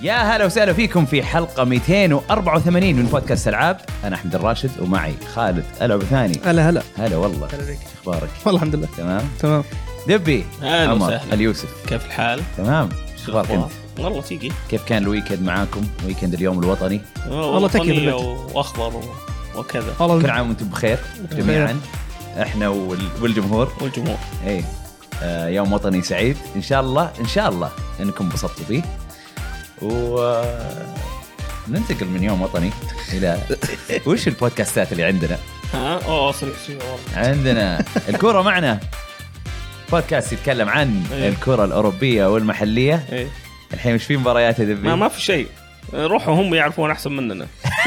يا هلا وسهلا فيكم في حلقة 284 من بودكاست ألعاب. أنا أحمد الراشد ومعي خالد ألعب ثاني. هلا هلا والله. هلا بك. أخبارك؟ والله الحمد لله تمام. دبي عمر وسهلا. اليوسف كيف الحال؟ تمام. أخبارك أنت؟ والله تيجي. كيف كان الويكند معاكم؟ ويكند اليوم الوطني. والله تكي بالبيت وأخبار وكذا. كل عام وأنتم بخير جميعا. إحنا والجمهور. إيه يوم وطني سعيد إن شاء الله إنكم انبسطتوا فيه. وننتقل من يوم وطني إلى وش البودكاستات اللي عندنا؟ صريح عندنا الكرة معنا، بودكاست يتكلم عن الكرة الأوروبية والمحلية. الحين مش في مباريات يا دبي؟ ما في شيء، روحوا هم يعرفون أحسن مننا.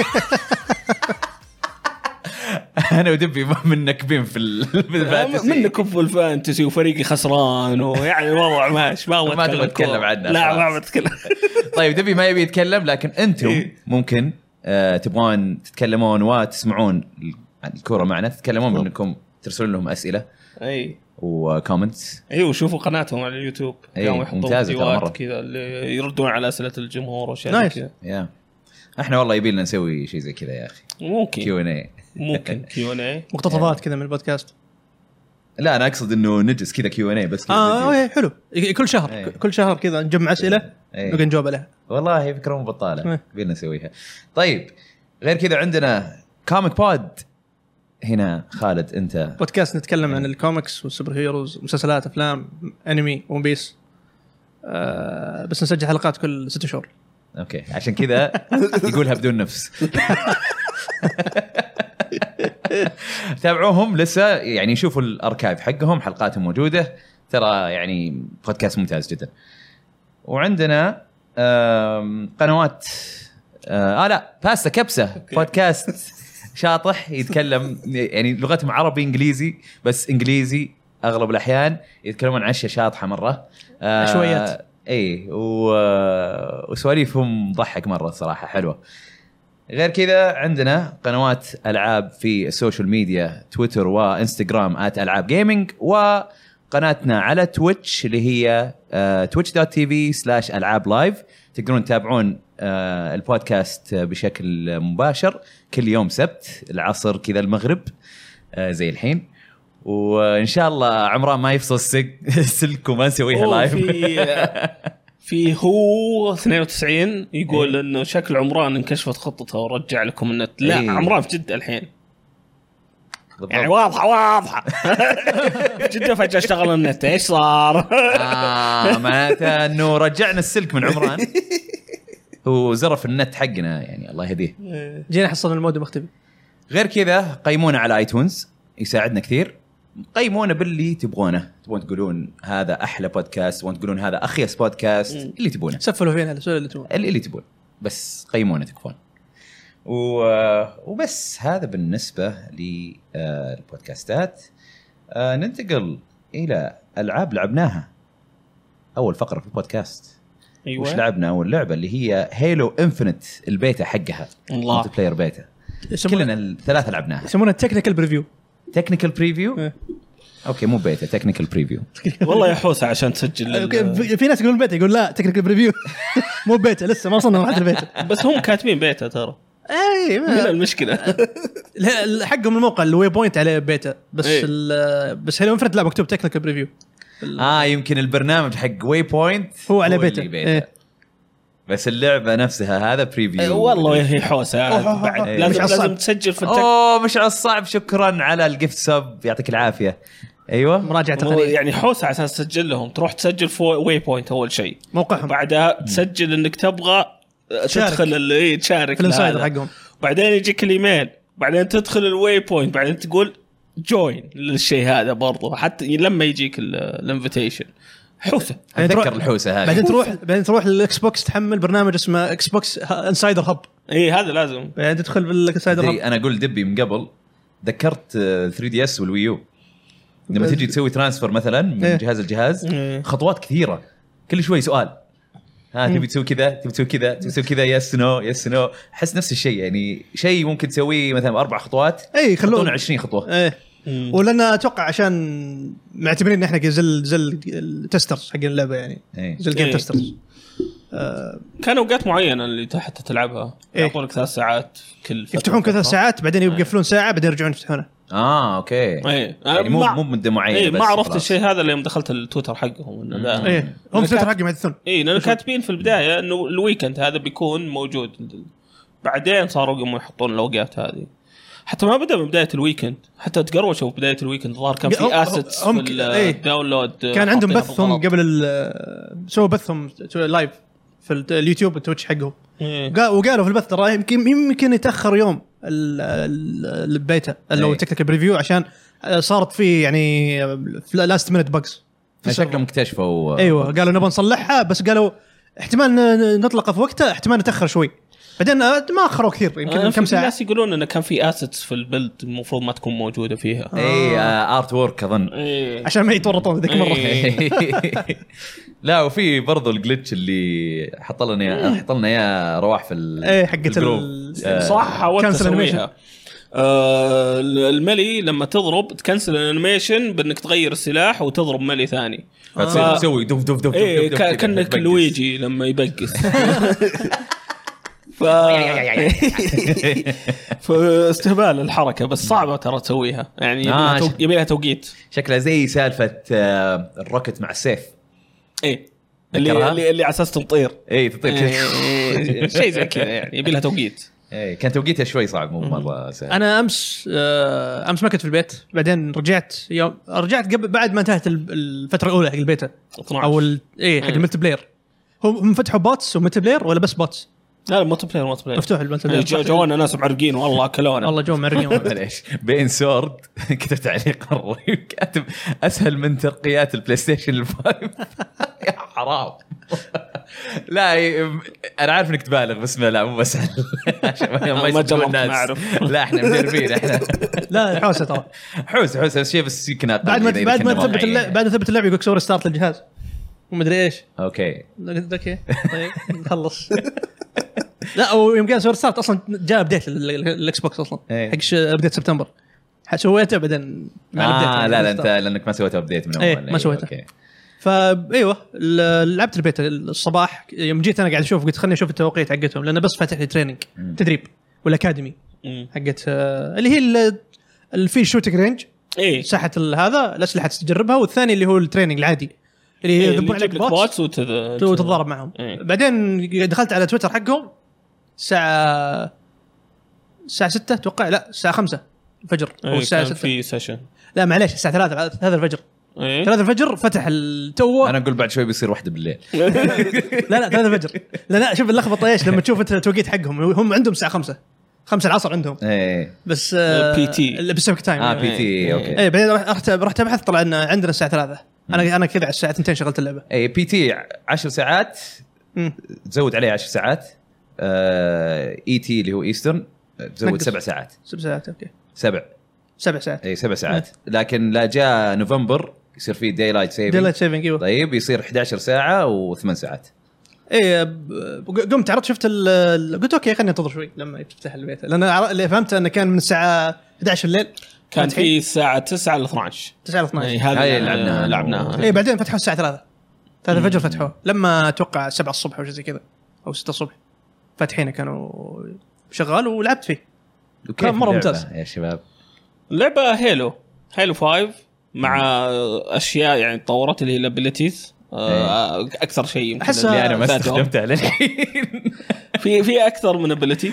أنا ودبي منكبين في الفانتسي، منكم في الفانتسي وفريقي خسران ويعني الوضع ماشي. ما تبغى تتكلم عنه؟ لا ما بتكلم. طيب دبي ما يبي يتكلم، لكن أنتم ممكن تبغون تتكلمون وتسمعون الكرة معنا، تتكلمون بأنكم ترسلون لهم أسئلة وكومنتس. وشوفوا قناتهم على اليوتيوب، يحطون فيديوهات كذا اللي يردون على أسئلة الجمهور وشيء كذا. احنا والله يبيلنا نسوي شيء زي كذا يا اخي. ممكن Q&A. ممكن Q&A مقتطفات كذا من البودكاست. لا انا اقصد انه نجلس كذا Q&A بس كذا. حلو. كل شهر كذا نجمع اسئله نبقى نجاوب عليها. والله فكره مو بطاله، يبيلنا نسويها. طيب غير كذا عندنا كوميك بود هنا. خالد انت بودكاست نتكلم عن الكوميكس والسوبر هيروز، مسلسلات، افلام، انمي، ون بيس. بس نسجل حلقات كل 6 شهور. اوكي عشان كذا يقولها بدون نفس. تابعوهم لسه، يعني شوفوا الاركايف حقهم، حلقاتهم موجوده ترى، يعني بودكاست ممتاز جدا. وعندنا قنوات لا باستا كبسه بودكاست شاطح يتكلم، يعني لغتهم عربي انجليزي، بس انجليزي اغلب الاحيان يتكلمون عن اشياء شاطحه مره، شويات وسواليفهم ضحك مرة صراحة حلوة. غير كذا عندنا قنوات ألعاب في السوشيال ميديا، تويتر وإنستغرام @ألعاب جيمينج، وقناتنا على تويتش اللي هي twitch.tv/ألعاب لايف. تقدرون تتابعون البودكاست بشكل مباشر كل يوم سبت العصر كذا المغرب زي الحين. وإن شاء الله عمران ما يفصل السلك وما نسويها لايف. في هو 92 يقول إنه شكل عمران انكشفت خطته ورجع لكم النت. لا عمران في جدة الحين بالضبط. يعني واضحة جدة فجأة اشتغل النت. إيش صار؟ معناته إنه رجعنا السلك من عمران. هو زرف النت حقنا، يعني الله يهديه. جينا حصلنا المودم مختفي. غير كذا قيمونا على ايتونز، يساعدنا كثير. قيمونا باللي تبغونه، تبغون تقولون هذا احلى بودكاست، تبغون تقولون هذا اخيس بودكاست، اللي تبونه سفلوا فينا السؤال اللي تبغون، اللي تبون، بس قيمونا تكفون. وبس هذا بالنسبه للبودكاستات. ننتقل الى العاب لعبناها. اول فقره في البودكاست وش لعبنا؟ اول لعبه اللي هي هيلو انفينيت، البيتا حقها، مالتي بلاير بيتا. كلنا الثلاثه لعبناها. يسمونها تكنيكال بريفيو. تكنيكال بريفيو. اوكي مو بيتا، تكنيكال بريفيو. والله يا حوسه عشان تسجل. في ناس يقولون بيتا، يقول لا تكنيكال بريفيو. مو بيتا، لسه ما وصلنا مرحله البيتا. بس هم كاتبين بيتا ترى. هنا المشكله حقهم الموقع الوي بوينت عليه بيتا، بس بس هنا انفرد لا مكتوب تكنيكال بريفيو. يمكن البرنامج حق وي بوينت هو على بيتا. بس اللعبة نفسها هذا بريفيو. والله هي حوسة بعد. لازم تسجل في مش على الصعب. شكرا على الجيفت سب، يعطيك العافية. أيوة مراجعة تقنية. يعني حوسة عشان تسجل لهم، تروح تسجل في واي بوينت أول شيء موقعهم، بعدها تسجل إنك تبغى تدخل اللي تشارك في الانسايدر حقهم، بعدين يجيك الإيميل، بعدين تدخل الواي بوينت، بعدين تقول جوين للشيء هذا برضو حتى لما يجيك الانفيتيشن. حوسه. اتذكر الحوسه هذه. بعدين تروح للاكس بوكس تحمل برنامج اسمه اكس بوكس انسايدر هب. هذا لازم بعدين تدخل بالانسايدر هب. انا اقول دبي من قبل ذكرت 3DS والويو، لما تجي تسوي ترانسفير مثلا من جهاز الجهاز خطوات كثيره، كل شوي سؤال تبي تسوي كذا، تبي تسوي كذا، تبي تسوي كذا، يس نو. احس نفس الشيء، يعني شيء ممكن تسويه مثلا 4 خطوات يخلون 20 خطوه. ولنا اتوقع عشان معتبرين ان احنا زل التسترز حق اللعبه، يعني زل جيم تسترز. كان اوقات معينه اللي حتى تلعبها يعطونك 3 ساعات كل فترة. يفتحون كذا ساعات بعدين يقفلون ساعه بعدين يرجعون يفتحونه. اوكي. يعني مو مده معينه. بس ما عرفت الشيء هذا اللي يوم دخلت التويتر حقهم انه لا هم التويتر حقهم يحدثون لانه كاتبين في البدايه انه الويكند هذا بيكون موجود، بعدين صاروا يقوموا يحطون الاوقات هذه. حتى ما بدا من بدايه الويكند، حتى تقروشوا في بدايه الويكند ظهر كان في اسيتس في الداونلود. كان عندهم بثهم قبل سووا بثهم لايف في اليوتيوب والتويتش حقهم. وقالوا في البث ترى يمكن يتاخر يوم البيتا لو تكتيكال بريفيو عشان صارت فيه يعني لاست مينت بجز شكلهم اكتشفوا. ايوه قالوا نبغى نصلحها بس قالوا احتمال نطلقها في وقتها، احتمال نتاخر شوي. بعدين ما اخروا كثير يمكن كم ساعه. الناس يقولون انه كان في اسيتس في البيلد المفروض ما تكون موجوده فيها. ارت وورك اظن عشان ما يتورطون ذيك مره. لا وفي برضو الجلitch اللي حط لنا اياه رواح في حقه صح وانت تسويها. الملي لما تضرب تكنسل الانيميشن بانك تغير السلاح وتضرب ملي ثاني تسوي دف دف دف كأنك لويجي لما يبقس. فاستهبال الحركه بس صعبه ترى تسويها يعني يبي لها توقيت. شكلها زي سالفه الروكت مع السيف اللي على اساس تطير تطير شيء زي كذا يعني يبي لها توقيت. كان توقيتها شوي صعب مو مره سهل. انا امس ما كنت في البيت، بعدين رجعت قبل بعد ما انتهت الفتره الاولى حق البيتا او حق الملتي بلاير. هم فتحوا بوتس وملتي بلاير ولا بس بوتس؟ لا ملتي بلاير مفتوح الملتي بلاير. جونا ناس معرقين والله كلونا والله جو معرقين. معليش بين سورد كتبت تعليق رهيب كاتب اسهل من ترقيات البلاي ستيشن 5. يا حرام. لا انا عارف انك تبالغ بس لا مو بس ما جربت ما اعرف. لا احنا مدربين احنا. لا حوسه ترى حوسه شيء بس يمكن بعد ما ثبت اللعبه يقولك سوي ستارت للجهاز ومدري ايش. اوكي طيب نخلص. لا ويمكن سوي ستارت اصلا جاء ابديت الاكس بوكس اصلا حق ابديت سبتمبر سويته بعدين مع الابديت. لا انت لانك ما سويت ابديت من اول. ما سويته. فايوه لعبت البيت الصباح يوم جيت انا قاعد اشوف قلت خلني اشوف التوقيت حقتهم لانه بس فاتح لي تريننج تدريب والاكاديمي حقت اللي هي اللي فيه شوتنج رينج ساحه هذا الاسلحه تجربها، والثاني اللي هو التريننج العادي اللي هي يذبون عليك بوتس وتتضارب معهم. بعدين دخلت على تويتر حقهم الساعه 6 اتوقع، لا الساعه 5 الفجر او الساعه 6 في سيشن. لا معليش الساعه 3 الفجر. 3 الفجر فتح التو. انا اقول بعد شوي بيصير 1 بالليل. لا 3 الفجر. لا شوف اللخبطه ايش لما تشوف انت التوقيت حقهم هم عندهم الساعه 5 العصر عندهم. بس بي تي الباسيفيك تايم. بي تي اوكي. بعدين رحت ابحث طلع ان عندنا الساعه 3. انا كذا على الساعه 2 شغلت اللعبه. بي تي 10 ساعات تزود عليه 10 ساعات. اي تي اللي هو ايسترن تزود 7 ساعات. 7 ساعات اوكي. 7 ساعات. 7 ساعات. لكن لا جاء نوفمبر يصير فيه دايلايت سيفنج. ايوه طيب يصير 11 ساعه و8 ساعات. قمت عرضت شفت قلت اوكي خليني انتظر شوي لما يفتح البيت، لان اللي فهمت انه كان من الساعه 11 الليل كان في الساعه 9 ل 12. هذه لعبناها. بعدين فتحوا الساعه 3 الفجر فتحوه لما اتوقع 7 الصبح او شيء زي كذا او 6 الصبح فاتحينه كانوا شغال ولعبت فيه. كان مره ممتاز يا شباب. لعبه هيلو 5 مع اشياء يعني تطورت اللي هي الابيليتيز اكثر شيء يمكن اللي انا ما استخدمته للحين. في اكثر من ابيليتي.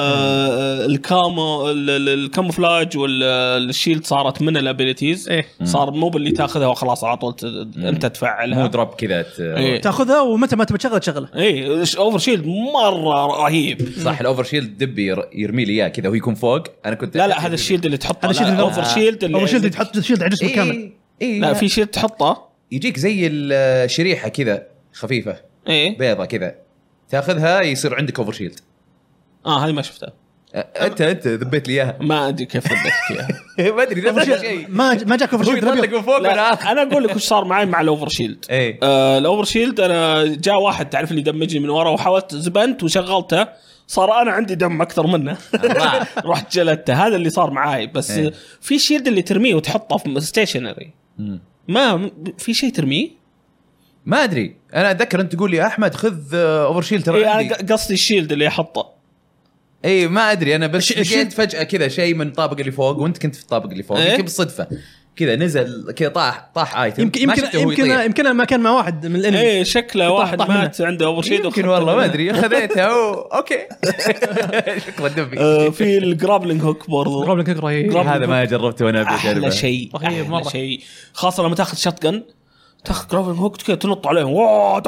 الكاموفلاج والشيلد صارت من الابيليتيز. صار مو باللي تاخذها وخلاص على طول انت تفعلها، مو دروب كذا تاخذها ومتى ما تبي تشغلها. اوفر شيلد مره رهيب. صح الاوفر شيلد دب يرمي لي اياه كذا وهو يكون فوق. انا كنت لا هذا الشيلد اللي تحطه. هذا الاوفر شيلد اللي تحط الشيلد على جسمك كامل. لا في شيلد تحطه يجيك زي الشريحه كذا خفيفه بيضه كذا تاخذها يصير عندك اوفر شيلد. هذه ما شفتها. انت ذبيت لي اياها. ما ادري كيف ذبيتك اياها. ما ادري ذبيت شيء. ما جاك اوفر شيلد من فوق. انا اقول لك وش صار معي مع الاوفر شيلد. الاوفر شيلد انا جاء واحد تعرف اللي دمجني من ورا وحاولت زبنت وشغلته صار انا عندي دم اكثر منه. رحت جلدته. هذا اللي صار معاي. بس في شيلد اللي ترميه وتحطه في ستيشنري ما في شيء ترميه ما ادري انا اتذكر انت تقول لي احمد خذ اوفر شيلد ترى انا قصدي الشيلد اللي احطه. اي ما ادري انا بس لقيت فجاه كذا شيء من الطابق اللي فوق وانت كنت في الطابق اللي فوق يمكن بالصدفه كذا نزل كذا طاح ايتم يمكن ما كان مع واحد من الانمي. ايه شكله واحد مات عنده اوفر شيلد يمكن والله ما ادري خذيتها اوكي شكرا دبي. في الجرابلينج هوك برضو. جرابلينج هوك رهيب هذا ما جربته انا احلى شيء رهيب مره شيء خاصه لما تاخذ شوت جن تاخذ جرابلينج هوك كذا تنط عليهم واو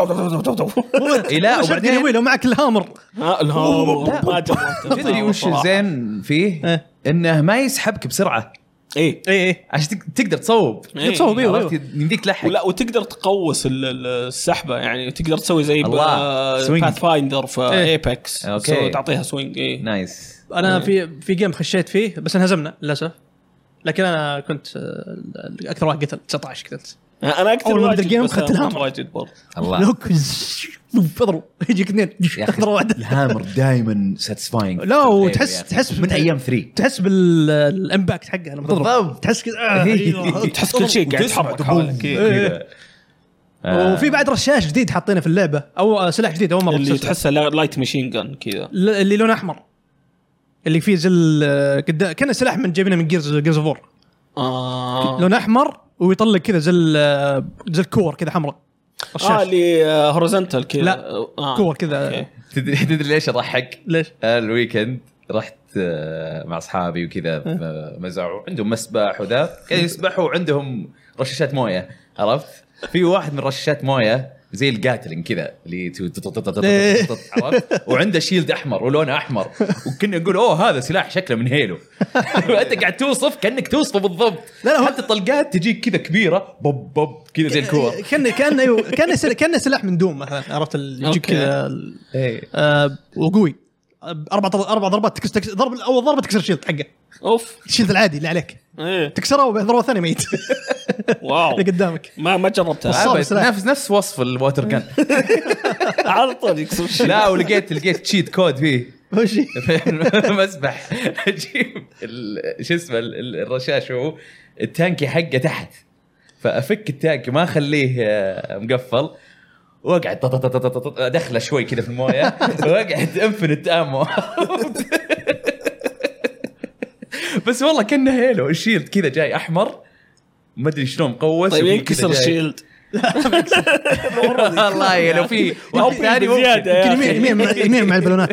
لا وبعدين لو معك الهامر الهامر ما جربته. تدري وش زين فيه انه ما يسحبك بسرعه. ايه عشان تقدر تصوب يمديك تلحق ولا وتقدر تقوس السحبه يعني تقدر تسوي زي باث فايندر في ايبكس تعطيها سوينج. نايس. انا في جيم خشيت فيه بس انهزمنا للاسف لكن انا كنت اكثر واحد قتل 19 قتلت انا اكثر واحد الجيم اخذت الهامر واجد برضه الله لوك فضروا يجيك اثنين تاخذ واحد. الهامر دائما ساتيسفاينج لا وتحس من ايام 3 تحس بالامباكت حقه لما تضرب تحس كذا تحس كل شيء قاعد يتحرك حولك كذا. وفي بعد رشاش جديد حاطينه في اللعبه او سلاح جديد اول مره اللي تحسه لايت ماشين جن كذا اللي لونه احمر اللي فيه زل كان سلاح من جايبينه من جيرز اوف وور لونه احمر ويطلق كذا زل كور كذا حمراء. اللي هوريزونتال كذا. لا كور كذا. تدري ليش اضحك؟ ليش؟ الويكند رحت مع اصحابي وكذا مزعوا عندهم مسبح وذا كانوا يسبحوا وعندهم رشاشات مويه عرفت؟ في واحد من رشاشات مويه زي القاتلين كذا اللي عرفت وعنده شيلد احمر ولونه احمر وكنا نقول هذا سلاح شكله من هيلو. انت قاعد توصف كانك توصفه بالضبط. لا حتى الطلقات تجيك كذا كبيره بوب بوب كذا زي الكور كان سلاح من دوم مثلا عرفت يجيك كذا وقوي اربع ضربات تكسر ضرب اول ضربه تكسر الشيلد حقه الشيلد العادي اللي عليك تكسره وضربه ثانيه ميت. واو اللي قدامك ما جربتها. نفس وصف الواتر جن على طول يكسر الشيء. لا ولقيت تشيت كود فيه وش مسبح اجيب شو اسمه الرشاش هو التانكي حقه تحت فافك التانكي ما اخليه مقفل واقعد ادخله شوي كذا في المويه واقعد انفنت امو. بس والله كنا هيلو الشيلد كذا جاي احمر ما ادري شلون مقوس. طيب ينكسر الشيلد والله لو في واحد ثاني زياده يمين مع البالونات.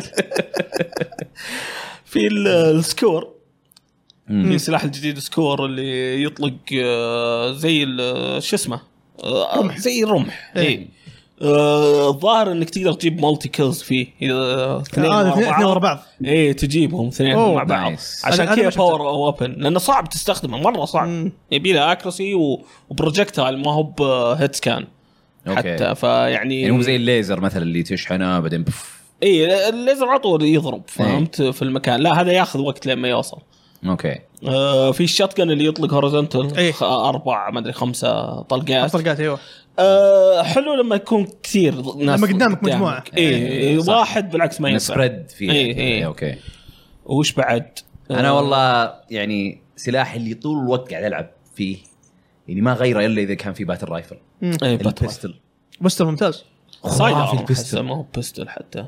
في السكور في السلاح الجديد سكور اللي يطلق زي شو اسمه زي الرمح. الظاهر انك تقدر تجيب مالتي كيلز فيه اذا اثنين ورا بعض تجيبهم اثنين مع بعض عشان كذا باور اوبن لانه صعب تستخدمه مره صعب يبي له اكرسي وبروجكتايل ما هو بهيد سكان حتى فيعني هو زي الليزر مثلا اللي تشحنه بعدين الليزر على طول يضرب فهمت في المكان. لا هذا ياخذ وقت لما يوصل. اوكي في الشاتجن اللي يطلق هوريزونتال 4 ما ادري 5 طلقات ايوه حلو لما يكون كثير ناس لما قدامك مجموعه واحد بالعكس ما ينفع سبريد فيه. اوكي وش بعد انا والله يعني سلاح اللي طول الوقت قاعد العب فيه يعني ما غيره الا اذا كان في باتل رايفل. البيستل ممتاز صايد في البيستل ما هو بيستل حتى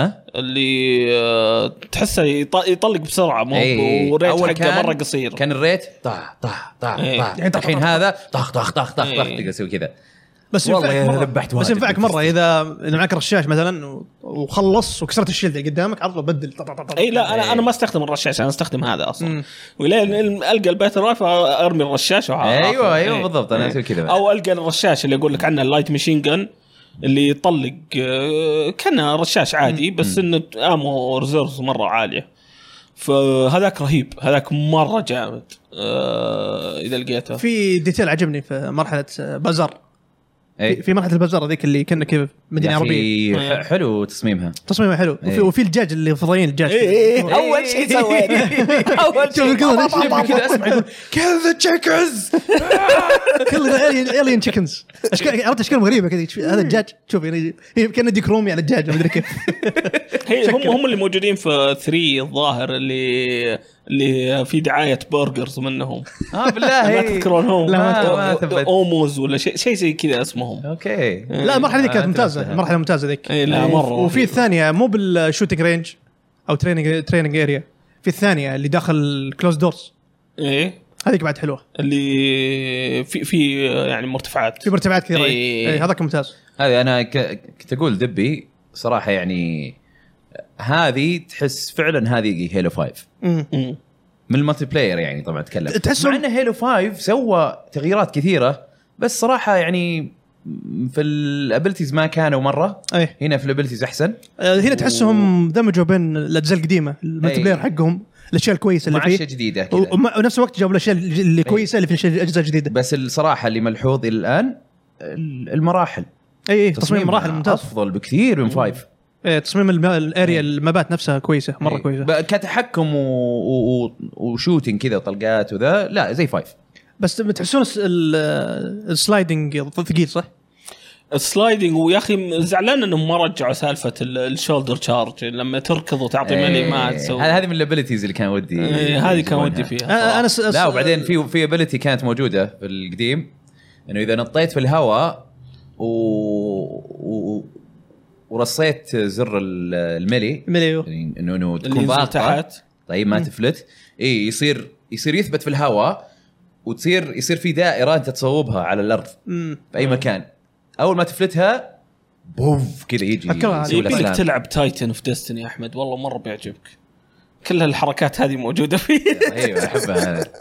اللي تحسه يطلق بسرعه مو وريت حقه مره قصير كان الريت طح الحين هذا طخ تقدر تسوي كذا بس والله ذبحت واحد. بس ينفعك مره اذا معك رشاش مثلا وخلص وكسرت الشيلد اللي قدامك عرضه بدل. لا انا ما استخدم الرشاش انا استخدم هذا اصلا ولين القى البيت رايف ارمي الرشاش ايوه بالضبط انا اسوي كذا او القى الرشاش اللي اقول لك عنه اللايت ماشين جن اللي يطلق كان رشاش عادي بس انه امو ريزيرفز مره عاليه فهذاك رهيب هذاك مره جامد. اذا لقيته في ديتيل عجبني في مرحله بازار في مرحله البازار هذيك اللي كنا كيف مدينه عربيه حلو تصميمها حلو وفي الدجاج اللي فضائيين الدجاج اول شيء سويت اول شيء كذا اسمع يقول كيل ذا تشيكنز كل الين تشيكنز عرفت اشكال غريبه كذا هذا الدجاج شوف يعني كان ديكرومي على الدجاج ما ادري كيف. هم اللي موجودين في 3 الظاهر اللي اللي في دعايه برجرز منهم. بالله ما تذكرونهم؟ ما ثبت. اوموز ولا شيء زي كذا اسمهم. اوكي. لا المرحله ذيك كانت ممتازه، مرحله ممتازه ذيك. لا مره. وفي الثانيه مو بالشوتنج رينج او تريننج اريا، في الثانيه اللي داخل كلوز دورز. ايه هذيك بعد حلوه، اللي في يعني مرتفعات، في مرتفعات كثيره. إيه. هذاك ممتاز. هذه انا كنت اقول دبي صراحه، يعني هذه تحس فعلا هذه هيلو 5 من المالتي بلاير. يعني طبعا اتكلم مع ان هيلو 5 سوى تغييرات كثيره، بس صراحه يعني في الابيلتيز ما كانوا مره. أيه. هنا في الابيلتيز احسن. هنا تحسهم دمجوا بين الاجزاء القديمه المالتي بلاير حقهم، الاشياء الكويسه اللي فيه، اشياء جديده كذا، ونفس الوقت جابوا الاشياء اللي كويسه اللي في الاجزاء الجديده. بس الصراحه اللي ملحوظ الى الان المراحل. اي تصميم مراحل ممتاز، افضل بكثير من 5. تصميم الاريا المبات نفسها كويسه مره كويسه، كتحكم وشوتين كذا وطلقات وذا، لا زي 5. بس تحسون السلايدنج ثقيل صح؟ السلايدنج، ويا اخي زعلان انهم ما رجعوا سالفه الشولدر تشارج لما تركض وتعطي ملي ما تسوي. هذه من الابيليتيز اللي كان ودي. هذه كان ودي فيها. لا وبعدين في ابيليتي كانت موجوده في القديم، انه اذا نطيت في الهواء ورصيت زر الملي يعني انه تكون ضاغطه، طيب ما تفلت، يصير يثبت في الهواء، يصير في دائره انت تصوبها على الارض في اي مكان. اول ما تفلتها بوف كذا يجي. يبيك تلعب تايتن في ديستني يا احمد، والله مره بيعجبك، كل الحركات هذه موجوده فيه. ايوه احبها انا.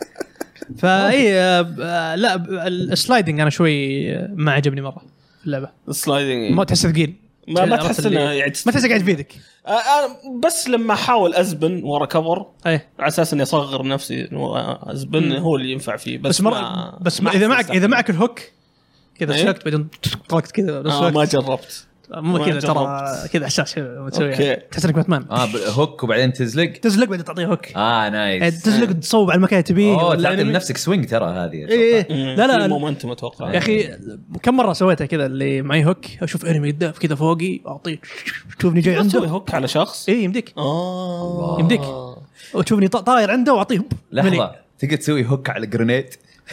فاي لا السلايدنج انا شوي ما عجبني مره في اللعبه. السلايدنج ما تحس ثقيل، ما تحس انه يعني ما تحس قاعد بيدك. بس لما احاول ازبن ورا كفر على اساس اني اصغر نفسي ازبن هو اللي ينفع فيه. بس اذا معك الهوك كذا شلكت بعدين طلقت كذا. ما جربت، مو كذا ترى كذا احساس تسوي، تحس انك باتمان. هوك وبعدين تزلق بعدين تعطيه هوك. نايس. تزلق تصوب على المكان تبيه، تعطي لنفسك سوينج ترى هذه. لا مومنتم اتوقع يا اخي. كم مره سويتها كذا اللي معي هوك، اشوف انمي يدف كذا فوقي اعطيه، تشوفني جاي عنده هوك على شخص. يمديك يمديك وتشوفني طاير عنده واعطيه. لحظه تقدر تسوي هوك على جرينيد؟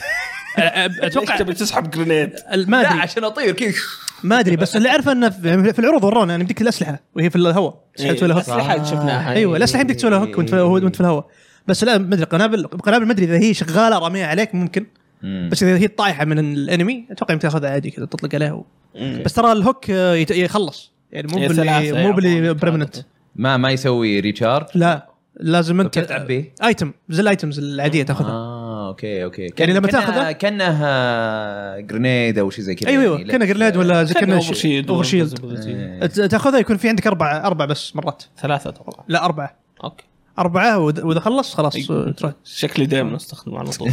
اتوقع تبي تسحب جرينيد. ما ادري عشان اطير كذا، ما ادري، بس اللي اعرفه انه في العروض ورونا يعني يمديك الاسلحه وهي في الهواء. الاسلحه شفناها. ايوه الاسلحه يمديك تسوي لها هوك وانت في الهواء. بس لا ما ادري قنابل ما ادري اذا هي شغاله رميها عليك ممكن، بس اذا هي طايحه من الانمي اتوقع يمكن تاخذها عادي كذا تطلق عليها بس ترى الهوك يخلص يعني مو باللي بريمننت. ما يسوي ريتشارج. لا لازم انت تعبيه ايتم زي الايتمز العاديه تاخذها. اوكي يعني لما تاخذها كانها جرينيد او شيء زي كذا. ايوه يعني كانها جرينيد ولا زي كانها اوفرشيلد. تاخذها يكون في عندك اربع بس مرات. 3 اتوقع. لا 4. اوكي 4 واذا خلص تروح. شكلي دائما استخدم على طول.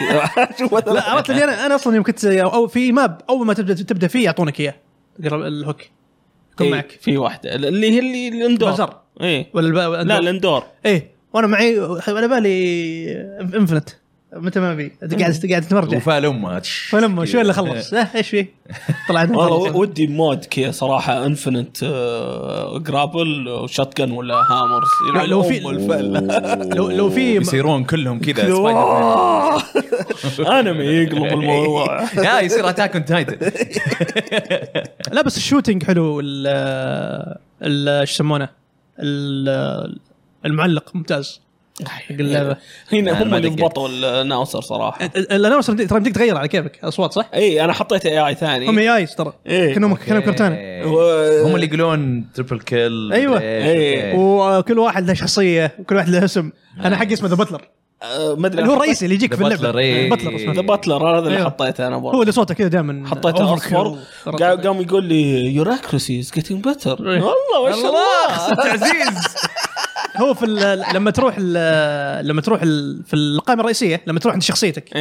لا عرفت لي انا اصلا يوم كنت او في ماب اول ما تبدا فيه يعطونك اياه الهوك يكون معك في واحده اللي هي الاندور. ولا لا الاندور. وانا معي على بالي انفنت متى ما بي قاعد تمرجع وفال امه شو اللي خلص ايش فيه طلع والله ودي مود كذا صراحه انفنت جرابل وشوت جن ولا هامرز لو في يصيرون كلهم كذا انمي يقلب الموضوع. يصير اتاك اون تايتن. لا بس الشوتينج حلو. ايش يسمونه المعلق ممتاز حق اللعبه. هنا هم اللي ضبطوا الناوسر صراحه. الناوسر ترى بدك تغير على كيفك اصوات صح. انا حطيت اي ثاني. هم اي ترى كانوا كرتانه هم اللي يقولون تريبل كيل. ايوه وكل واحد له شخصيه وكل واحد له اسم. انا حقي اسمه ذا باتلر ما ادري هو الرئيسي اللي يجيك في اللعبه. باتلر اسمه ذا باتلر. هذا اللي حطيته انا برضه. هو اللي صوته كذا دائما حطيته اصفر. قام يقول لي يور اكرسي از جيتنج بيتر. والله ما شاء الله تعزيز. هو في لما تروح في القائمه الرئيسيه لما تروح عند شخصيتك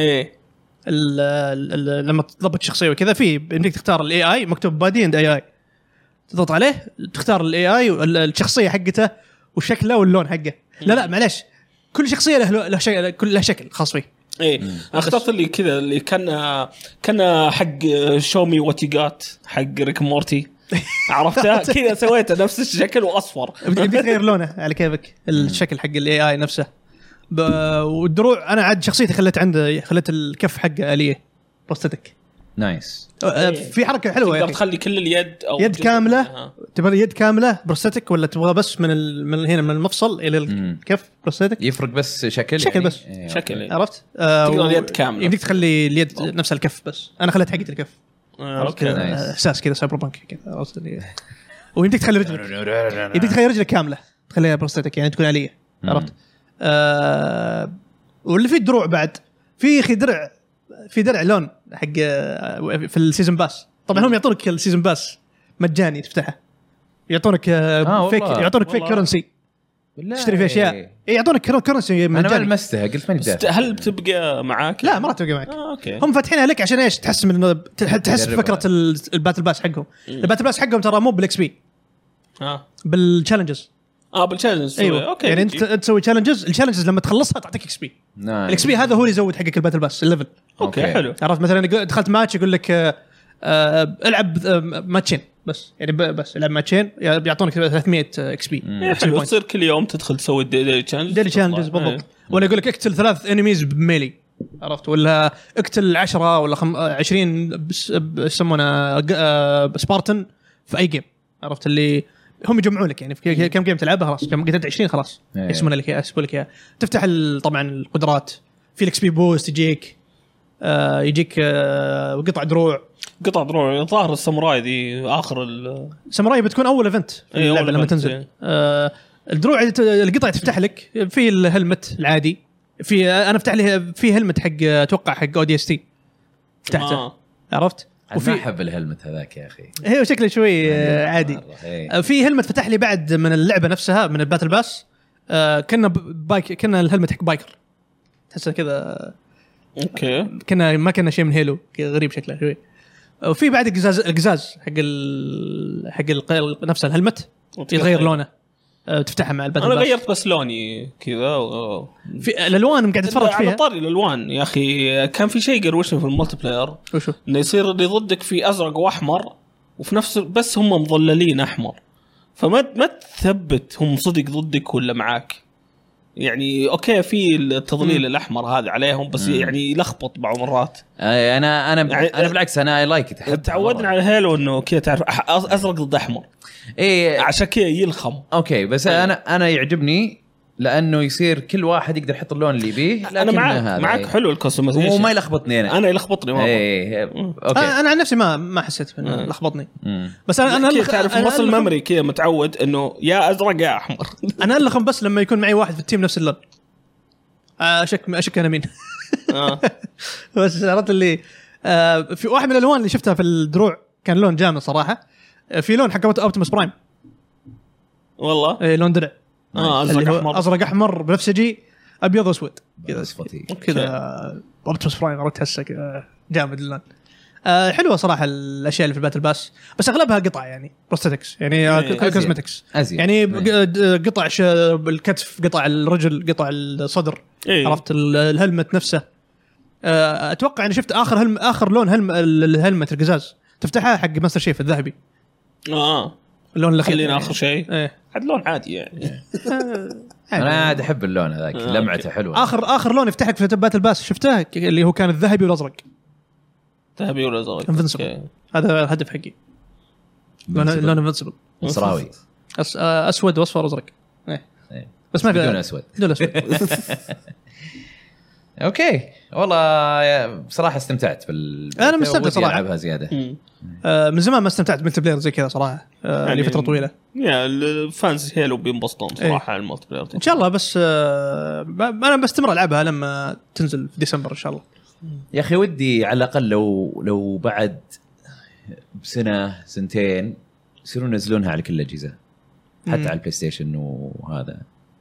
لما تضبط شخصيه وكذا في انك تختار الاي اي مكتوب بادي اند اي تضغط عليه تختار الاي اي والشخصيه حقته وشكله واللون حقه. لا معليش كل شخصيه له شكل خاص فيه. اخترت اللي كذا اللي كان حق شومي واتيجات حق ريك مورتي. عرفتها كذا سويته نفس الشكل واصفر. بدي تغير لونه على كيفك الشكل حق الاي اي نفسه والدروع انا عاد شخصيتي خليت الكف حقه آلية بروستاتيك. نايس. في حركه حلوه تقدر تخلي كل اليد او يد كامله. تبغى يد كامله بروستاتيك ولا تبغى بس من هنا من المفصل الى الكف بروستاتيك؟ يفرق بس شكل بس شكل عرفت. تقدر اليد كامله يمديك تخلي اليد نفس الكف بس انا خليت حقتي الكف. اوكي احساس كذا سايبر بانك كذا عرفت. ويمديك تخلي رجلك كامله تخليها بروستاتيك يعني تكون آلية عرفت. واللي في الدروع بعد في درع لون حق في السيزون باس. طبعا هم يعطونك السيزون باس مجاني تفتحه يعطونك فيك يعطونك فيك كرنسي تشتري فيه اشياء يعطونك كرنسي مجاني. انا ما لمستها قلت ماني بداخل. هل بتبقى معاك؟ لا ما راح تبقى معك. اوكي. هم فاتحينها لك عشان ايش؟ تحس من تحس فكره الباتل باس حقهم. الباتل باس حقهم ترى مو بالاكس بي بالتشالنجز. بالتشالنجز. أيوة. اوكي يعني انت تسوي التشالنجز لما تخلصها تعطيك اكس بي. الاكس بي هذا هو اللي يزود حقك الباتل باس الليفل. اوكي حلو. عرفت مثلا دخلت ماتش يقول لك العب ماتشين بس يعني بس العب ماتشين بيعطونك 300 اكس بي. حلو. تصير كل يوم تدخل تسوي ديلي تشالنجز بالضبط. ولا يقول لك اقتل 3 انميز بميلي عرفت ولا اقتل 10 ولا 20 يسمونه سبارتن في اي جيم عرفت. اللي هم يجمعوا لك يعني في كم جيم تلعبها خلاص كم قتلت 20 خلاص يسمونه لك يسموا لك تفتح طبعا القدرات في الاكس بي بوست يجيك قطع دروع ظاهر الساموراي دي اخر الساموراي بتكون اول ايفنت في اللعبه لما تنزل. الدروع القطع تفتح لك في الهلمت العادي انا فتح لي في هلمت حق اتوقع حق او دي اس تي فتحته عرفت. وفي احب الهلمت هذاك يا اخي هي شكله شوي عادي. في هلمت فتح لي بعد من اللعبه نفسها من الباتل باس كنا الهلمت حق بايكر تحسه كذا. اوكي ما كنا شيء من هيلو غريب شكله شوي. وفي بعد القزاز حق نفس الهلمت يتغير لونه تفتحها مع الباتل انا باس. غيرت بس لوني كذا في الالوان قاعد اتفرج فيها. على طاري الالوان يا اخي كان في شيء قروشه في الملتي بلاير انه يصير اللي ضدك في ازرق واحمر وفي نفس بس هم مظللين احمر فما تثبت هم صدق ضدك ولا معاك يعني. اوكي في التظليل الاحمر هذا عليهم بس يعني يلخبط بعض مرات. انا بالعكس انا اي لايك تعودنا على هيلو انه كذا تعرف ازرق ضد احمر عشان كذا يلخم. اوكي بس انا يعجبني لانه يصير كل واحد يقدر يحط اللون اللي يبيه. انا معك حلو الكستمايزيشن وما يلخبطني انا يلخبطني اوكي انا عن نفسي ما حسيت انه لخبطني. بس انا تعرف مصل ميموري كذا متعود انه يا ازرق يا احمر. انا الخم بس لما يكون معي واحد في التيم نفس اللون اشك انا مين. بس عرفت اللي في واحد من الالوان اللي شفتها في الدروع كان لون جامد صراحه. في لون حق اوبتيموس برايم والله لون درع ازرق احمر بنفسجي ابيض واسود كذا اوبتيموس برايم عرفت تحسه جامد اللون. حلوه صراحه الاشياء اللي في الباتل باس بس اغلبها قطع يعني بروستاتكس يعني كوزمتكس يعني قطع الكتف قطع الرجل قطع الصدر عرفت الهلمت نفسه. اتوقع اني شفت اخر لون الهلمت القزاز تفتحها حق ماستر شيف الذهبي اللون الاخير خلينا اخر شيء حد لون عادي يعني. انا عاد احب اللون هذاك لمعته حلوه. اخر لون يفتح لك في باتل باس شفتها اللي هو كان الذهبي والازرق. ذهبي والازرق هذا الهدف حقي لون انفنسبل مصراوي اسود واصفر وازرق بس ما بدون اسود اوكي والله بصراحه استمتعت انا مستمتع صراحه العبها زياده. من زمان ما استمتعت بالملتي بلاير زي كذا صراحه يعني لفتره طويله. يا الفانز هيلو بينبسطون صراحه على الملتي بلاير ان شاء الله. بس انا بستمر العبها لما تنزل في ديسمبر ان شاء الله. يا اخي ودي على الاقل لو بعد بسنه سنتين يصيرون ينزلونها على كل الاجهزه حتى على البلاي ستيشن وهذا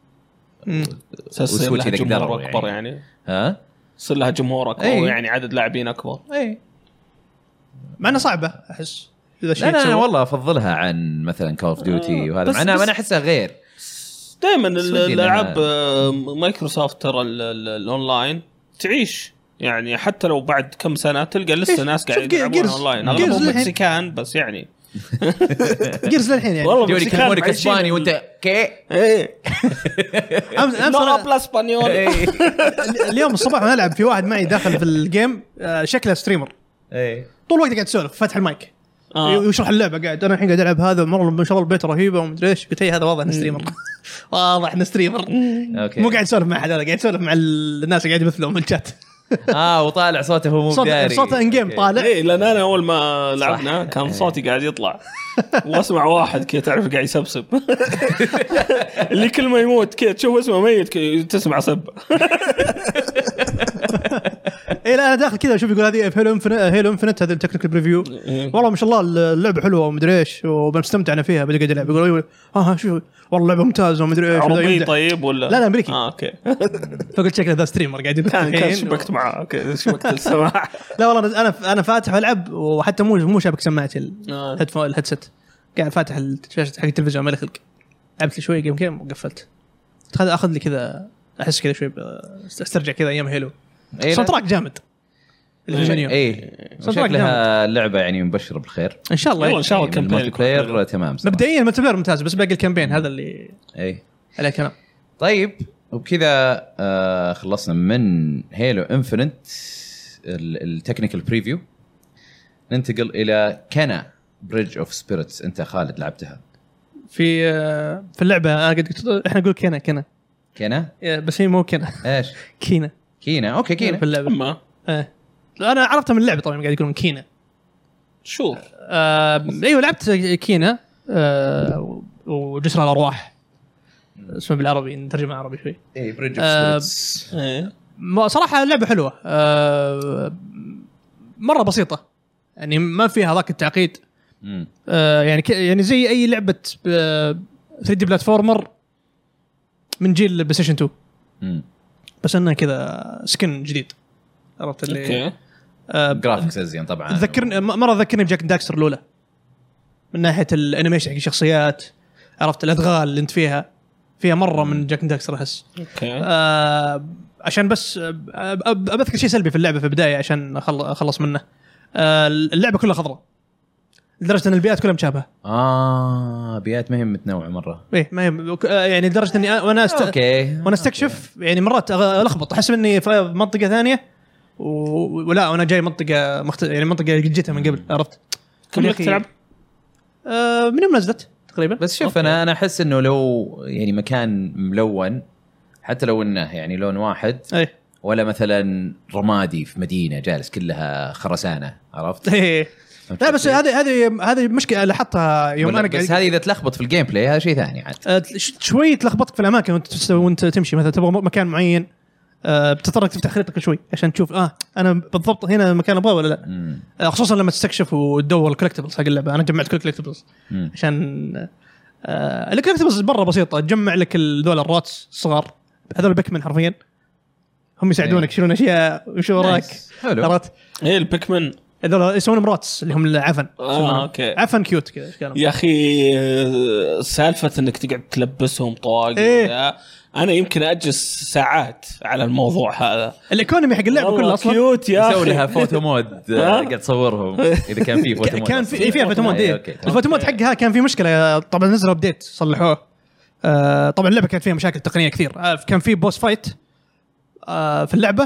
وسويتش اذا قدروا اكبر يعني يصير لها جمهور اكبر يعني عدد لاعبين اكبر. مع انها صعبه احس اذا شيء انا والله افضلها عن مثلا كول اوف ديوتي وهذا انا احسها غير. دائما الالعاب مايكروسوفت ترى الاونلاين تعيش يعني حتى لو بعد كم سنه تلقى لسه ناس قاعد يلعبون اونلاين. اغلبهم مكسيكان بس يعني جيرز للحين يعني والله جوني كان كسباني وانت كي ايه نو بلا اسبانيول. اليوم الصباح وانا العب في واحد معي داخل في الجيم شكله ستريمر ايه طول الوقت قاعد يسولف فاتح المايك ويشرح اللعبه قاعد انا الحين قاعد العب هذا مره ما شاء الله البيت رهيبه ومدري ايش قلت هذا واضح انه ستريمر واضح انه ستريمر اوكي مو قاعد يسولف مع احد قاعد يسولف مع الناس اللي قاعد يمثلون من الشات وطالع صوته هو مو داري صوته ان جيم طالع ايه لان انا اول ما لعبنا كان صوتي قاعد يطلع واسمع واحد كذا تعرف قاعد يسبسب اللي كل ما يموت كذا تشوف اسمه ميت تسمع سب. ايه لا انا داخل كذا اشوف يقول هذه هيلو انفنت هذا التكنيكال بريفيو والله ما شاء الله اللعبه حلوه ومدري ايش وبنستمتع فيها بدي قاعد العب يقول ها شو والله لعبه ممتازه ومدري ايش عربي طيب ولا لا امريكي اوكي فقلت شكله ذا ستريمر قاعد كان شبكت معه اوكي شبكت السماع. لا والله انا فاتح العب وحتى مو شابك سماعتي الهيدسيت قاعد فاتح الشاشه حق التلفزيون ما له خلق لعبت لي شوي جيم وقفلت اخذ لي كذا احس كذا شوي استرجع كذا ايام هيلو صوت راك جامد شكلها اللعبه يعني مبشره بالخير ان شاء الله ان شاء الله الملتي بلاير تمام مبدئيا الملتي بلاير ممتاز بس باقي الكامبين هذا اللي عليه كلام. طيب وبكذا خلصنا من هيلو انفينيت التكنيكال بريفيو ننتقل الى كنا بريدج اوف سبيريتس. انت خالد لعبتها في اللعبه انا احنا نقول كنا بس هي مو كنا ايش كينا اوكي كينا في اللعبه ما انا عرفتها من اللعبه طبعا قاعد يقولون كينا شوف ايوه لعبت كينا وجسر الارواح اسمه بالعربي نترجمه عربي شوي بريدج اوف سبيريتس. صراحه اللعبه حلوه مره بسيطه يعني ما فيها ذاك التعقيد يعني زي اي لعبه 3D بلاتفورمر من جيل البلاي ستيشن 2 بس انه كذا سكن جديد عرفت اللي اوكي جرافيكس ازين طبعا تذكرني مره ذكرني بجاك داكستر الاولى من ناحيه الانيميشن حق الشخصيات عرفت الادغال اللي انت فيها مره من جاك داكستر احس اوكي عشان بس اذكر شيء سلبي في اللعبه في البدايه عشان اخلص منه اللعبه كلها خضراء لدرجه ان البيئات كلها مشابهه بيئات ما هي متنوعه مره ايه ما هي يعني لدرجه اني وانا استكشف يعني مرات الخبط احس اني في منطقه ثانيه ولا وانا جاي منطقه يعني منطقه جيتها من قبل عرفت كم وقت تلعب من يوم نزلت تقريبا بس شوف انا احس انه لو يعني مكان ملون حتى لو انه يعني لون واحد ولا مثلا رمادي في مدينه جالس كلها خرسانه عرفت لا بس هذه مشكله لاحظتها يوم انا بس هذه اذا تلخبط في الجيم بلاي هذا شيء ثاني عاد شوي تلخبطك في الاماكن وانت تمشي مثلا تبغى مكان معين بتضطر تفتح خريطتك شوي عشان تشوف انا بالضبط هنا المكان ابغاه ولا لا خصوصا لما تستكشف وتدور الكولكتبلز حق اللعبه. انا جمعت كل الكولكتبلز عشان الكولكتبلز برا بسيطه تجمع لك ذول الراتس الصغار هذول بيكمن حرفيا هم يساعدونك يشيلون اشياء وشو وراك عرفت البيكمن هذول يسوون راتس اللي هم العفن اوكي عفن كيوت كذا يا اخي سالفه انك تقعد تلبسهم طواقي انا يمكن اجلس ساعات على الموضوع هذا. الايكونومي حق اللعبه كلها اصلا كيوت يا اخي يسوي لها فوتو مود قاعد تصورهم اذا كان في فوتو مود كان فيها فوتو مود الفوتو مود حقها كان في مشكله طبعا نزلوا ابديت صلحوه طبعا اللعبه كانت فيها مشاكل تقنيه كثير كان في بوس فايت في اللعبه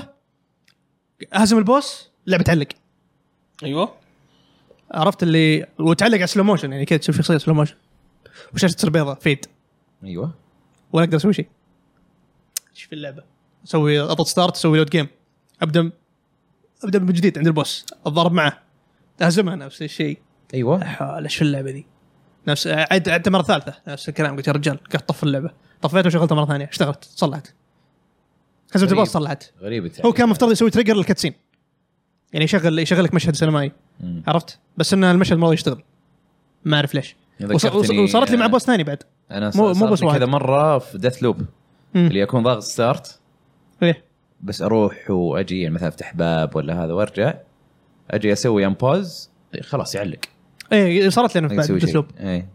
هزم البوس اللعبه تعلق ايوه عرفت اللي وتعلق على سلو موشن يعني كذا تشوف شخصيه سلو موشن وشاشه تصير بيضاء فيد ايوه ولا اقدر اسوي شيء ايش في اللعبه اسوي اضغط ستارت اسوي لود جيم ابدا من جديد عند البوس الضرب معه اهزمها نفس الشيء. ايوه ايش في اللعبه دي نفس عدت مره ثالثه نفس الكلام قلت يا رجال قاعد طفي اللعبه طفيتها وشغلتها مره ثانيه اشتغلت صلحت هزمت البوس صلحت غريبه هو كان مفترض يسوي تريجر للكاتسين يعني يشغل لك مشهد سينمائي عرفت بس ان المشهد ما يشتغل ما اعرف ليش وصارت لي مع بوس ثاني بعد انا مو بس كذا مره في ديث لوب اللي يكون ضاغط ستارت بس اروح واجي يعني مثلا افتح باب ولا هذا وارجع اجي اسوي امبوز خلاص يعلق صارت لي انا في ديث لوب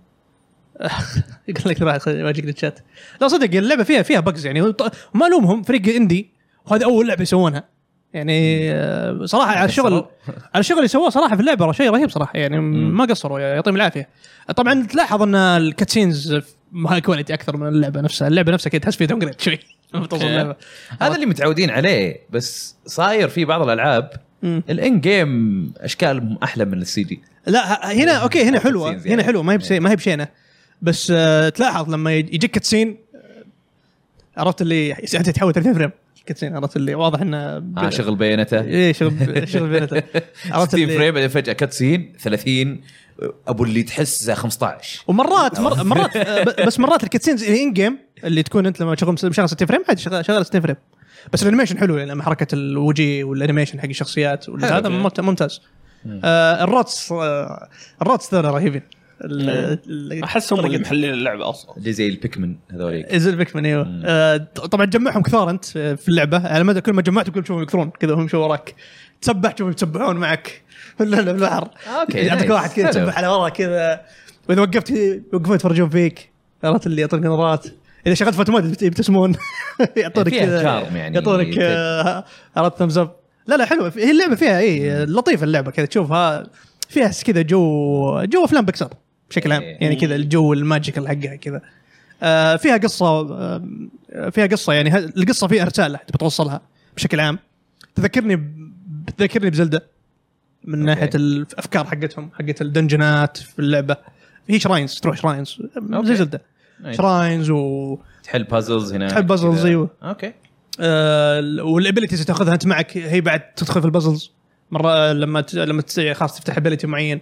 يقول لك راح واجيك الشات لا صدق اللعبه فيها بجز يعني ما الومهم فريق اندي وهذا اول لعبه يسوونها يعني صراحه على الشغل اللي سووه صراحه في اللعبه شيء رهيب صراحه يعني ما قصروا يعطيهم العافيه. طبعا تلاحظ ان الكاتسينز هاي كواليتي اكثر من اللعبه نفسها كده تحس فيها دونجريد شوي هذا اللي متعودين عليه. بس صاير في بعض الالعاب الان جيم اشكال احلى من السي جي. لا هنا اوكي هنا حلوه يعني. هنا حلوه ما هي بشينه بس تلاحظ لما يجيك كاتسين عرفت اللي تتحول 30 فريم كاتسين عرفت اللي واضح انه شغل بيانته ايه شغل بيانته عرفت 60 فريم بعدين فجاه كاتسين 30 ابو اللي تحس 15 ومرات بس مرات الكاتسينز الان جيم اللي تكون انت لما تشغل 60 فريم عادي شغال 60 فريم بس الانيميشن حلو يعني لما حركه الوجه والانيميشن حق الشخصيات هذا ممتاز. الراتس ذا رهيبين احسهم اللي محلين اللعبه اصلا اللي زي البيكمن هذوليك زي البيكمن ايوه. طبعا تجمعهم كثار انت في اللعبه على مدى كل ما جمعتهم كل تشوفهم يكثرون كذا وهم شو وراك تسبح تشوفهم يتسبحون معك في البحر اوكي يعطيك واحد كذا تسبح على ورا كذا واذا وقفت يوقفون يتفرجون فيك عرفت اللي يعطونك نظرات اذا شغلت فوتومات يبتسمون يعطونك كذا يعني يعطونك عرفت ثمز اب. لا حلوه هي اللعبه فيها ايه لطيفه اللعبه كذا تشوفها فيها كذا جو افلام بيكسار بشكل عام يعني كذا الجو الماجيكال حقها كذا. فيها قصه يعني القصه فيها رساله تبي توصلها بشكل عام. تذكرني بزلدة من ناحيه الافكار حقت الدنجنات في اللعبه. هي شراينز تروح شراينز زي زلدة شراينز تحل بازلز هنا تحل بازلز ايوه اوكي. والابيليتيز تاخذها انت معك هي بعد تدخل في البازلز مره لما خلاص تفتح ابيليتي معين.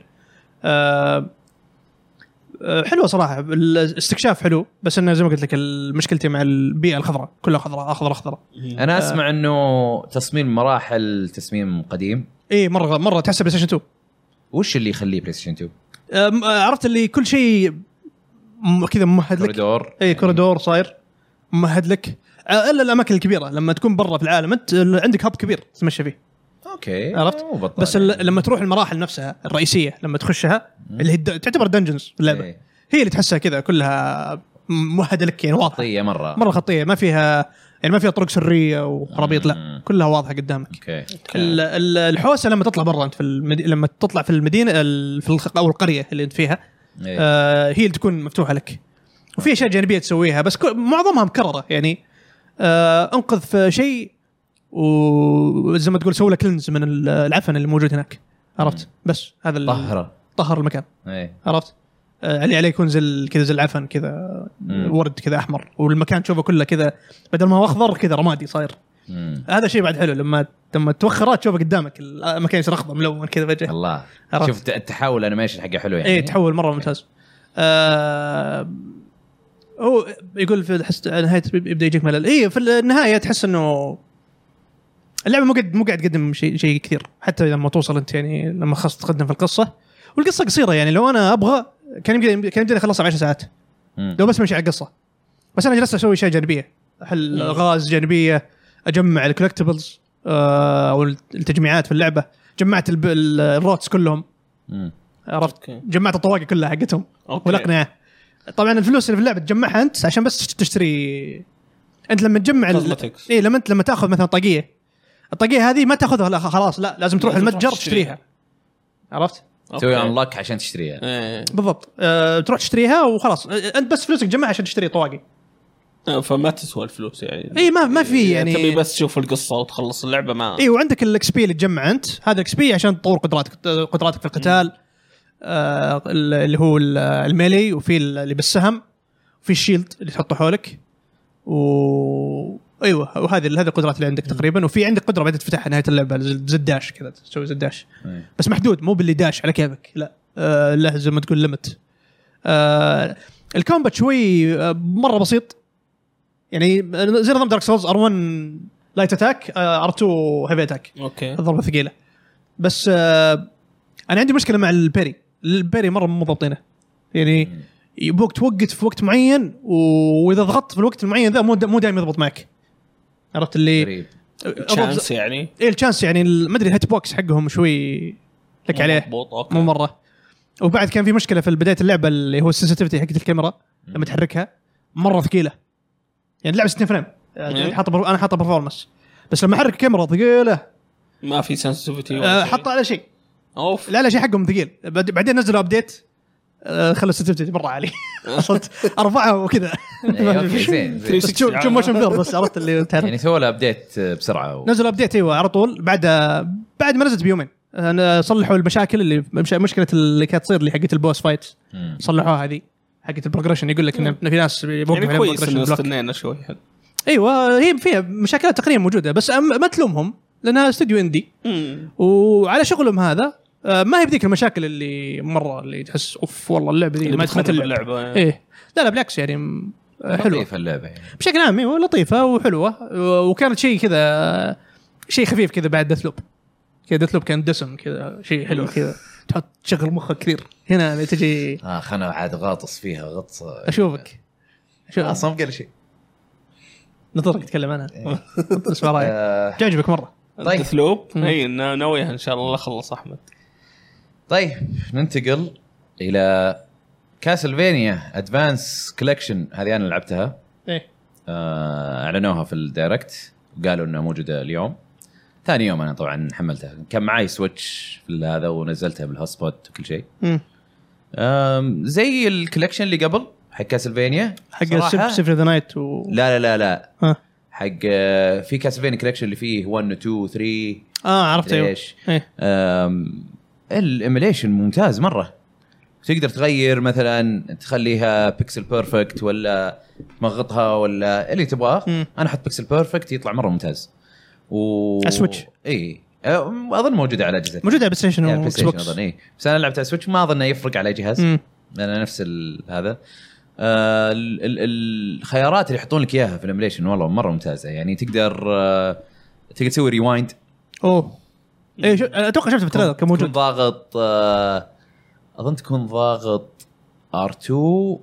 حلوه صراحه الاستكشاف حلو بس انه زي ما قلت لك مشكلتي مع البيئه الخضراء كلها خضراء. انا اسمع انه تصميم مراحل تصميم قديم اي مره تحسب بلاي ستيشن 2. وش اللي يخليه بلاي ستيشن 2 عرفت اللي كل شيء كذا ممهد لك كوريدور صاير ممهد لك الا الاماكن الكبيره لما تكون برا في العالم انت عندك هاب كبير تتمشى فيه اوكي عرفت بس لما تروح المراحل نفسها الرئيسيه لما تخشها اللي هي تعتبر دنجنز في اللعبه هي اللي تحسها كذا كلها ممهده لك يعني واضحه خطيه مره خطيه ما فيها طرق سريه وخرابيط لا كلها واضحه قدامك. اوكي الحوسه لما تطلع برا انت لما تطلع في المدينه او القريه اللي انت فيها هي اللي تكون مفتوحه لك وفي اشياء جانبيه تسويها بس معظمها مكرره يعني انقذ في شيء وزي ما تقول سوي لك كلينز من العفن اللي موجود هناك عرفت بس هذا طهر المكان عرفت عليه يكون زي كذا زي العفن كذا ورد كذا احمر والمكان تشوفه كله كذا بدل ما هو اخضر كذا رمادي صاير. هذا شيء بعد حلو لما توخرات تشوفه قدامك المكان يصير اخضر ملون كذا فجاه الله شفت التحول الانيميشن حقه حلو يعني تحول مره ممتاز. هو يقول في نهايه يبدا يجيك ملل في النهايه تحس انه اللعبه مو قاعد تقدم شيء كثير حتى لما توصل انت يعني لما خلص تقدم في القصه والقصه قصيره يعني لو انا ابغى كان يمديني اخلصها ب 10 ساعات لو بس ماشي على القصه بس انا جلست اسوي اشياء جانبيه احل غاز جانبيه اجمع الكولكتبلز او التجميعات في اللعبه جمعت الروتس كلهم عرفت جمعت الطواقي كلها حقتهم والاقنعه. طبعا الفلوس اللي في اللعبه تجمعها انت عشان بس تشتري انت لما تجمع لما تاخذ مثلا الطاقيه هذه ما تاخذها خلاص لا لازم تروح المتجر تشتريها عرفت تسوي انلوك عشان تشتريها بالضبط. تروح تشتريها وخلاص انت بس فلوسك جمعها عشان تشتري طواقي فما تسوى الفلوس يعني ما في يعني تبي بس تشوف القصه وتخلص اللعبه ما وعندك الاكس بي اللي تجمع انت هذا الاكس بي عشان تطور قدراتك في القتال اللي هو الميلي وفي اللي بالسهم وفي الشيلد اللي تحطه حولك وهذه القدرات اللي عندك تقريبا وفي عندك قدره بعد تفتحها نهايه اللعبه زي الداش كذا تسوي زي الداش بس محدود مو باللي داش على كيفك لا له زي ما تقول ليمت. الكومبات شوي مره بسيط يعني زي نظام دارك سولز R1 لايت اتاك R2 هيفي اتاك اوكي الضربه ثقيله بس انا عندي مشكله مع البيري مره مو ضابطينه يعني يبوك توقف في وقت معين واذا ضغطت في الوقت المعين ذا مو دائما يضبط معك عرفت اللي الشانس يعني الشانس يعني ما ادري الهيت بوكس حقهم شوي لك عليه مو مره. وبعد كان في مشكله في بدايه اللعبه اللي هو السنسيتيفيتي حقت الكاميرا لما تحركها مره ثقيله يعني اللعبه 60 فريم انا حاطه برفورمانس بس لما احرك الكاميرا ثقيله ما في سنسيتيفيتي حطوا على شيء اوف لا شيء حقهم ثقيل بعدين نزلوا ابديت خلوا السنسيتيفيتي مره عالي صرت ارفعها وكذا زين شوف موشن بلور بس عرفت اللي يعني سووا له ابديت بسرعه نزلوا ابديت ايوه على طول بعد ما نزلت بيومين انا صلحوا المشاكل اللي مشكله اللي كانت تصير اللي حقت البوس فايت صلحوها هذه حقت البروجريشن يقول لك ان في ناس يوقفوا يعني كويس انه استنينا شوي ايوه هي فيها مشاكل تقنيه موجوده بس ما تلومهم لانها استوديو اندي وعلى شغلهم هذا ما هي بذيك المشاكل اللي مره اللي تحس اوف والله اللعبه دي ما تخلي اللعبه يعني. ايه لا بالعكس يعني حلوه لطيفه اللعبه يعني. بشكل عام ايوه لطيفه وحلوه وكانت شيء كذا شيء خفيف كذا بعد دثلوب كذا دثلوب كان دسم كذا شيء حلو كذا تحط تشغل مخك كثير هنا تجي خنا عاد غاطس فيها غطسه اشوفك اصلا قال شيء نظرك تتكلم عنها اسمع رايك تعجبك مره طيب دثلوب هي ناويها ان شاء الله خلص احمد. طيب ننتقل الى كاسلفينيا ادفانس كولكشن هذه انا لعبتها ايه اعلنوها في الدايركت وقالوا انها موجوده اليوم ثاني يوم انا طبعا حملتها كان معي سويتش في هذا ونزلتها بالهوت سبوت وكل شيء زي الكولكشن اللي قبل حق كاسلفينيا حق سيفر ذا نايت لا حق في كاسلفينيا كولكشن اللي فيه 1 2 3 عرفت ايش الإيميليشن ممتاز مرة تقدر تغير مثلا تخليها بيكسل بيرفكت ولا تمغطها ولا اللي تبغاه أنا أحط بيكسل بيرفكت يطلع مرة ممتاز سويتش إيه أظن موجودة على أجهزة موجودة على بلايستيشن وإكس بوكس أظن إيه بس أنا لعبت على سويتش ما أظن يفرق على جهاز لأن نفس هذا الخيارات اللي يحطون لك إياها في الإيميليشن والله مرة ممتازة يعني تقدر تسوي ريوايند ايه اتوقع شفت في التريلر كان موجود ضاغط اظن تكون ضاغط R2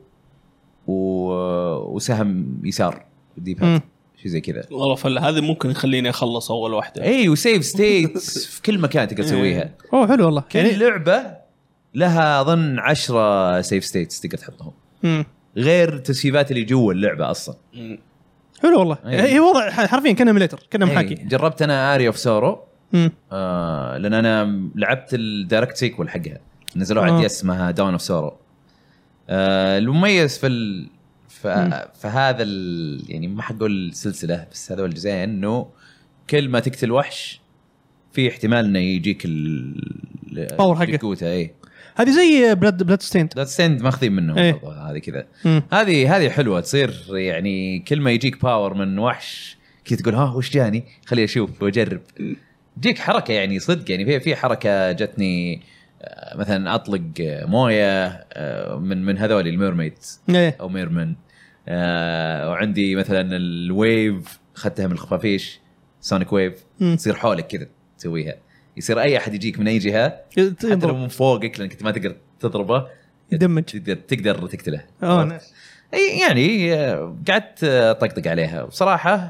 وسهم يسار الديباد شيء زي كذا والله فهذا ممكن يخليني اخلص اول واحده اي وسيف ستيتس في كل مكان تقدر تسويها حلو والله كل يعني لعبه لها اظن 10 سيف ستيتس تقدر تحطهم غير التسييفات اللي جوا اللعبه اصلا حلو والله هي وضع حرفيا كان ايميليتر كنا محاكي جربت انا اري اوف سورو لان انا لعبت الدايركت سيكول حقها نزلوا عندي اسمها داون اوف سورو المميز فهذا يعني ما حقول السلسله بس هذا الجزء انه كل ما تقتل وحش في احتمال انه يجيك الباور حقه اي هذه زي بلاد ستيند ماخذين منهم هذه كذا هذه حلوه تصير يعني كل ما يجيك باور من وحش كذا تقول ها وش جاني خليني اشوف واجرب جيك حركه يعني صدق يعني في حركه جتني مثلا اطلق مويه من هذول الميرميدز او ميرمن وعندي مثلا الويف اخذتها من الخفافيش سونيك ويف تصير حولك كذا تسويها يصير اي احد يجيك من اي جهه حتى لو من فوقك لانك ما تقدر تضربه يدمج تقدر تقتله يعني قعدت طقطق عليها بصراحه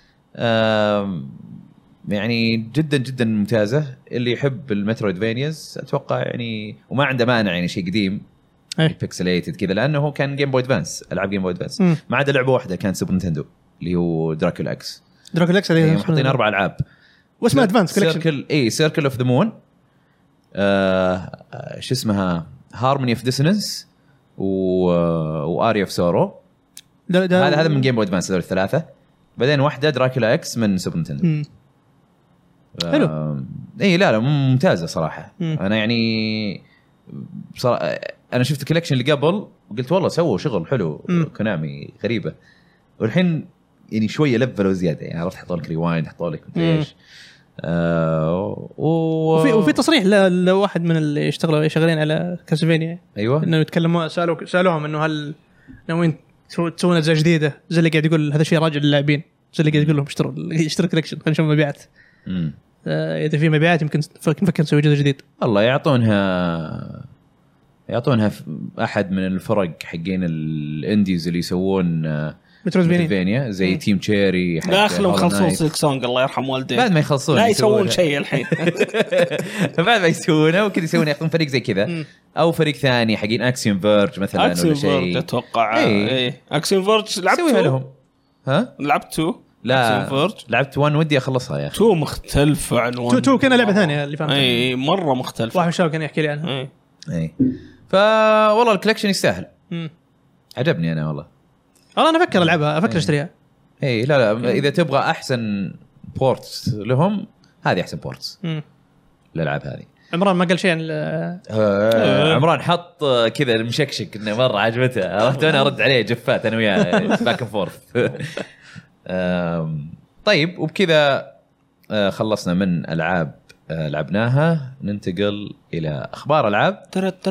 يعني جدا جدا ممتازه اللي يحب المترويدفينياز اتوقع يعني وما عنده مانع يعني شيء قديم بيكسليتد كذا لانه هو كان جيم بوي ادفانس العاب جيم بوي ادفانس ما عدا لعبه واحده كانت سوبر نينتندو اللي هو دراكولا اكس اللي محطين 4 العاب واسمها ادفانس كولكشن سيركل اوف ذا مون شو اسمها هارموني اوف ديسونانس واري اوف سورو هذا من جيم بوي ادفانس هذول الثلاثه بعدين واحده دراكولا اكس من سوبر نينتندو حلو اي لا ممتازه صراحه انا يعني بصراحه انا شفت الكولكشن اللي قبل وقلت والله سووا شغل حلو كونامي غريبه والحين يعني شويه لفلوا زياده يعني عرفت حطوا لك ريوايند حطوا لك ايش وفي تصريح لواحد من اللي يشتغلوا شغالين على كاسلفينيا ايوه انه يتكلموا سالوهم انه هل ناويين تسوون اجزاء جديده زي اللي قاعد يقول هذا شيء راجع للاعبين زي اللي قاعد يقول لهم اشتروا كولكشن خلينا نشوف مبيعات اذا في مبيعات يمكن نفكر نسوي جزء جديد والله يعطونها احد من الفرق حقين الانديز اللي يسوون مترويدفينيا زي تيم تشيري داخلهم خلصوا سونج الله يرحم والديه بعد ما يخلصون لا يسوون شيء الحين بعد ما يسوونه وكذا يسوون ياخذون فريق زي كذا او فريق ثاني حقين اكسيون فيرج مثلا ولا شيء اتوقع ايه اكسيون فيرج لعبتوا لهم لعبتوا لا لعبت 1 ودي اخلصها يا اخي. 2 مختلفه عن 1. 2 كان لعبه ثانيه اللي فهمت. اي مره مختلفه. واحد شاب كان يحكي لي عنها. اي فوالله الكولكشن يستاهل. عجبني انا والله انا افكر العبها، افكر اشتريها. اي لا اذا تبغى احسن بورتس لهم هذه احسن بورتس للالعاب هذه. عمران ما قال شيء عن عمران حط كذا المشكشك انه مره عجبته، رحت انا ارد عليه جفات انا وياه باك اند فورث. طيب وبكذا خلصنا من العاب لعبناها، ننتقل الى اخبار العاب.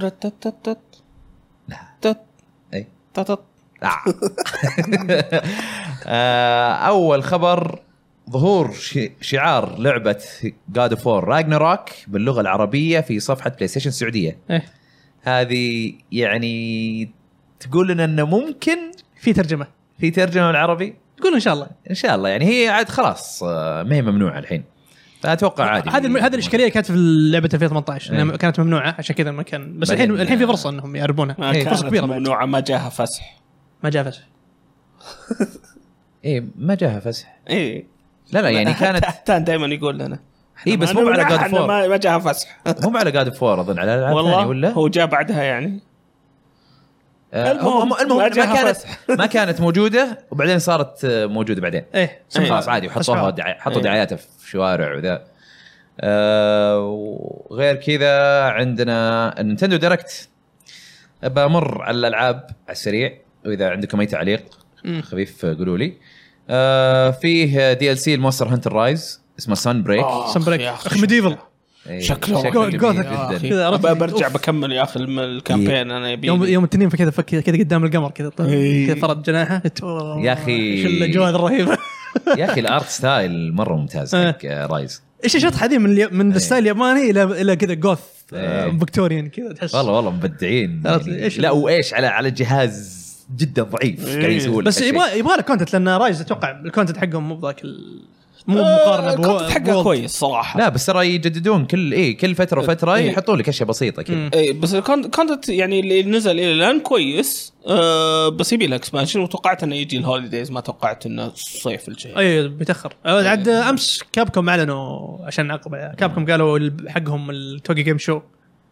اي اول خبر ظهور شعار لعبة God of War Ragnarok باللغة العربية في صفحة بلاي ستيشن السعودية. هذه يعني تقول لنا انه ممكن في ترجمة بالعربي. تقول ان شاء الله يعني هي عاد خلاص ما هي ممنوعة الحين، فاتوقع عادي. هذه الاشكاليه كانت في لعبه 2018 انها كانت ممنوعه عشان كذا ما كان، بس الحين في فرصه انهم يعربونها. فرصه كبيره. ممنوعه ما جاها فسح. ايه ما جاها فسح. ايه لا يعني كانت تان دائما يقول لنا ايه بس مو على God of War. ما جاها فسح. مو على God of War اظن على العاب ثانيه ولا هو جاء بعدها يعني. المهم ما كانت موجوده وبعدين صارت موجوده بعدين. خلاص عادي حطوا دعاياتها في شوارع وذا. وغير كذا عندنا نينتندو دايركت. بمر على الالعاب على السريع، واذا عندكم اي تعليق خفيف قولوا لي. فيه DLC المونستر هانتر رايز اسمه سان بريك. اخي ميديفل شكله جدا. برجع بكمل يا اخي الكامبين. انا يوم التنين كذا قدام القمر كذا فرد جناحه يا اخي. شو الاجواء الرهيبه يا اخي الارت ستايل مره ممتاز حق رايز. ايش شطحه هذه من الستايل الياباني الى كذا جوث فيكتوريان كذا تحس. والله مبدعين يعني. لا وايش على جهاز جدا ضعيف قاعد يسوون. بس يبغى له كونتنت، لان رايز اتوقع الكونتنت حقهم مو ذاك مو مقارنه الكونتنت حقه كويس صراحه. لا بس ترى يجددون كل فتره وفتره يحطوا لك اشياء بسيطه كذا. بس الكونتنت يعني اللي نزل الى الان كويس. بس يبي له اكسبانشن، وتوقعت انه يجي الهوليديز، ما توقعت انه الصيف الجاي. بيتاخر. عاد امس كابكوم اعلنوا عشان نعقب. كابكوم قالوا حقهم التوكي جيم شو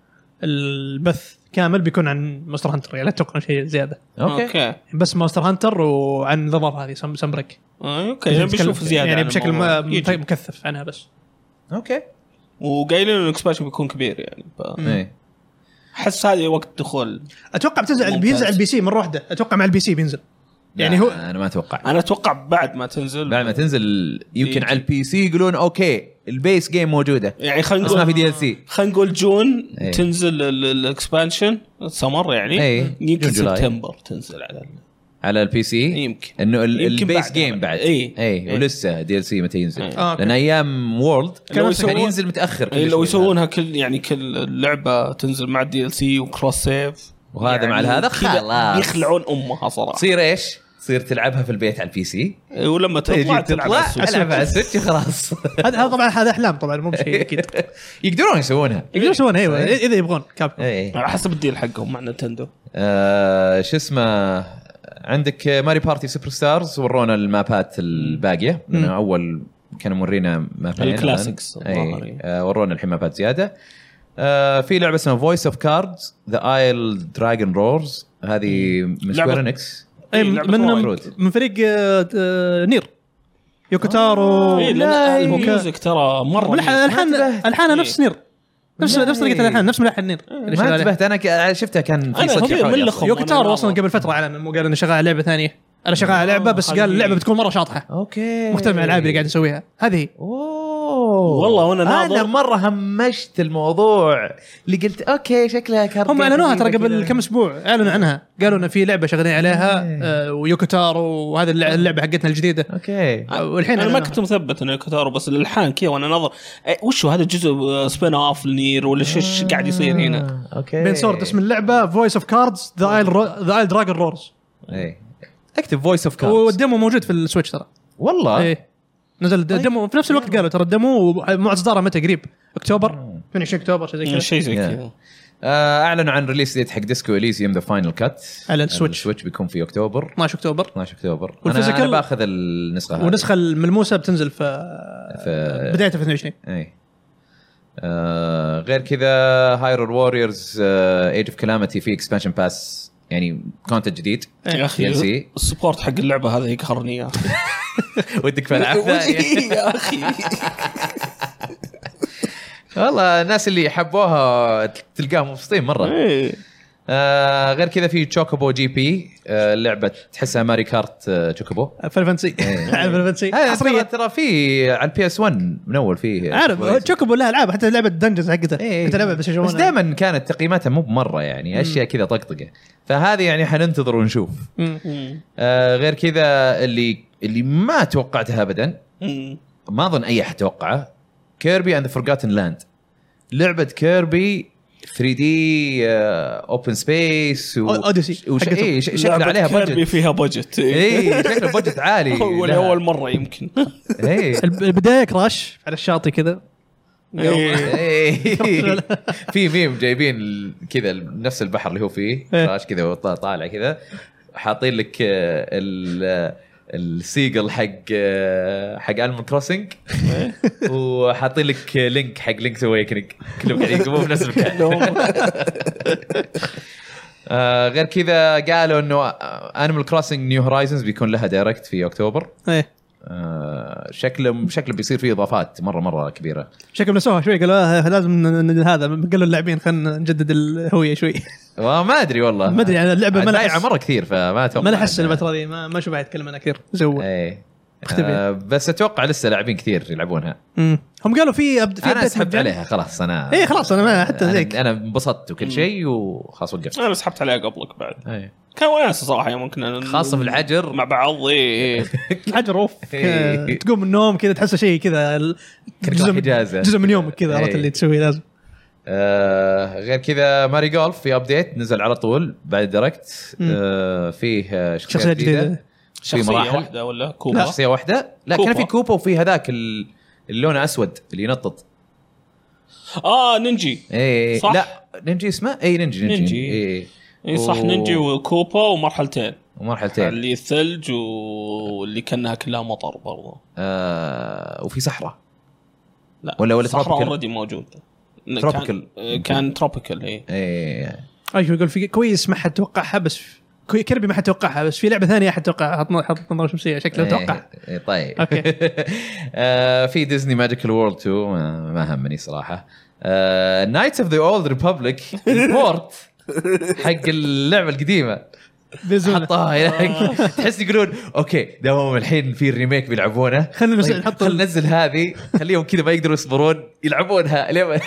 البث كامل بيكون عن مونستر هانتر، يعني لا تتوقع شيء زياده. اوكي بس مونستر هانتر وعن النظام هذه سمبريك. اوكي يعني بنشوف زياده يعني بشكل مكثف عنها بس. اوكي وقايلين انه الاكسبانشن بيكون كبير يعني. حس هذه وقت دخول. اتوقع بينزل على البي سي مره واحده. اتوقع مع البي سي بينزل يعني. هو انا ما اتوقع. انا اتوقع بعد ما تنزل يمكن على البي سي يقولون اوكي البيس جيم موجوده يعني. خلينا نقول في دي ال سي، خلينا نقول جون تنزل الاكسبانشن سمر يعني. يمكن سبتمبر تنزل على البي سي. يمكن انه البيس جيم بعد ولسه دي ال سي متى ينزل. لان ايام وورلد كان ينزل متاخر. لو يسوونها كل لعبه تنزل مع الدي ال سي وكروس سيف وهذا يعني مع هذا خلاص يخلعون امها صراحه. تصير ايش؟ تصير تلعبها في البيت على البي سي، ولما تطلع تلعبها على السويتش خلاص. هذا طبعا هذا احلام طبعا مو بشيء اكيد. يقدرون يسوونها ايوه اذا يبغون كابكوم على حسب الديل حقهم مع نينتندو. شو اسمه، عندك ماري بارتي سوبر ستارز ورونا المابات الباقيه. لانه اول كانوا مورينا مابين الكلاسيكس، ورونا الحين مابات زياده. في لعبه اسمها فويس اوف كاردز ذا ايل دراجون رورز. هذه من سكوير انكس، من فريق نير يوكوتارو. الميوزك ترى مره الحانها نفس نير، نفس طريقه الالحان، نفس ملحن نير. ما انتبهت انا شفتها كان في صوت يوكوتارو اصلا قبل فتره اعلن قال انه شغال لعبه ثانيه. انا شغال على لعبه بس قال اللعبه بتكون مره شاطحه. اوكي مختلف عن الالعاب اللي قاعد نسويها هذه. والله وانا ناظر انا مره همشت الموضوع اللي قلت اوكي شكلها كارت. هم اعلنوها ترى قبل كم اسبوع، اعلنوا عنها قالوا ان في لعبه شغالين عليها ويوكوتارو، وهذه اللعبه حقتنا الجديده. اوكي والحين انا ما كنت مثبت انه يوكوتارو، بس الالحان كذا وانا ناظر وش هذا جزء سبين اوف لنير ولا ايش قاعد يصير هنا. اوكي بين صورة اسم اللعبه فويس اوف كاردز ذا ايل دراجون رورز. اكتب فويس اوف كاردز، والديمو موجود في السويتش ترى والله. نزل الديمو في نفس الوقت. قالوا ترى الديمو موعد اصداره متى قريب، اكتوبر 22 اكتوبر شيء زي كذا. اعلنوا عن ريليس ديت حق ديسكو اليزيوم ذا فاينل كات على السويتش بيكون في اكتوبر 12 اكتوبر. انا باخذ النسخه هذه والنسخه الملموسه بتنزل في بدايه 2022. اي غير كذا هايرول ووريرز ايج اوف كلامتي في اكسبانشن باس يعني كونتنت جديد يا اخي السبورت حق اللعبه هذه يقهرني يا اخي. ودك في العاب ثانيه يا اخي والله الناس اللي حبوها تلقاهم مبسوطين مره. غير كذا في تشوكوبو جي بي لعبه تحسها ماري كارت تشوكوبو فالفانسي فالفانسي حصريه ترى في على البي اس 1 من اول فيه عارف تشوكوبو لها العاب حتى لعبه دنجنز حقتها كنت لعبه بس دائما كانت تقييماتها مو بمره يعني اشياء كذا طقطقه فهذه يعني حننتظر ونشوف. غير كذا اللي ما توقعتها ابدا ما اظن اي احد توقعه كيربي اند ذا فورغاتن لاند لعبه كيربي 3D اوبن سبيس اوديسي شكل عليها بادجت فيها بادجت شكل بادجت عالي ولا اول مره يمكن البدايه كراش على الشاطئ كذا في ميم جايبين كذا نفس البحر اللي هو فيه كراش كذا وطالع كذا حاطين لك السيجل حق أنيمال كروسنج وحاطين لك لينك حق لينك اويكنينج كلهم قاعدين يقومون في نفس المكان. غير كذا قالوا انه أنيمال كروسنج نيو هورايزنز بيكون لها دايركت في اكتوبر. شكله بيصير فيه اضافات مره كبيره. شكله نسوها شوي قالوا لازم هذا قالوا اللاعبين خلينا نجدد الهويه شوي. ما ادري والله ما ادري يعني اللعبه ما ضايعه مره كثير فما اتوقع ما احس الفتره دي ما اشوف يتكلم عنها كثير زود. بس اتوقع لسه لاعبين كثير يلعبونها. هم قالوا في انا سحبت عليها خلاص انا خلاص انا ما حتى زيك انا انبسطت وكل شيء وخلاص وقفت. انا سحبت عليها قبلك بعد كان وناس صراحه ممكن خاصه في الحجر مع بعض الحجر اوف تقوم من النوم كذا تحس شيء كذا جزء من يومك كذا عرفت اللي تسويه لازم. غير كذا ماري جولف في ابديت نزل على طول بعد دايركت. فيه شخصيه جديده شخصيه واحده ولا كوبا شخصيه واحده لا كان في كوبا وفي هذاك اللون اسود اللي ينطط نينجي صح؟ لا نينجي اسمه نينجي صح نينجي وكوبا ومرحلتين اللي ثلج واللي كانها كلها مطر برضه وفي صحراء لا ولا صحراء اوريدي موجود كان تروبيكال ايوه يقول في كويس ما حد توقعها بس كيربي ما حد توقعها بس في لعبه ثانيه حد توقعها حط نظاره شمسيه شكله توقع طيب اوكي. في ديزني ماجيكال وورلد 2 ما همني صراحه. نايتس اوف ذا اولد ريبابليك البورت حق اللعبه القديمه حطها هناك تحس يقولون اوكي دامهم الحين في الريميك بيلعبونه خلينا ننزل هذه خليهم كذا ما يقدروا يصبرون يلعبونها اليوم.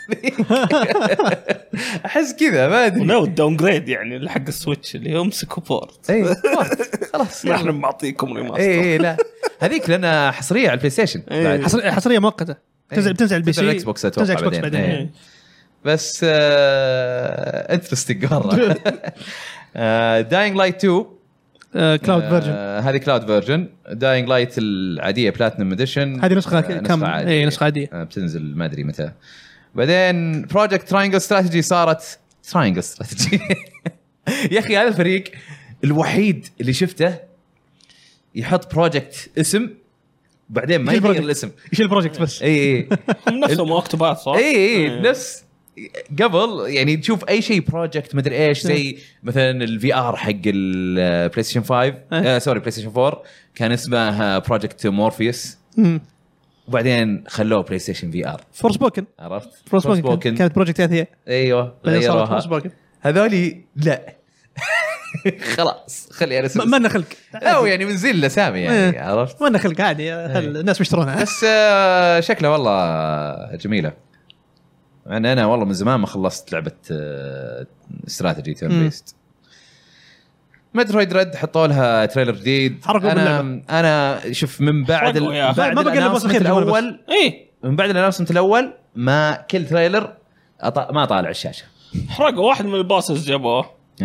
احس كذا ما ادري نو داون جريد يعني حق السويتش اللي يمسك بورت خلاص نحن معطيكم ريماستر. لا هذيك لنا حصريه على البلاي ستيشن حصريه مؤقته بتنزل البي سي الاكس بوكس اتوقع بعدين بس انترستينج مره. داينج لايت 2 كلاود فيرجن هذه كلاود فيرجن. داينج لايت العاديه بلاتينم اديشن هذه نسخه كم نسخه عاديه بتنزل ما ادري متى. بعدين بروجكت تراينجل استراتيجي صارت تراينجل استراتيجي. يا اخي هذا الفريق الوحيد اللي شفته يحط بروجكت اسم بعدين ما يغير الاسم يشيل البروجكت بس. هم نفسهم مكتوبات صح نفس قبل يعني تشوف اي شيء بروجكت مدري ايش زي مثلا الفي ار حق البلاي ستيشن 5 سوري بلاي ستيشن 4 كان اسمه بروجكت مورفيوس وبعدين خلوه بلاي ستيشن في ار. فورس بوكن عرفت فورس بوكن كانت بروجكت ثانيه ايوه غيروها هذولي لا خلاص خلي ارسل ما لنا خلق او يعني من زي الاسامي يعني عرفت ما لنا خلق عادي الناس بيشترونها بس شكلها والله جميله. يعني انا والله من زمان ما خلصت لعبه استراتيجي تيرن بيست. مترويد ريد حطوا لها تريلر جديد. انا شوف من بعد ما بقى الاول من بعد الانونسمنت الاول ما كل تريلر ما طالع الشاشه حرقوا واحد من الباسز جابوه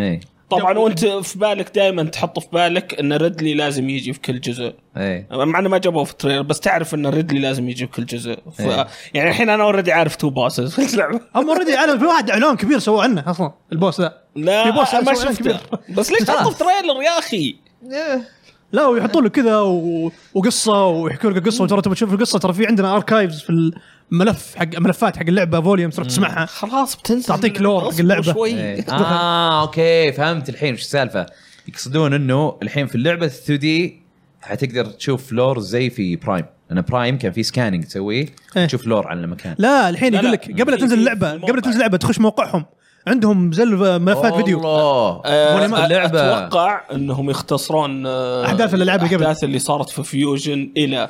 طبعا وانت في بالك دائما تحط في بالك ان ريدلي لازم يجي في كل جزء. مع انه ما جابوه في التريلر بس تعرف ان ريدلي لازم يجي في كل جزء. يعني الحين انا اوريدي عارف 2 بوسز في اللعبه. هم اوريدي اعلن في واحد اعلان كبير سووا عنه اصلا البوس ذا. لا في بوس ما شفته بس ليش تحطه في تريلر يا اخي؟ لا ويحطوا له كذا وقصه ويحكوا لك قصه وترى تبي تشوف القصه ترى في عندنا اركايفز في الملف حق ملفات حق اللعبه فوليوم تروح تسمعها خلاص بتنزل تعطيك لور حق اللعبه. اوكي فهمت الحين وش السالفه. يقصدون انه الحين في اللعبه 2 دي حتقدر تشوف لور زي في برايم. انا برايم كان في سكاننج تسويه تشوف لور على المكان. لا الحين يقول لك قبل تنزل اللعبه تخش موقعهم عندهم زي ملفات فيديو. اللعبة اتوقع انهم يختصرون احداث الالعاب اللي قبل الاحداث اللي صارت في فيوجن الى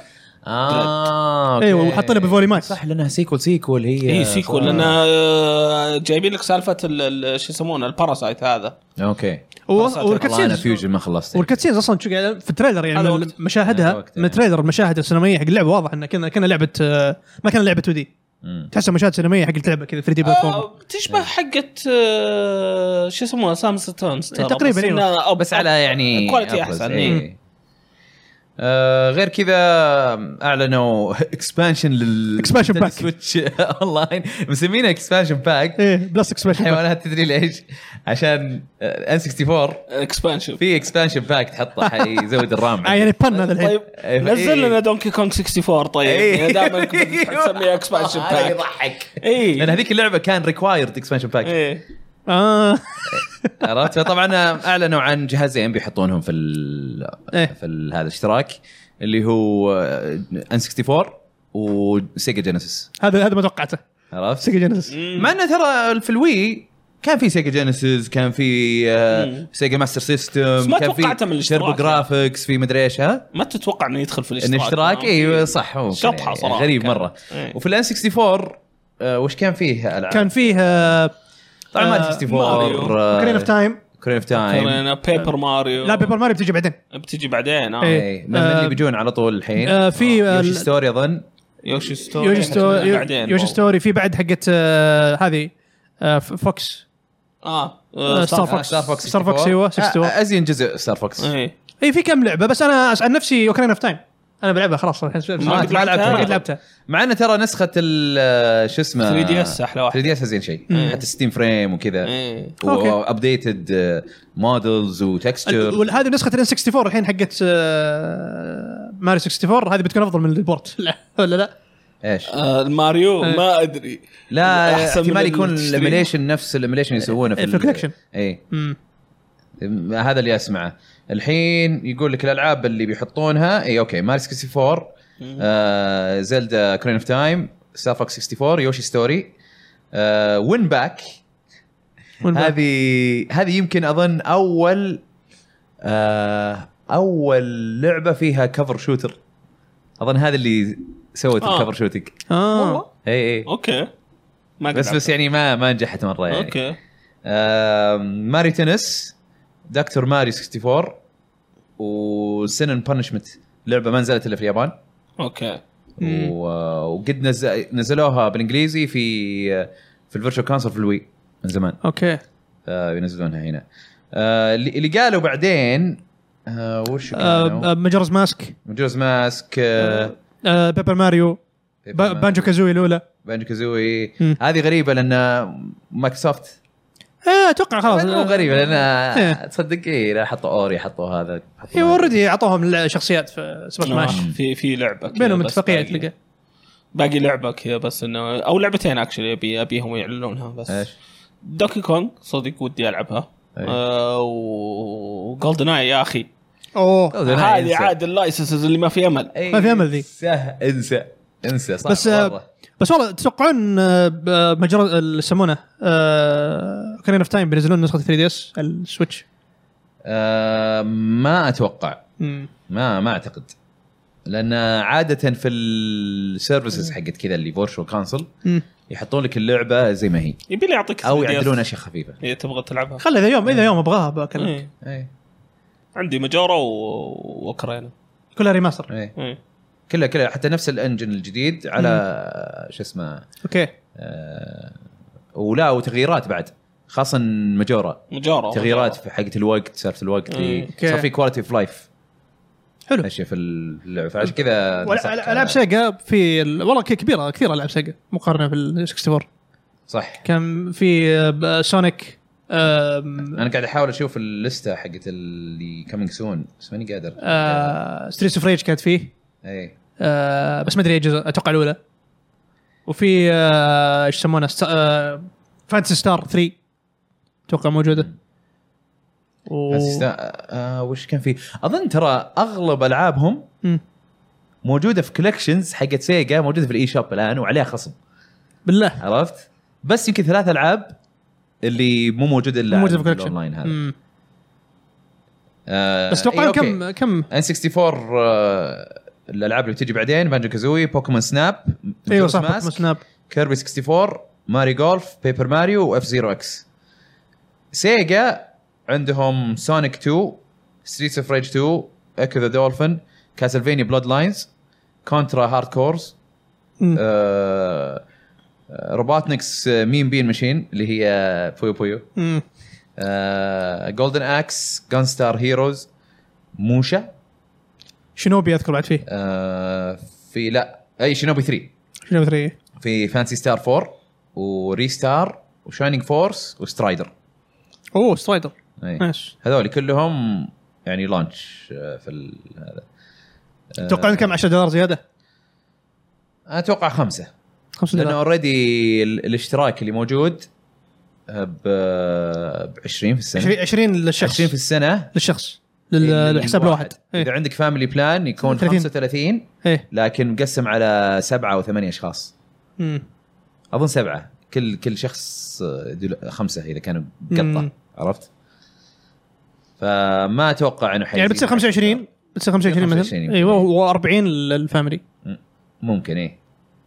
ايوه وحاطينها بفوليمات صح لانها سيكول هي سيكول لان جايبين لك سالفه شو يسمونه الباراسايت هذا. اوكي والكاتسينز فيوجن ما خلصت والكاتسينز اصلا في التريلر يعني من مشاهدها من التريلر المشاهد السينمائيه حق اللعبه واضح انها كان لعبه ما كان لعبه 2 دي تحسها مشاهد سينمائيه حق اللعبه كذا 3 دي بلاتفورم تشبه حقت شو يسموها سامسونج تونز تقريبا بس على يعني كواليتي احسن. غير كذا اعلنوا اكسبانشن اكسبانشن باك سويتش اونلاين مسمينه اكسبانشن باك بلس اكسبانشن حيوانات. تدري ليش؟ عشان N64 اكسبانشن في اكسبانشن باك تحطه حيزود الرام يعني بن هذا الحين. طيب نزل لنا دونكي كونغ 64 طيب دائما كنت تسميها اكسبانشن باك يضحك لان هذيك اللعبه كان ريكوايرد اكسبانشن باك. عرفت. طبعا اعلنوا عن جهازين بيحطونهم في هذا الاشتراك اللي هو N64 وسيجا جينيسيس. هذا ما توقعته. عرفت سيجا جينيسيس مع انه ترى في الوي كان في سيجا جينيسيس كان في سيجا ماستر سيستم كان في تيربو جرافيكس في مدري ايش. ما تتوقع انه يدخل في الاشتراك اي صح شطحه صراحه غريب مره. وفي الان 64 وش كان فيه العاب؟ كان فيه طبعا ماريو 64 كرين اوف تايم بيبر ماريو. لا بيبر ماريو بتجي بعدين من اللي بيجون على طول الحين في يوشي ستوري اظن يوشي ستوري في بعد حقت هذه فوكس ستار فوكس ايوه ازين جزء ستار فوكس. اي في كم لعبه بس انا عن نفسي اوكرين اوف تايم انا بلعبها خلاص ما لعبتها مع ان ترى نسخه شو اسمه 3 دي اس احلى واحده 3 دي اس زين شيء حتى 60 فريم وكذا وابديتد مودلز وتكستشر. وهذه نسخه ال 64 الحين حقت ماريو 64 هذه بتكون افضل من البورت ولا لا ايش الماريو ما ادري لا احتمال يكون الايميليشن نفس الايميليشن يسوونه في الكولكشن. اي هذا اللي اسمعه الحين يقول لك الالعاب اللي بيحطونها اي اوكي ماريو 64 زلدا كرين اوف تايم ستار فوكس 64 يوشي ستوري وين باك. هذه يمكن اظن اول لعبه فيها كفر شوتر اظن هذا اللي سوت الكفر شوتينج. والله اي اوكي ما بس يعني ما نجحت مره يعني. اوكي ماري تنس دكتور ماري 64 وسنن بانشمنت لعبه ما نزلت الا في اليابان. اوكي وقد نزلوها بالانجليزي في الفيرتشوال كونسول في الوي من زمان. اوكي ينزلونها هنا. اللي قالوا بعدين وش كانوا ماجورز ماسك بيبر ماريو بانجو كازوي الاولى هذه غريبه لان مايكروسوفت اتوقع خلاص مو غريبه لان تصدق لا حطوا اوري حطوا هذا اوريدي اعطوهم الشخصيات في سوبر سماش في لعبه بينهم اتفاقيه تلقى باقي لعبه كذا بس انه او لعبتين اكشلي ابيهم يعلنونها بس دوكي كونغ صدق ودي العبها وجولدن اي يا اخي هذه عاد اللايسنسز اللي ما في امل ما في امل ذي انسى صح بس والله تتوقعون مجرى اللي يسمونه كرين اوف تايم بينزلون نسخه 3 دي اس السويتش؟ ما اتوقع ما اعتقد لان عاده في السيرفيسز حقت كذا اللي فيرتشوال كونسول يحطون لك اللعبه زي ما هي يبي لي يعطيك او يعدلون اشياء خفيفه. هي تبغى تلعبها خلي اذا يوم ابغاها بكلمك. عندي مجورة وكرينا كلها ريماستر. كلها حتى نفس الانجن الجديد على شو اسمه. اوكي ولا وتغييرات بعد خاصه مجورة تغييرات في حقه الوقت، سالفه الوقت صار في كواليتي اوف لايف حلو اشياء في اللعبه، فعشان كذا العاب سيجا في والله كبيره كثير العاب سيجا مقارنه في ال64 صح. كان في سونيك انا قاعد احاول اشوف اللسته حقت اللي كامينج سون بس ماني قادر. ستريتس اوف ريج كانت فيه اي بس ما ادري جزء اتوقع الاولى. وفي ايش يسمونه فانتسي ستار 3 اتوقع موجوده. وش كان في اظن ترى اغلب العابهم موجوده في كولكشنز حقت سيجا، موجوده في الاي شوب الان وعليها خصم بالله، عرفت؟ بس يمكن 3 العاب اللي مو موجوده الا في الاونلاين هذا. بس توقع كم N64 الالعاب اللي بتجي بعدين بانجو كازوي، بوكيمون سناب، ايوه صح بوكيمون سناب، كيربي 64، ماري جولف، بيبر ماريو، واف زيرو اكس. سيجا عندهم سونيك 2، ستريتس اوف ريج 2، ايكو ذا دولفين، كاسلفينيا بلود لاينز، كونترا هارد كورز، روبوتنكس مين بين ماشين اللي هي بويو بويو، جولدن اكس، جان ستار هيروز، موشا، شينوبي اذكر بعد فيه في لا اي شينوبي 3 في فانسي ستار 4 وريستار وشاينينج فورس وسترايدر. اوه سترايدر ماشي. هذول كلهم يعني لانش في هذا. اتوقع كم $10 زياده؟ اتوقع 5 لانه اوريدي الاشتراك اللي موجود ب 20 في السنه، 20 للشخص، 20 في السنه للحساب الواحد. اذا عندك فاميلي بلان يكون 35 لكن مقسم على 7 أو 8 اشخاص. اظن 7 كل شخص 5 اذا كانوا قطه، عرفت؟ فما اتوقع انه يعني بتصير 25 مثلا. ايوه و40 للفاميلي ممكن ايه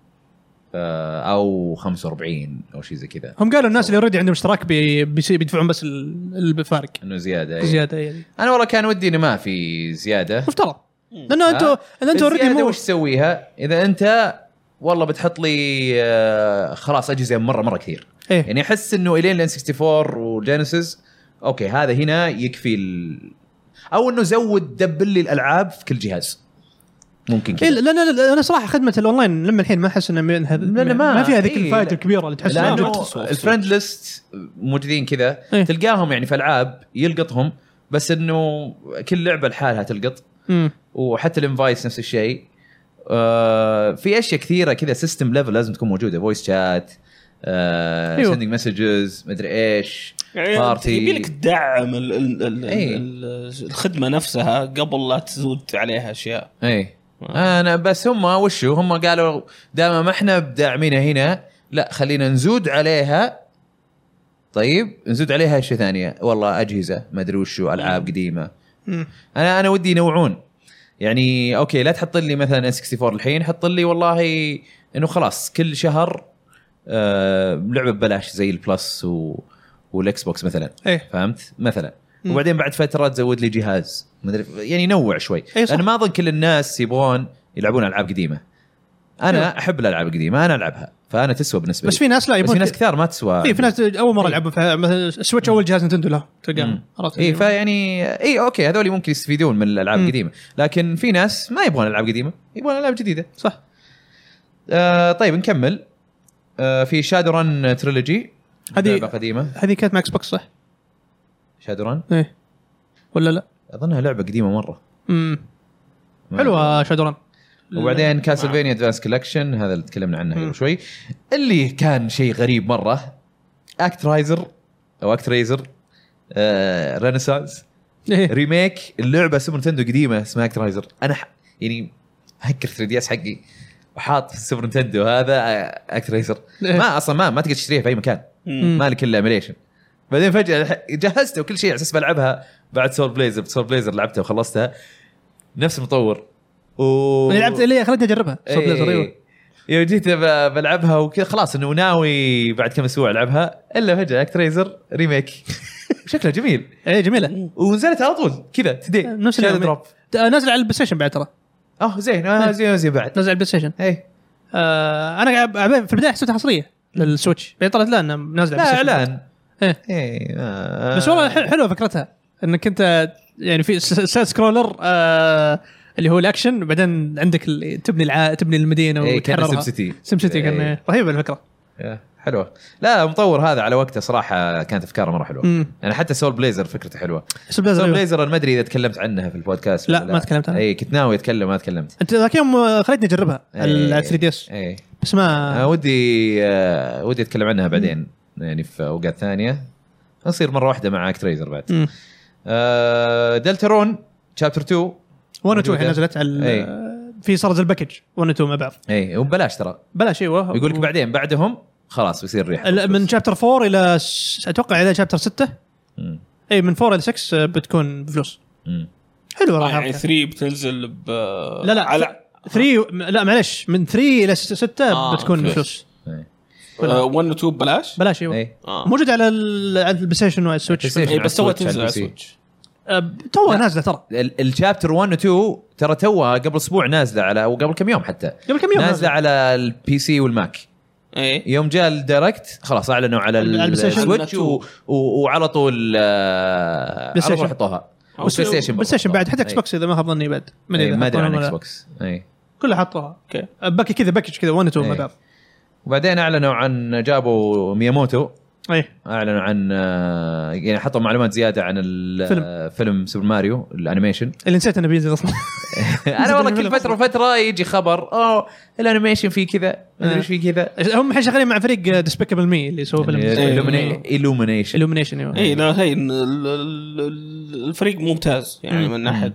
او 45 او شيء زي كذا. هم قالوا الناس اللي اوريدي عندهم اشتراك بيدفعون بس الفارق انه زياده زياده يعني. انا والله كان ودي انه ما في زياده مفترض، لانه انتوا اوريدي مو وش تسويها اذا انت والله بتحط لي خلاص اجهزه مره كثير. يعني احس انه الين N64 وجينيسيس اوكي هذا هنا يكفي او انه زود دبل لي الالعاب في كل جهاز ممكن كذا. لا انا صراحه خدمه الاونلاين لما الحين ما احس انه ما فيها ذيك الفائده الكبيره اللي تحسها. الفريند ليست موجودين كذا تلقاهم يعني في العاب يلقطهم، بس انه كل لعبه لحالها تلقط. وحتى الانفايس نفس الشيء. في اشياء كثيره كذا سيستم ليفل لازم تكون موجوده، فويس شات، سندينج مسجز، مدري ايش، بارتي. يبي لك تدعم الخدمه نفسها قبل لا تزود عليها اشياء. انا بس هم قالوا دام ما احنا بداعمينها هنا لا خلينا نزود عليها. طيب نزود عليها اشياء ثانيه، والله اجهزه ما ادري وشو، العاب قديمه. انا ودي ينوعون يعني. اوكي لا تحط لي مثلا N64 الحين، حط لي والله انه خلاص كل شهر لعبه ببلاش زي البلس والاكس بوكس مثلا. فهمت مثلا. وبعدين بعد فتره تزود لي جهاز يعني نوع شوي. انا ما اظن كل الناس يبغون يلعبون العاب قديمه. انا احب الالعاب القديمه، انا العبها فانا تسوى بالنسبه لي. بس في ناس لا يبغون، في ناس كثار ما تسوى. في ناس اول مره يلعبوا مثلا السويتش اول جهاز نينتندو له تلقاهم عرفت. فيعني اوكي هذول ممكن يستفيدون من الالعاب القديمه، لكن في ناس ما يبغون العاب قديمه، يبغون العاب جديده. صح. طيب نكمل. في شادو ران تريلوجي، هذه قديمه، هذه كانت ماكس بوكس صح؟ شادو ران ولا لا؟ اظنها لعبه قديمه مره. حلوه شادو ران. وبعدين كاسلفينيا ادفانس كولكشن، هذا اللي تكلمنا عنه قبل شوي، اللي كان شيء غريب مره. اكترايزر او اكتريزر رينيسانس ريميك اللعبه سوبر نينتندو قديمه اسمها اكترايزر. انا يعني هكر 3DS حقي وحاط في السوبر نينتندو هذا اكترايزر. ما اصلا ما تقدر تشتريها في اي مكان، ما لك الا ايميليشن. بعدين فجاه جهزته وكل شيء على اساس بلعبها بعد سول بليزر لعبتها وخلصتها نفس المطور لعبت اللي خلتني اجربها سول بليزر. يوم جيت بلعبها وكذا خلاص انه ناوي بعد كم اسبوع العبها، الا فجاه اكتريزر ريميك شكله جميل. جميله ونزلت على طول كذا تدي نفس دروب. نازل على البلاي ستيشن بعد ترى. زين زين بعد نازل على البلاي ستيشن. انا قاعد في البدايه حسيتها حصريه للسويتش، بعدين طلعت لا انه نازل على البلاي ستيشن. بس والله حلوه فكرتها انك انت يعني في سايد سكرولر اللي هو الاكشن بعدين عندك تبني المدينه وتحررها. سم سيتي كان رهيبه الفكره. حلوه. لا مطور هذا على وقته صراحه كانت افكاره مره حلوه. يعني حتى سول بليزر فكرته حلوه. سول بليزر ما ادري اذا تكلمت عنها في البودكاست. لا ما تكلمت عنها. اي كنت ناوي اتكلم ما تكلمت. انت ذاك يوم خليتني اجربها على 3 دي اس بس ما ودي اتكلم عنها بعدين يعني في اوقات ثانيه. نصير مره واحده مع اكتريزر بعد. دلترون شابتر 2 1 و 2 نزلت على في صار زي الباكج 1 و 2 مع بعض. وببلاش ترى. بلاش ايوه. يقول لك بعدهم خلاص بيصير ريح من شابتر 4 الى اتوقع الى شابتر 6. اي من 4 الى 6 بتكون بفلوس. حلو يعني 3 بتنزل لا على 3 لا معلش من 3 الى 6 بتكون بفلوس. 1 و 2 بلاش ايوه. موجود على البلاي ستيشن والسويتش. بس تو تنزل على السويتش. توها نازله ترى. الشابتر 1 و 2 ترى توها قبل اسبوع نازله على وقبل كم يوم حتى نازله على البي سي والماك. يوم جاء الدايركت خلاص اعلنوا على السويتش وعلى طول حطوها. بلاي ستيشن بعد حتى اكس بوكس اذا ما خاب ظني بعد ما ادري عن اكس بوكس. كلها حطوها باكي كذا باكج كذا 1 و 2 مع بعض. وبعدين اعلنوا عن جابوا مياموتو. اعلنوا عن يعني حطوا معلومات زياده عن فيلم سوبر ماريو الانيميشن اللي نسيت انه بينزل اصلا. انا والله كل فتره يجي خبر الانيميشن فيه كذا ما ادري ايش فيه كذا. هم الحين شغالين مع فريق ديسبيكابل مي اللي يسوي فيلم إلومينيشن. اي لا هي الفريق ممتاز يعني من ناحيه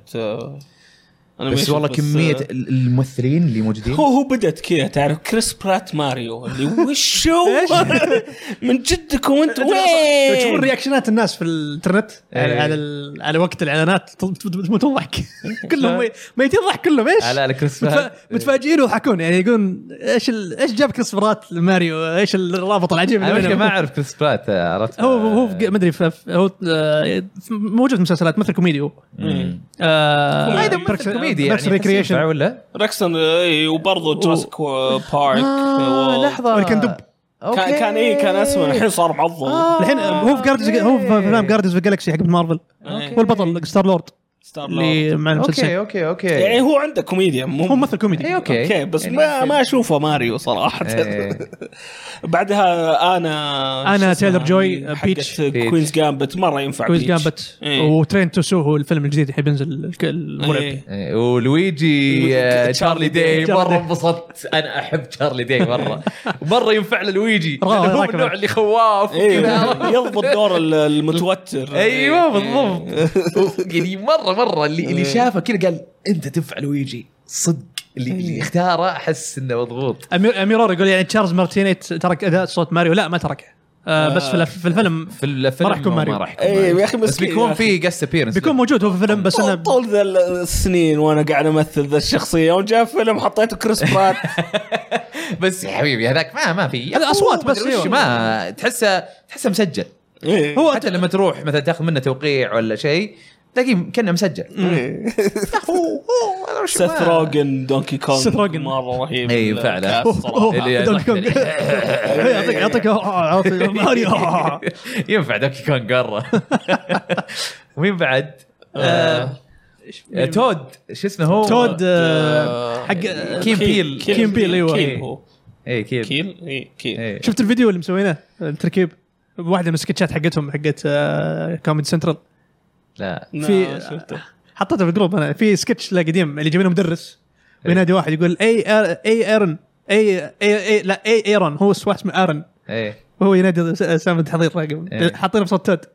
بس والله كمية الممثلين اللي موجودين هو بدأت كذا تعرف كريس برات ماريو اللي وش هو من جدكم انتم وين تشوفون رياكشنات الناس في الانترنت على وقت الاعلانات تضحك كلهم ميتين ضحك كلهم ايش على كريس برات متفاجئين ويضحكون يعني يقولون ايش جاب كريس برات لماريو ايش الرابط العجيب اللي ما اعرف كريس برات عرفت هو ما ادري هو موجود في مسلسلات مثل كوميدي هو هذا كوميدي ريكريشن ولا ركسن وبرضه جراسيك بارك لحظه كان دب كان اسمه الحين صار معظم الحين هو في جاردز هو في فيلم جاردز في جالكسي حق مارفل هو البطل ستار لورد اللي مع المسلسل. اوكي يعني هو عنده كوميديا هو مثل كوميدي اوكي بس يعني ما اشوفه ماريو صراحه. بعدها انا تايلر جوي بيتش كوينز جامبت مره ينفع كوينز جامبت وترين تو سو هو الفيلم الجديد اللي بينزل المرعب. ولويجي تشارلي داي مره انبسطت. انا احب تشارلي داي مره ينفع له لويجي هو النوع اللي خواف يضبط دور المتوتر. ايوه بالضبط. يعني مره اللي شافه كذا قال انت تنفع لويجي صدق. اللي اختاره احس انه مضبوط. اميرور يقول يعني تشارلز مارتينيت ترك اداء صوت ماريو. لا ما تركه بس في الفيلم ما راح يكون ماريو. يا اخي بس بيكون في جست ابيرنس بيكون موجود هو في الفيلم. بس انا طول ذا السنين وانا قاعد امثل ذا الشخصيه وجاء فيلم حطيته كريس برات. بس يا حبيبي هذاك ما في اصوات بس ما تحسه مسجل. هو حتى لما تروح مثلا تاخذ منه توقيع ولا شيء تلاقيه كأنه مسجل. سيث روجن دونكي كونغ مرة رهيب. اي فعلا دونكي كونغ يعطيك ماريو ينفع دونكي كونغ قرة. ومين بعد تود شو اسمه هو تود حق كيم بيل ايوه كيل. شفت الفيديو اللي مسوينه التركيب واحدة من السكتشات حقتهم حقت كوميدي سنترال. لا في حطيته في الجروب انا في سكتش لا قديم اللي جايبينه مدرس وينادي واحد يقول اي ايرن لا ايرون هو اسمه ارن وهو ينادي سام التحضير حاطينه بصوت تود.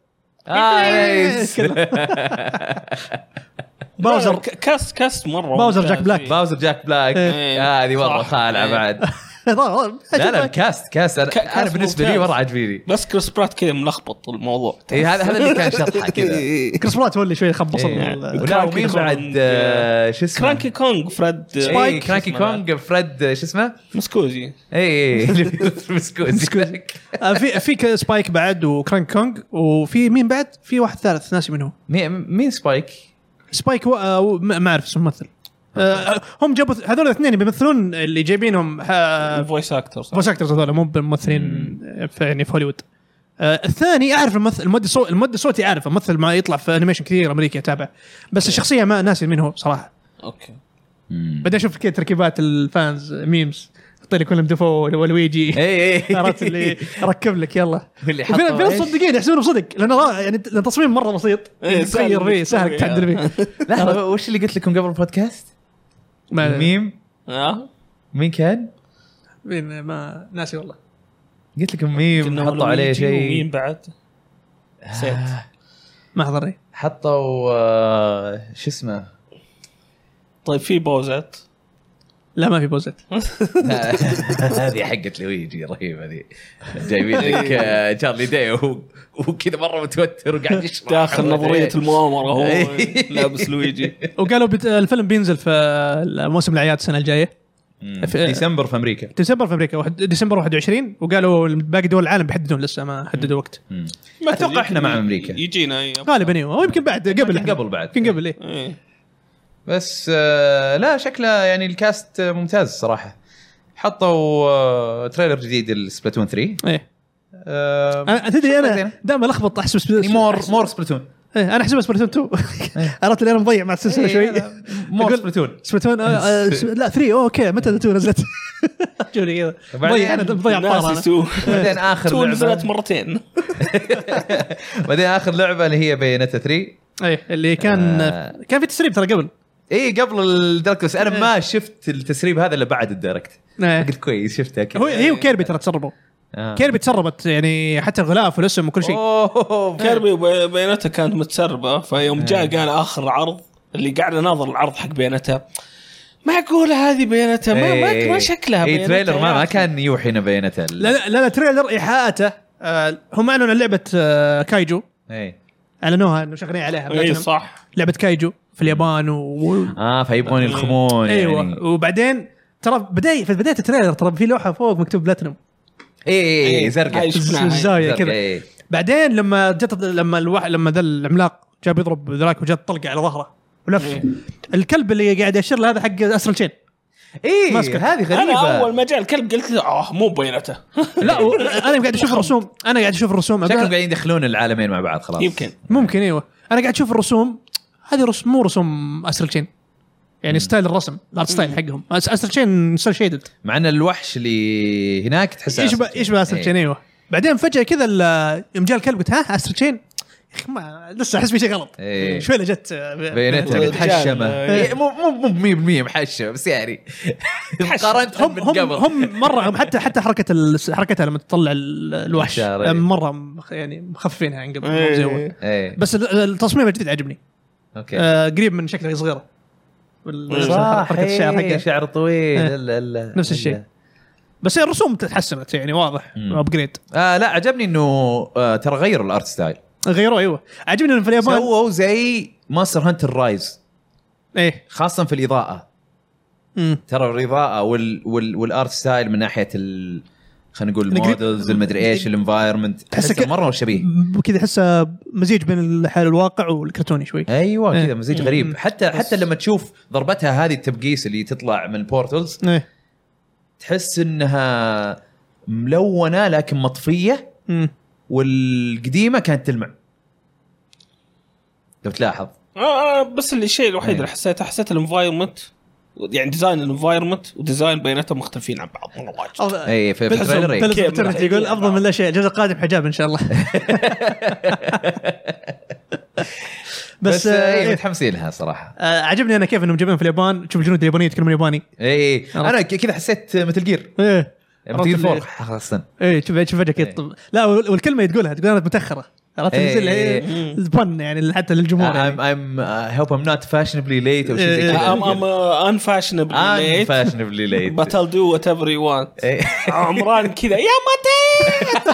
باوزر كاست مره باوزر جاك بلاك هذه والله خالعه بعد. لا الكاست انا بالنسبه لي مره عجبني. بس كريس برات كذا ملخبط الموضوع. هذا اللي كان شطحه كذا. كريس برات هو اللي شوي خبص. ولا ومين بعد شو اسمه كرانكي كونغ فريد سبايك. كرانكي كونغ فريد شو اسمه مسكوزي. اي مسكوزي. في سبايك بعد وكرانكي كونغ وفي مين بعد في واحد ثالث ناسي منه. مين سبايك ما اعرف اسم الممثل. هم جابوا هذول الاثنين بيمثلون اللي جايبينهم فويس اكترز هذول مو بممثلين يعني في هوليوود. الثاني اعرف الممثل صوتي اعرف الممثل ما يطلع في انيميشن كثير امريكي اتابع بس الشخصيه ما ناسي مين هو بصراحه. اوكي بدي اشوف كذا تركيبات الفانز ميمز يعطيني كلهم ديفو ولويجي عرفت اللي ركب لك يلا في مصدقين يحسبونه بصدق لانه يعني التصميم مره بسيط تغير فيه سهل تعدل فيه. لا وش اللي قلت لكم قبل البودكاست ميم مين كان مين ما ناسي والله قلت لكم ميم حطوا عليه شيء مين بعد نسيت ما حضرني حطوا شو اسمه. طيب في بوزات لا ما في بوزات هذه حقت لويجي رهيبه ذي جايبين لك تشارلي داي وكذا مره متوتر وقاعد يشرح داخل نظريه المؤامره هو لابس لويجي. وقالوا الفيلم بينزل في موسم الاعياد السنه الجايه في ديسمبر في امريكا ديسمبر 21 وقالوا باقي دول العالم بيحددون لسه ما حددوا وقت. ما اتوقع احنا مع امريكا يجينا غالبا او يمكن بعد قبل بعد يمكن قبل ايه بس لا شكله يعني الكاست ممتاز صراحه. حطوا تريلر جديد لسبلاتون 3 ايه تدري انا دائما لخبط احسب مور سبلاتون انا احسب سبلاتون 2 عرفت اللي انا مضيع مع السلسله شوي مور سبلاتون لا 3 اوكي متى 2 نزلت شوفي كذا مضيع انا مضيع طار. بعدين اخر لعبه نزلت مرتين بعدين اخر لعبه اللي هي بينتا 3 ايه اللي كان في تسريب ترى قبل قبل الدايركت انا ما شفت التسريب هذا اللي بعد الدايركت قلت كويس شفتها كذا. هي وكيربي ترى تسربوا كيربي تسربت يعني حتى الغلاف والاسم وكل شيء. كيربي بياناتها كانت متسربه فيوم جاء قال اخر عرض اللي قاعد اناظر العرض حق بياناتها معقوله هذه بياناتها ما شكلها بياناتها تريلر ما كان يوحي انه بياناتها. لا تريلر ايحاءاته هم اعلنوا لعبه كايجو اعلنوها انه شغالين عليها صح لعبه كايجو في اليابان فيبغون يلخمون ايوه يعني. وبعدين ترى في بدايه التريلر ترى في لوحه فوق مكتوب بلاتينوم زرقاء الزاويه كذا. بعدين لما ذا العملاق جاب يضرب ذراك وجات طلقه على ظهره ولف الكلب اللي قاعد يشير له هذا حق استرال تشين هذه غريبه. انا اول ما جاء الكلب قلت مو بينته لا انا قاعد اشوف الرسوم شكلهم قاعدين يدخلون العالمين مع بعض خلاص ممكن ايوه انا قاعد اشوف الرسوم هذه مو رسوم استرال تشين يعني ستايل الرسم الارت ستايل حقهم استرال تشين ستايل شيدد مع ان الوحش اللي هناك تحسه يشبه استرال تشين ايوه. بعدين فجاه كذا يوم جاء الكلب قلت استرال تشين يا اخي ما لسه احس بشيء غلط شوي جت بينتها متحشمه مو 100% محشمه بس يعني قارنت هم مره حتى حركتها لما تطلع الوحش مره يعني مخففينها عن قبل زي اول بس التصميم الجديد عجبني قريب من شكله صغيره حركه الشعر حقه شعر طويل نفس الشيء بس الرسوم تحسنت يعني واضح ابجريد. لا عجبني انه ترى غيروا الارت ستايل غيروا ايوه عجبني انه في اليابان سووا زي ماستر هانتر رايز خاصه في الاضاءه ترى الاضاءه والارت ستايل من ناحيه خلينا نقول المودلز المدري ايش الانفايرمنت تحسه مره شبيه كذا احسه مزيج بين الحال الواقع والكرتوني شوي ايوه كذا مزيج غريب حتى لما تشوف ضربتها هذه التبقيس اللي تطلع من البورتلز تحس انها ملونه لكن مطفيه والقديمه كانت تلمع لو تلاحظ. بس الشيء الوحيد اللي حسيت الانفايرمنت يعني ديزاين الانفايرمنت وديزاين بيناتهم مختلفين عن بعض والله واجد. اي في التريلر يقول افضل من الاشياء الجزء القادم حجاب ان شاء الله. بس متحمسين لها صراحه. عجبني انا كيف انهم جايبين في اليابان تشوف الجنود اليابانيين يتكلمون ياباني. انا كذا حسيت مثل جير مثل فور خاصه شوف فجاه كذا لا والكلمه تقولها متاخره عرفت البن يعني حتى للجمهور I hope I'm not fashionably late أو شيء زي كذا. I'm unfashionably late but I'll do whatever you want. عمران كذا يا متى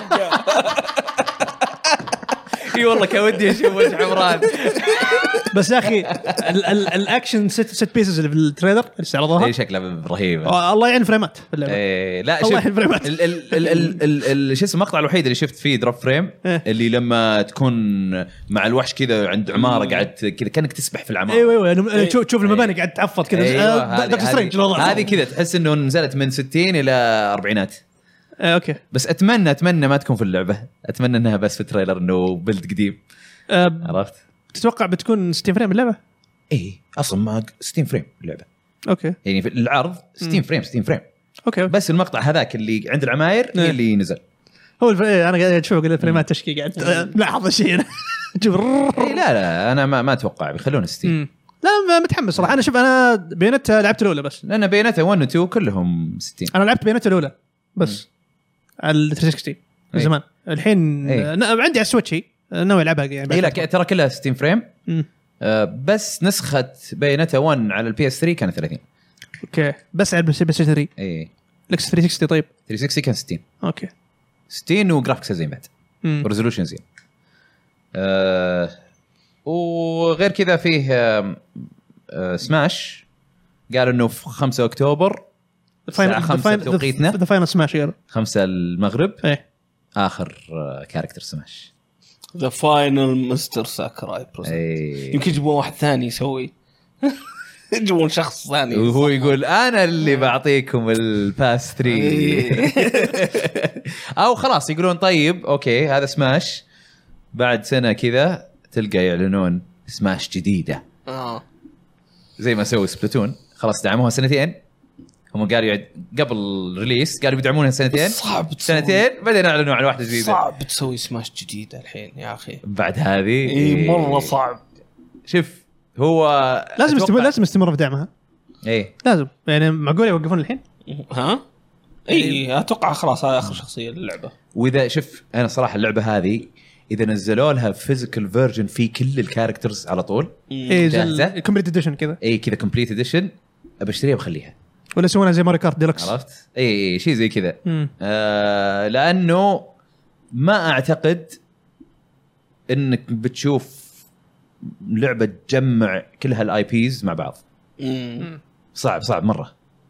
اي والله كودي اشوف وجه عمران. بس يا اخي الاكشن ست بيسز اللي في التريلر اللي استعرضوها شكلها رهيبه الله يعين فريمات لا الله يعين فريمات. شو اسمه المقطع الوحيد اللي شفت فيه دروب فريم اللي لما تكون مع الوحش كذا عند عماره قاعد كذا كانك تسبح في العماره. ايوه تشوف المباني قاعد تعفط كذا. هذه كذا تحس انه نزلت من 60 الى 40. اوكي بس اتمنى ما تكون في اللعبه، اتمنى انها بس في تريلر انه بلد قديم. عرفت؟ تتوقع بتكون 60 فريم اللعبه؟ اي اصلا ما 60 فريم اللعبه. اوكي يعني في العرض 60 فريم اوكي. بس المقطع هذاك اللي عند العماير هي اللي نزل. هو انا قاعد اشوف اقول الفريمات تشكي قاعد لاحظ الشيء شوف. لا انا ما اتوقع بيخلون 60. لا متحمس صراحه. انا شوف انا بينتا لعبت الاولى بس، لان بينتا 1 و 2 كلهم 60. انا لعبت بينتا الاولى بس على 360 من زمان. الحين عندي على السويتش ناوي العبها يعني. لا ترى كلها 60 فريم. بس نسخه بينتا 1 على البي اس 3 كانت 30. اوكي بس على البلاي ستيشن 3. اي لكس 360. طيب 360 كان 60. اوكي 60 وجرافيكس زين بعد وريزولوشن زين. وغير كذا فيه سماش قالوا انه في 5 اكتوبر الساعه 5 توقيتنا ذا فاينل سماش قالوا 5 المغرب. ايه اخر كاركتر سماش ذا فاينل مستر ساكراي. يمكن يجيبون واحد ثاني يسوي يجيبون شخص ثاني وهو يقول انا اللي بعطيكم الباس 3 او خلاص يقولون طيب اوكي هذا سماش بعد سنه كذا تلقى يعلنون سماش جديده. زي ما سووا سبلاتون خلاص دعموها سنتين. هم قالوا قبل ريليس قالوا بيدعمونها سنتين. صعب سنتين بعدين اعلنوا عن واحده جديده. صعب تسوي سماش جديده الحين يا اخي بعد هذه. مره صعب. شوف هو لازم يستمر في دعمها. ايه لازم يعني معقول يوقفون الحين. اتوقع خلاص هذا اخر شخصيه للعبه. واذا شوف انا صراحه اللعبه هذه اذا نزلوا لها فيزيكال فيرجن في كل الكاركترز على طول ايه كومبليت اديشن كذا. اي كذا كومبليت اديشن ابشتريها وبخليها ولا يسوونها زي ماري كارت ديلكس. عرفت؟ اي شيء زي كذا. لانه ما اعتقد انك بتشوف لعبه تجمع كل هالاي بيز مع بعض. صعب مره.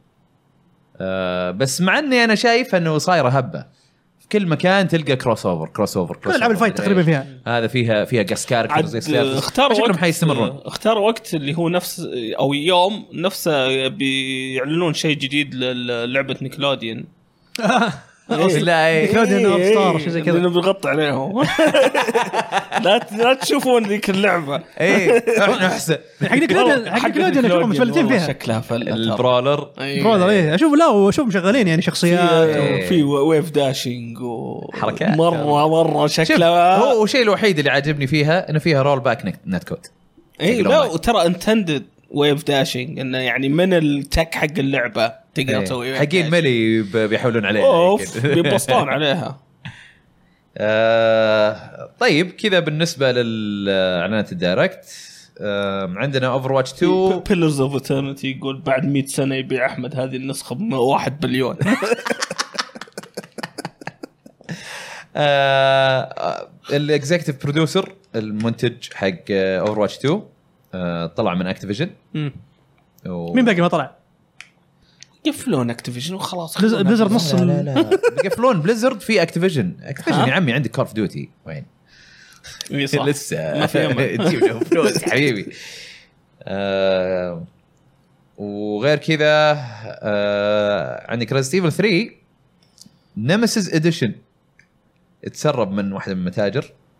بس مع اني انا شايف انه صايره هبه في كل مكان تلقى كروس اوفر العاب الفايت تقريبا فيها. هذا فيها جاس كاركترز زي سلاف. اختاروا حيستمرون. اختاروا وقت اللي هو نفس او يوم نفسه بيعلنون شيء جديد للعبه نيكلوديان. لا نيكلوديان اوف ستار شيء زي كذا اللي بنغطي عليهم. لا تشوفون ذيك اللعبه. احنا احسن حق نيكلوديان اشوفهم مفلتين فيها شكلها فل البرولر. اشوف مشغلين يعني شخصيات في ويف داشينج وحركات مره شكلها. هو الشيء الوحيد اللي عاجبني فيها انه فيها رول باك نت كود. لا وترى انتندد ويف داشينج انه يعني من التك حق اللعبه تقدر تسوي حقين ملي بيحولون عليها بيبسطون عليها. طيب كذا بالنسبه للاعلانات الدايركت. عندنا اوفر واتش 2 بيلرز اوف ايترنتي يقول بعد 100 سنه يبيع احمد هذه النسخه ب 1 بليون. الاكزيكتيف برودوسر المنتج حق اوفر واتش 2 طلع من اكتيفيجن. مين باقي ما طلع؟ يقفلون اكتيفيجن وخلاص. بليزرد نص لا يقفلون بليزرد في اكتيفيجن يا عمي. عندك كول اوف ديوتي وين؟ لسه ما في امل تجيب له فلوس حبيبي. وغير كذا عندك ريزيدنت ايفل 3 نيمسيس اديشن تسرب من واحده من المتاجر.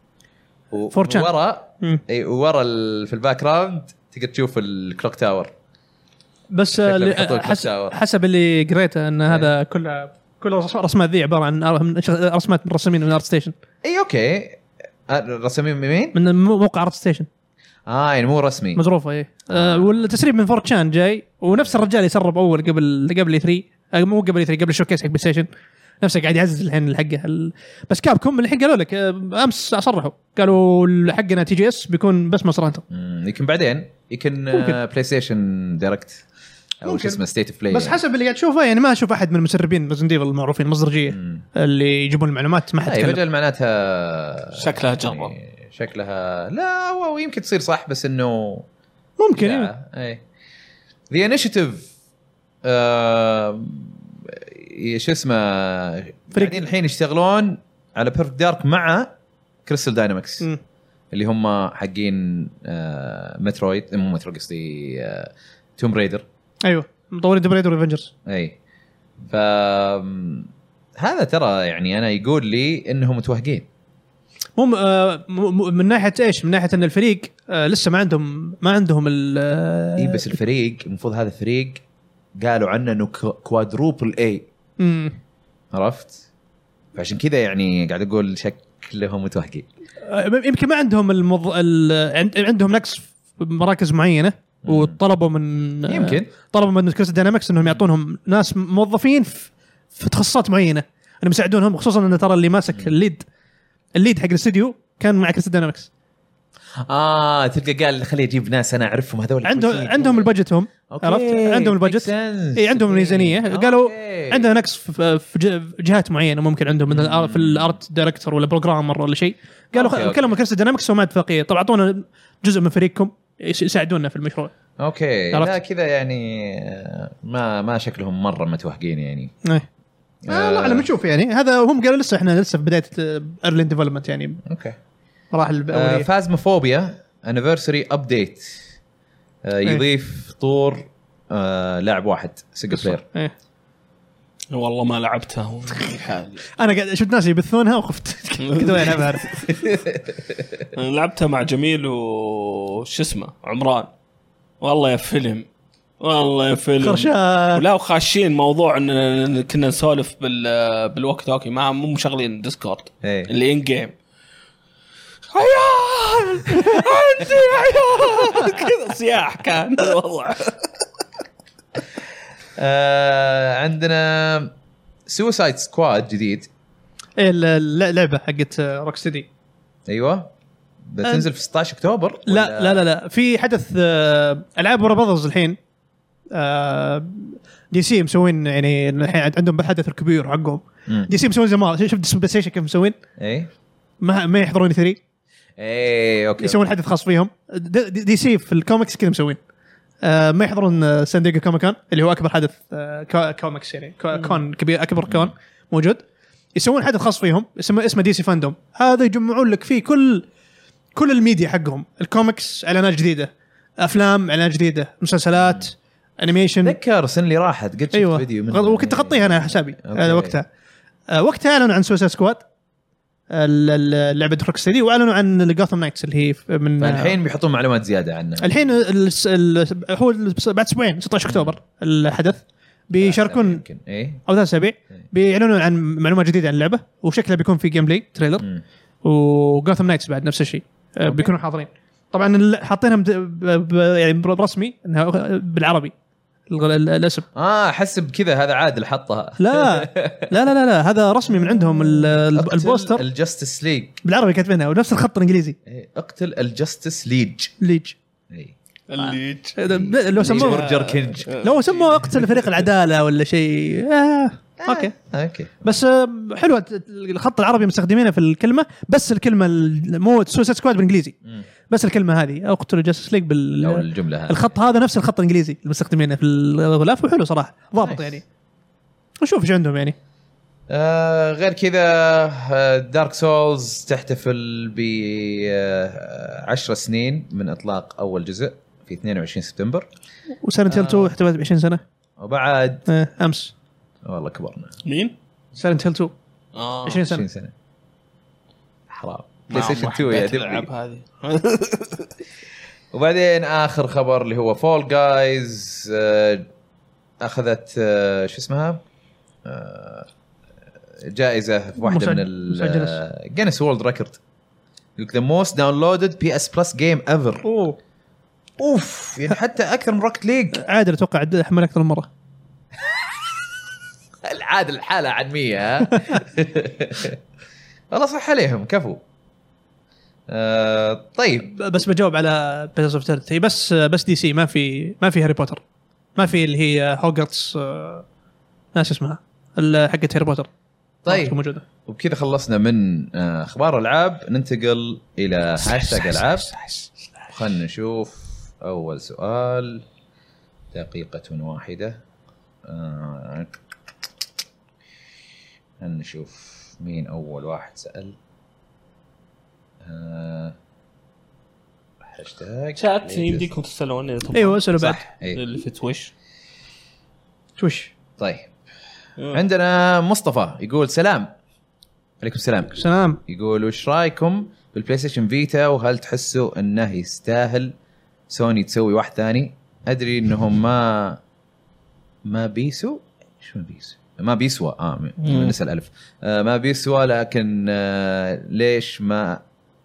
ورا ورا في الباك جراوند تقدر تشوف الكلوك تاور. بس حسب اللي قريته ان هذا كل رسمات ذي عباره عن رسمات مرسمين من ارت ستيشن. اي اوكي رسمين مين من موقع ارت ستيشن. يعني مو رسمي مزروفه ايه. والتسريب من فورتشان جاي ونفس الرجال يسرب اول قبل 3 مو قبل 3 قبل الشوكيس حق بلاي ستيشن نفسه قاعد يعزز الحين حقه. بس كابكم الحين قالوا لك امس صرحوا قالوا حقنا تي جي اس بيكون بس مونستر هانتر. يمكن بعدين يمكن بلاي ستيشن دايركت او شو اسمه ستيت اوف بلاي. بس حسب اللي قاعد تشوفه يعني ما اشوف احد من المسربين ريزدنت ايفل المعروفين مصدرجيه اللي يجيبون المعلومات ما حد يتكلم. بدل معناتها شكلها جرب شكلها لا ويمكن تصير صح بس انه ممكن اي ذا انيشيتيف شو اسمه قاعدين الحين يشتغلون على بيرفكت دارك مع كريستال داينامكس اللي هم حقين مترويد مو مترويد قصدي توم ريدر. ايوه مطورين توم ريدر وافنجرز. اي هذا ترى يعني انا يقول لي انهم متوهقين. مو من ناحيه ايش؟ من ناحيه ان الفريق لسه ما عندهم اي بس الفريق المفروض هذا الفريق قالوا عنه انه كوادروبل اي. عرفت؟ فعشان كذا يعني قاعد اقول شكلهم متوهقين. يمكن ما عندهم عندهم نقص في مراكز معينه وطلبوا من طلبوا من كريستال داينامكس انهم يعطونهم ناس موظفين في تخصصات معينه انهم يساعدونهم، خصوصا ان ترى اللي ماسك الليد حق الاستوديو كان مع كريستال داينامكس. تلقى قال خلي اجيب ناس انا اعرفهم هذول عندهم البادجت، هم عرفت عندهم البادجت، اي عندهم الميزانيه. قالوا عندنا نقص في جهات معينه، ممكن عندهم مثلا في الارت دايركتور ولا بروجرامر ولا شيء. قالوا كلموا كريستال داينامكس وما اتفاقيه، طبعا اعطونا جزء من فريقكم يساعدونا في المشروع. اوكي لا كذا يعني ما شكلهم مره متوهقين يعني. لا نشوف يعني هذا هم قالوا احنا لسه في بدايه ايرلي ديفلوبمنت يعني. اوكي مراحل الاوليه. فازموفوبيا انيفرساري ابديت يضيف طور لاعب واحد سنجل بلاير. والله ما لعبتها حالي. انا قاعد شفت ناس يبثونها وخفت كذا انا بعرف. لعبتها مع جميل وش اسمه عمران. والله يا فيلم ولا وخاشين موضوع ان كنا نسولف بالوقت اوكي ما مو مشغلين ديسكورد اللي ان جيم. عيال انت عيال كذا صياح كان الوضع. عندنا سوسايد سكواد جديد، اللعبه حقت روك ستدي. ايوه بتنزل في 16 اكتوبر. لا في حدث العاب ورا براذرز الحين. دي سي مسوين يعني الحين عندهم الحدث الكبير حقهم. دي سي مسوين زي ما شفت بلاي ستيشن كيف مسوين. ما يحضرون 3. اوكي يسوون حدث خاص فيهم. دي سي في الكوميكس كذا مسوين. ما يحضرون سان دييغو كوميكون اللي هو اكبر حدث كوميكس يعني كون كبير، اكبر كون موجود. يسوون حدث خاص فيهم اسمه دي سي فاندوم. هذا يجمعون لك فيه كل الميديا حقهم، الكوميكس، اعلانات جديده، افلام، اعلانات جديده، مسلسلات، انيميشن. ذكر السنه اللي راحت قد شفت فيديو منه وكنت اغطيها انا حسابي وقتها اعلنوا عن سوسايد سكواد اللعبه روك ستدي، واعلنوا عن جوثام نايتس اللي هي من الحين بيحطون معلومات زياده عنها. الحين هو بعد اسبوعين 16 اكتوبر الحدث بيشاركون او 3 اسابيع بيعلنوا عن معلومات جديده عن اللعبه، وشكلها بيكون في جيم بلاي تريلر. وجوثام نايتس بعد نفس الشيء بيكونوا حاضرين. طبعا حاطينها يعني رسمي انها بالعربي الاسم. حسب كذا هذا عادل حطها. لا هذا رسمي من عندهم البوستر. الجاستس ليج بالعربي كاتبينها ونفس الخط الانجليزي. اقتل الجاستس ليج. الليج لو سموه برجر كينج، لو سموه اقتل فريق العداله ولا شيء. اوكي بس حلوه الخط العربي مستخدمينه في الكلمه، بس الكلمه مو سوسايد سكواد بالانجليزي، بس الكلمه هذه اقتل الجاستس ليج الجمله هذه. الخط هذا نفس الخط الانجليزي المستخدمينه في الغلاف، وحلو صراحه ضابط يعني. نشوف ايش عندهم يعني. غير كذا دارك سولز تحتفل ب 10 سنين من اطلاق اول جزء في 22 سبتمبر، وسنة 2 احتفلت ب 20 سنه وبعد امس والله كبرنا. مين؟ سنة 2 20 سنه حرام. بلاي ستيشن 2 يا تلعب هذه. وبعدين اخر خبر اللي هو فول جايز اخذت شو اسمها جائزه في واحده من الجينيس وورلد ريكورد. ذا موست داونلودد بي اس بلس جيم ايفر. اوف يعني حتى اكثر من روكت ليج. عادل اتوقع حمل اكثر من مره. العادل الحاله عن 100. والله صح عليهم كفو. طيب بس بجاوب على بيترز اوف تيرتي. بس دي سي ما في هاري بوتر، ما في اللي هي هوجرتس ناس اسمها حقت هاري بوتر. طيب موجوده. وبكذا خلصنا من اخبار العاب، ننتقل الى هاشتاج العاب. خلنا نشوف اول سؤال. دقيقه واحده. نشوف مين اول واحد سأل. هاشتاج شات يمديكم تسألون. ايوه اسألوا بعد اللي في تويش. طيب عندنا مصطفى يقول سلام. عليكم السلام. سلام. يقول وش رايكم بالبلاي ستيشن فيتا وهل تحسوا انه يستاهل سوني تسوي واحد ثاني؟ ادري انهم ما بيسوا شو ما بيسوا نسأل ألف ما بيسوا لكن ليش ما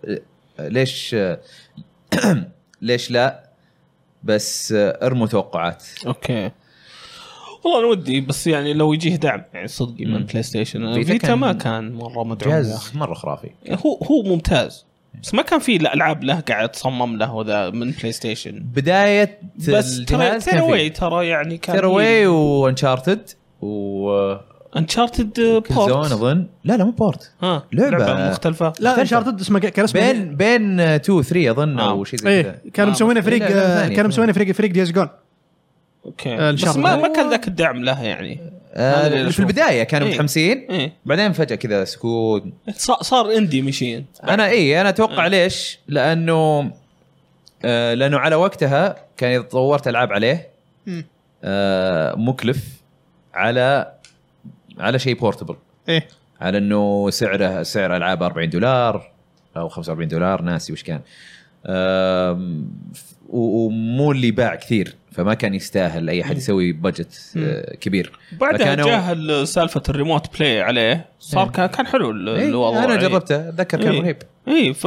ليش لا بس ارموا توقعات. اوكي والله انا ودي بس يعني لو يجيه دعم يعني صدقي من بلاي ستيشن فيتا ما كان مره مدعوم يا اخي مره خرافي. هو ممتاز بس ما كان في العاب له قاعد تصمم له وذا من بلاي ستيشن بدايه الجهاز. ترى يعني كان تيروي وانشارتد انشارتد بورت اظن. لا مو بورت لعبه مختلفه. لا انشارتد اسمه كان اسمه بين 2 3 اظن او شيء زي كذا. كانوا مسوينه فريق كانوا مسوينه فريق ديز جون. اوكي بس ما كان ذاك الدعم له يعني. في البدايه كانوا متحمسين بعدين فجاه كذا سكوت صار اندي مشين. انا اتوقع ليش لانه على وقتها كان اذا طورت العاب عليه مكلف على شيء بورتبل. على انه سعر العاب $40 او $45 ناسي وش كان. ومو اللي باع كثير فما كان يستاهل اي احد يسوي بادجت كبير. بعدها جاه سالفه الريموت بلاي عليه صار كان حلو الوضع. انا جربته اتذكر كان رهيب. ف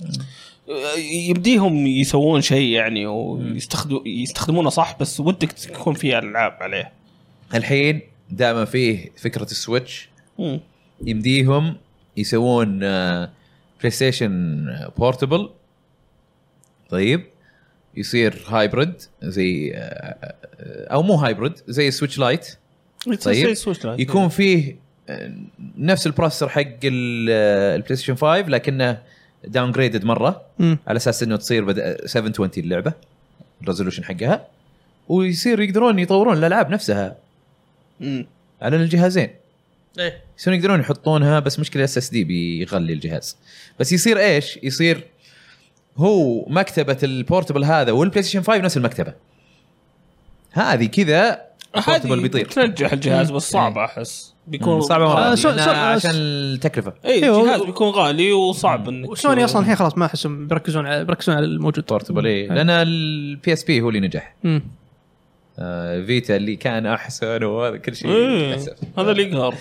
يبديهم يسوون شيء يعني ويستخدمونه صح بس ودك تكون فيه العاب عليه. الحين دائما فيه فكره السويتش يمديهم يسوون بلاي ستيشن بورتبل طيب يصير هايبرد زي او مو هايبرد زي سويتش لايت. طيب يكون فيه نفس البروسيسور حق البلاي ستيشن 5 لكنه داون جريدد مره على اساس انه تصير 720 اللعبه الريزولوشن حقها ويصير يقدرون يطورون الالعاب نفسها على الجهازين. يقدرون يحطونها بس مشكله اس اس دي بيغلي الجهاز. بس يصير ايش يصير هو مكتبه البورتبل هذا والبلاي ستيشن 5 نفس المكتبه هذه كذا. البورتبل بيطير تنجح الجهاز بس صعب احس بيكون صعب عشان التكلفه. الجهاز بيكون غالي وصعب انك وسوني اصلا الحين خلاص ما احسهم بيركزون على الموجود بورتبل لان البي اس بي هو اللي نجح. فيتا اللي كان احسن وهذا كل شيء هذا اللي يقهر.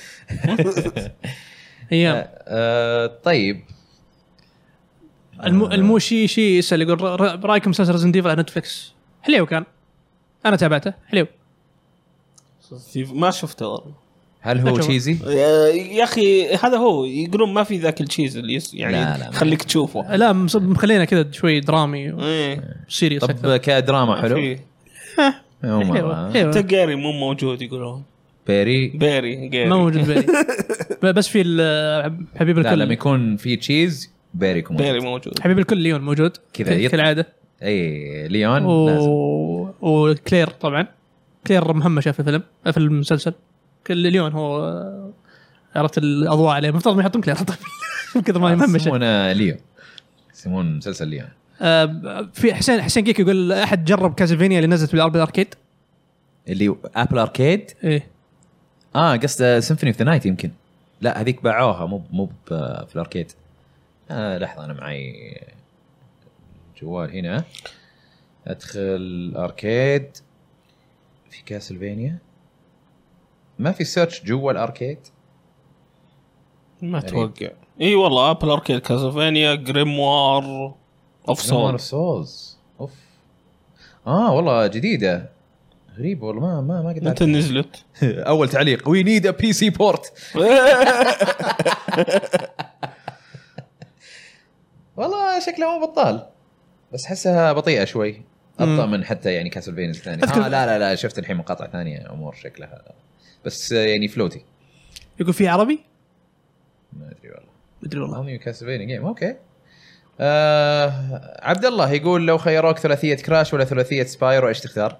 ايام. طيب الموشي يسأل يقول رايكم مسلسل ريزدنت ايفل على نتفلكس؟ حلو كان انا تابعته حلو. ما شفته والله. هل هو تشيزي يا اخي؟ هذا هو يقولون ما في ذاك التشيز اللي يعني خليك تشوفه. لا مخلينا كذا شوي درامي سيريس. طب كدراما حلو. حتى جاري مو موجود يقولون. بيري ما موجود بيري. بس في حبيب الكل لما يكون في تشيز بيري موجود. حبيب الكل ليون موجود كذا كالعاده. اي ليون لازم. وكلير طبعا كلير مهمشه في المسلسل. كل ليون هو عرفت الاضواء عليه مفترض ما يحطون كلير كذا ما مهمشه. يسمونه ليون يسمون مسلسل ليون. في حسين كيك يقول احد جرب كازلفينيا اللي نزلت بالاركيد اللي ابل اركيد. قصد سيمفوني اوف ذا نايت يمكن. لا هذيك باعوها مو في الاركيد. لحظه انا معي جوال هنا ادخل اركيد في كاسلفينيا ما في سيرش جوا الاركيد ما اتوقع. اي والله ابل اركيد كاسلفينيا جريموار اوف سولز اوف والله جديده غريبه والله ما قد متى نزلت. اول تعليق وي نيد ا بي سي بورت. والله شكلها مو بطال بس حسها بطيئه شوي ابطا من حتى يعني كاسلفينيا الثانيه. لا شفت الحين مقاطع ثانيه امور شكلها بس يعني فلوتي. يقول في عربي ما ادري والله كاسلفينيا جيم اوكي. عبد الله يقول لو خيروك ثلاثيه كراش ولا ثلاثيه سبايرو ايش تختار؟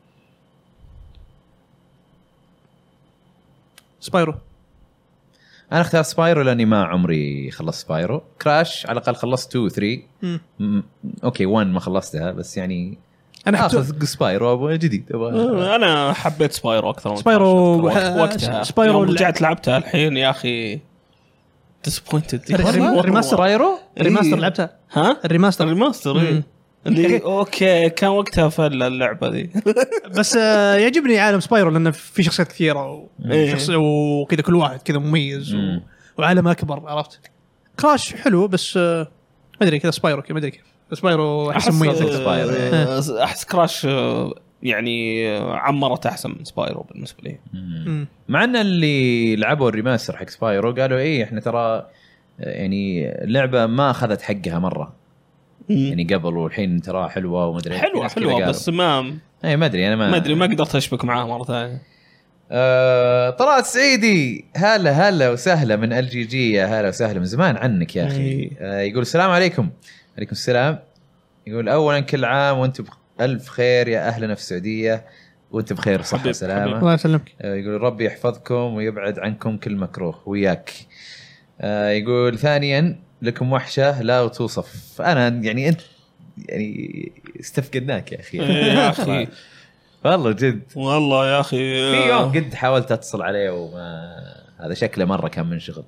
سبايرو. انا اختار سبايرو لاني ما عمري خلصت سبايرو. كراش على الاقل خلصت 2 3 اوكي 1 ما خلصتها بس يعني انا اخذ سبايرو جديد. انا حبيت سبايرو اكثر من سبايرو وقتها. سبايرو يوم رجعت لعبتها الحين يا اخي ديسابوينتد. الريماستر لعبتها. ها الريماستر مم. اللي اوكي كان وقتها فل اللعبه دي. بس يعجبني عالم سبايرو لانه في شخصيات كثيره وكذا كل واحد كذا مميز وعالم اكبر. عرفت كراش حلو بس ما ادري كذا سبايرو كذا ما ادري كيف سبايرو احس مميز. احس كراش يعني عمرت احسن من سبايرو بالنسبه لي. مع ان اللي لعبوا الريماستر حق سبايرو قالوا ايه احنا ترى يعني اللعبه ما اخذت حقها مره يعني قبل والحين ترى حلوه وما ادري حلوه بس ما اي ما ادري انا ما قدرت اشبك معاها مره ثانيه. طلعت سعيدي هلا وسهلا من LGG. يا هلا وسهلا من زمان عنك يا اخي. يقول السلام عليكم. عليكم السلام. يقول اولا كل عام وانتم الف خير يا اهلنا في السعوديه وانتم بخير صحه وسلامه. الله يسلمك. يقول ربي يحفظكم ويبعد عنكم كل مكروه وياك. يقول ثانيا لكم وحشه لا توصف. انا يعني انت يعني استفقدناك يا اخي. يا اخي والله جد والله يا اخي في يوم قد حاولت اتصل عليه وما هذا شكله مره كان منشغل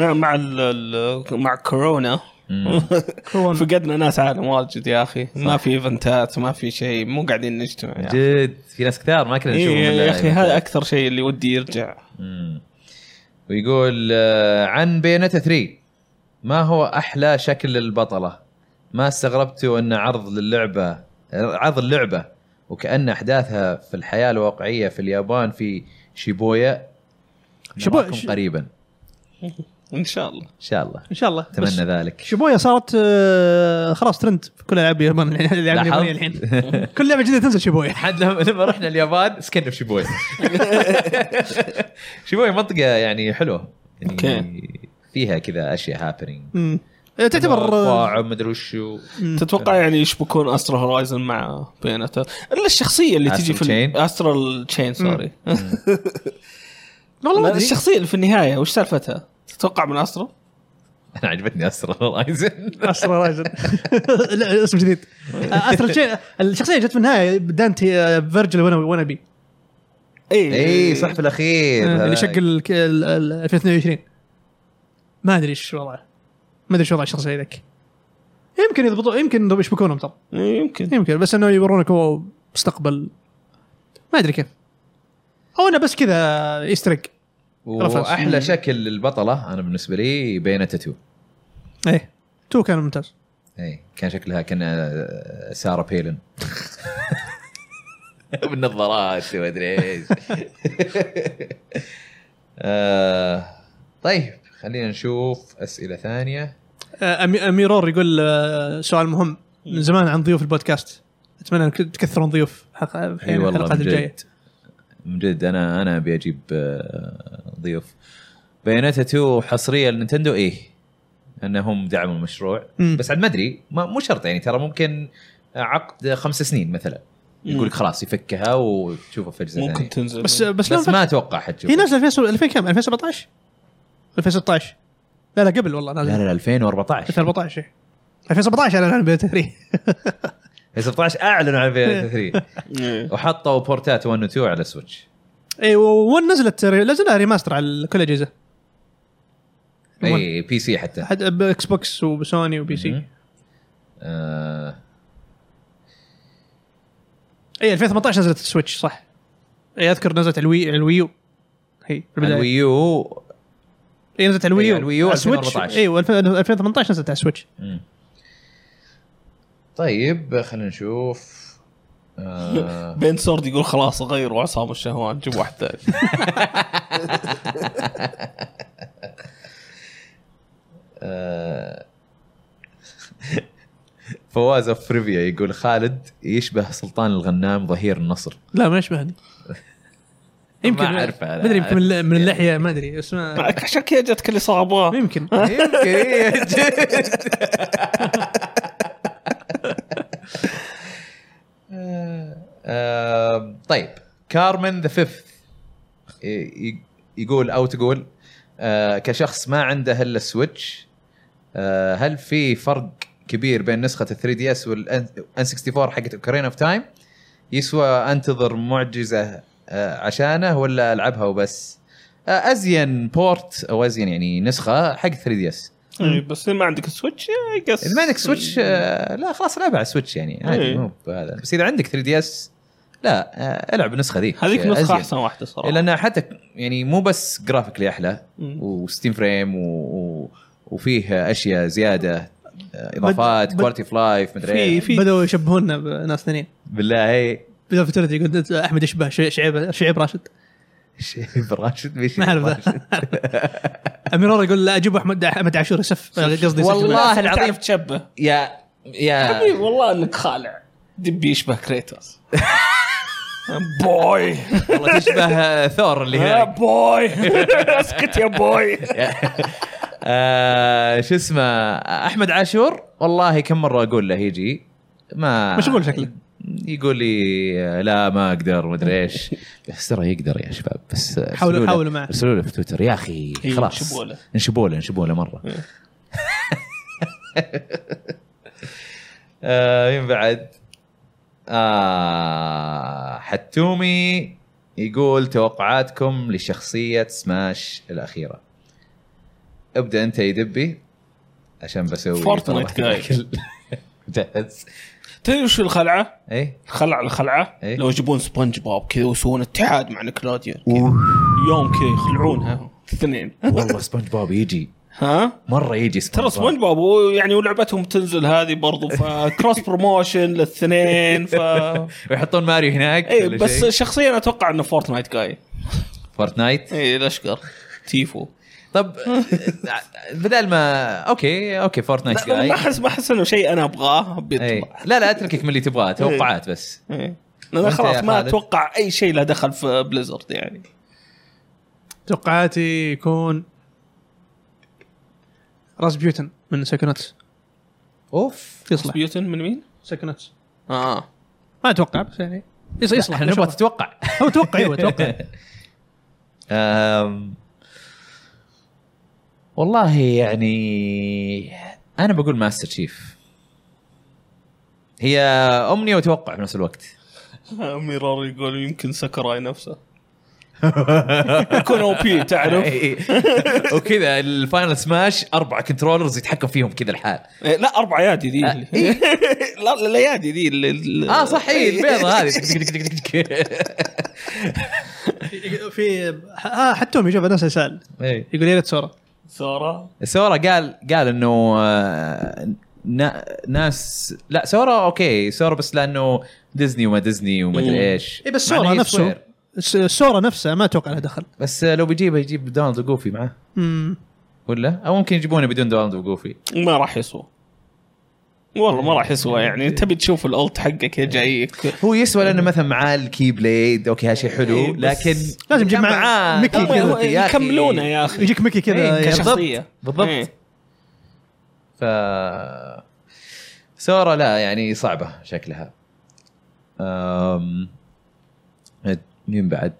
مع كورونا. فقدنا ناس عالم واجد يا اخي صح. ما في ايفنتات ما في شيء مو قاعدين نجتمع جد في ناس كثار ما كنا نشوفهم يا اخي هذا اكثر شيء اللي ودي يرجع. ويقول عن بياناتا 3 ما هو احلى شكل للبطله؟ ما استغربتوا ان عرض اللعبه وكأن احداثها في الحياه الواقعيه في اليابان في شيبويا قريبا ان شاء الله اتمنى ذلك. شيبويا صارت خلاص ترند في كل العاب اليابان الحين. كل لعبه جديده تنزل شيبويا. حد لما رحنا اليابان سكننا في شيبويا. شيبويا منطقه يعني حلوه يعني فيها كذا اشياء هابينج تعتبر ما ادري وشو. تتوقع يعني يشبكون استرال هورايزن مع بياناتا الا الشخصيه اللي تجي في استرال تشين سوري والله الشخصيه اللي في النهايه وش سالفتها تتوقع من استرال؟ انا عجبتني استرال هورايزن. لا اسم جديد استرال تشين. الشخصيه جت في النهايه دانتي فيرجل وانا بي اي صح في الاخير اللي شكل 2022 ما ادري ايش وضعه ما ادري شو وضع الشخصيه ذاك. يمكن يضبطوا يمكن يشبكونهم ترى يمكن بس انه يورونك هو مستقبل ما ادري كيف او انا بس كذا يسترق. واحلى شكل للبطله انا بالنسبه لي بياناتا 2. ايه 2 كان ممتاز. ايه كان شكلها كان سارة بيلن بالنظارات وادري ايش. طيب خلينا نشوف أسئلة ثانية. أميرور يقول سؤال مهم من زمان عن ضيوف البودكاست. أتمنى أن تكثرون ضيوف الحلقات الجاية. من جد أنا أبي أجيب ضيوف. بياناتا 2 حصرية لنينتندو إيه أنهم دعموا المشروع بس عاد ما أدري مو شرط يعني ترى ممكن عقد 5 سنين مثلا يقولك خلاص يفكها وتشوفها في أجزاء ممكن تنزل بس ما أتوقع حتشوف. هي نازلة 2000 كم 2017 2016 لا قبل والله نازل. لا 2014 2017 اعلنوا عن بياناتا 3. 2017 اعلنوا عن بياناتا 3 وحطوا بورتات 1 و 2 على سويتش. اي نزلها ريماستر على كل الاجهزه. اي بي سي حتى باكس بوكس وبسوني وبي سي. اي 2018 نزلت السويتش صح. اي اذكر نزلت الويو هي الويو اي نزلت الويو الويو 2014 ايوه 2018 نزلت على السويتش. طيب خلينا نشوف. بين سورد يقول خلاص غيروا عصام الشهوان جيب واحد ثاني. فواز فريفيا يقول خالد يشبه سلطان الغنام ظهير النصر. لا ما يشبهني يمكن ما اعرف ما ادري يمكن من اللحيه ما ادري اسمها عشان كذا جاتك الاصابه يمكن طيب كارمن ذا فيفث يقول او تقول كشخص ما عنده الا السويتش هل في فرق كبير بين نسخه 3DS والN64 حقت اوكارين اوف تايم يسوى انتظر معجزه عشانه ولا العبها وبس؟ ازين بورت او ازين يعني نسخه حق 3DS. بس ما عندك سويتش يقص. اذا ما عندك سويتش لا خلاص العبها على سويتش يعني عادي مو هذا. بس اذا عندك 3DS لا العب النسخه ذيك. هذيك نسخه احسن واحده صراحه لانها حتى يعني مو بس جرافيكلي احلى وستيم فريم وفيه اشياء زياده اضافات كواليتي اوف لايف مدري في بدأوا يشبهونا بناس ثانيين بالله. بدأ في ترتي يقول احمد يشبه شعيب راشد. شعيب راشد مش ما اعرف. اميرور يقول لا اجيب احمد عاشور يسف قصدي والله العظيم تشبه يا حبيبي والله انك خالع. دبي يشبه كريتوس بوي والله تشبه ثور اللي هنا بوي اسكت يا بوي. شو اسمه احمد عاشور والله كم مره اقول له يجي ما مشغول شكله يقول لي لا ما اقدر ما ادري ايش. بس ترى يقدر يا شباب بس حاولوا معه ارسلوا له في تويتر يا اخي خلاص نشبوا له مره. مين بعد؟ حتومي يقول توقعاتكم لشخصية سماش الأخيرة. ابدأ أنت يدبي عشان بسوي فورتنايت جاي. جاهز. تدري وش الخلعة؟ ايه الخلعة إيه؟ لو يجيبون سبونج بوب كذا ويسوون اتحاد مع نيكلوديون يوم كذا يخلعونها اثنين. والله سبونج بوب يجي مرة يجي ترى سبونج بوب يعني ولعبتهم تنزل هذه برضو فكروس بروموشن للاثنين ويحطون ماريو هناك. ايه بس شخصيا اتوقع انه فورتنايت جاي. فورتنايت ايه الاشقر تيفو. طب بدل ما اوكي فورتنايت جاي ما احس انه شيء انا ابغاه بيطلع. لا اتركك من اللي تبغاه توقعات بس. انا خلاص ما اتوقع اي شيء له دخل في بليزرد يعني. توقعاتي يكون راسبيوتن من سايكوناتس. اوف راسبيوتن من مين؟ سايكوناتس. ما اتوقع بس يعني يصلح. احنا نبغى تتوقع. هو توقع. والله يعني انا بقول ماستر تشيف. هي امنيه وتوقع في نفس الوقت. ميرار يقول يمكن سكراي نفسه يكون او بي تعرف. وكذا الفاينل سماش 4 كنترولرز يتحكم فيهم كذا الحال. لا 4 يادي ذي. لا يادي ذي صح البيضه هذه. في حتى هم يجوا ناس يسال يقول لي سورا قال انه ناس لا سورا اوكي سورا بس لانه ديزني وما ديزني وما ادري ايش. بس سورا نفسه السورة نفسها ما اتوقع لها دخل. بس لو يجيب دونالد وغوفي معه ولا او ممكن يجيبونه بدون دونالد وغوفي. ما راح يسوى والله ما راح يسوى يعني. تبي تشوف الالت حقك جايك هو يسوى لانه مثلا معاه الكي بليد اوكي هالشيء حلو لكن لازم يجيب معاه ميكي كذا يكملونه يا اخي يجيك ميكي كذا كشخصيه بالضبط. سورا لا يعني صعبه شكلها. مين بعد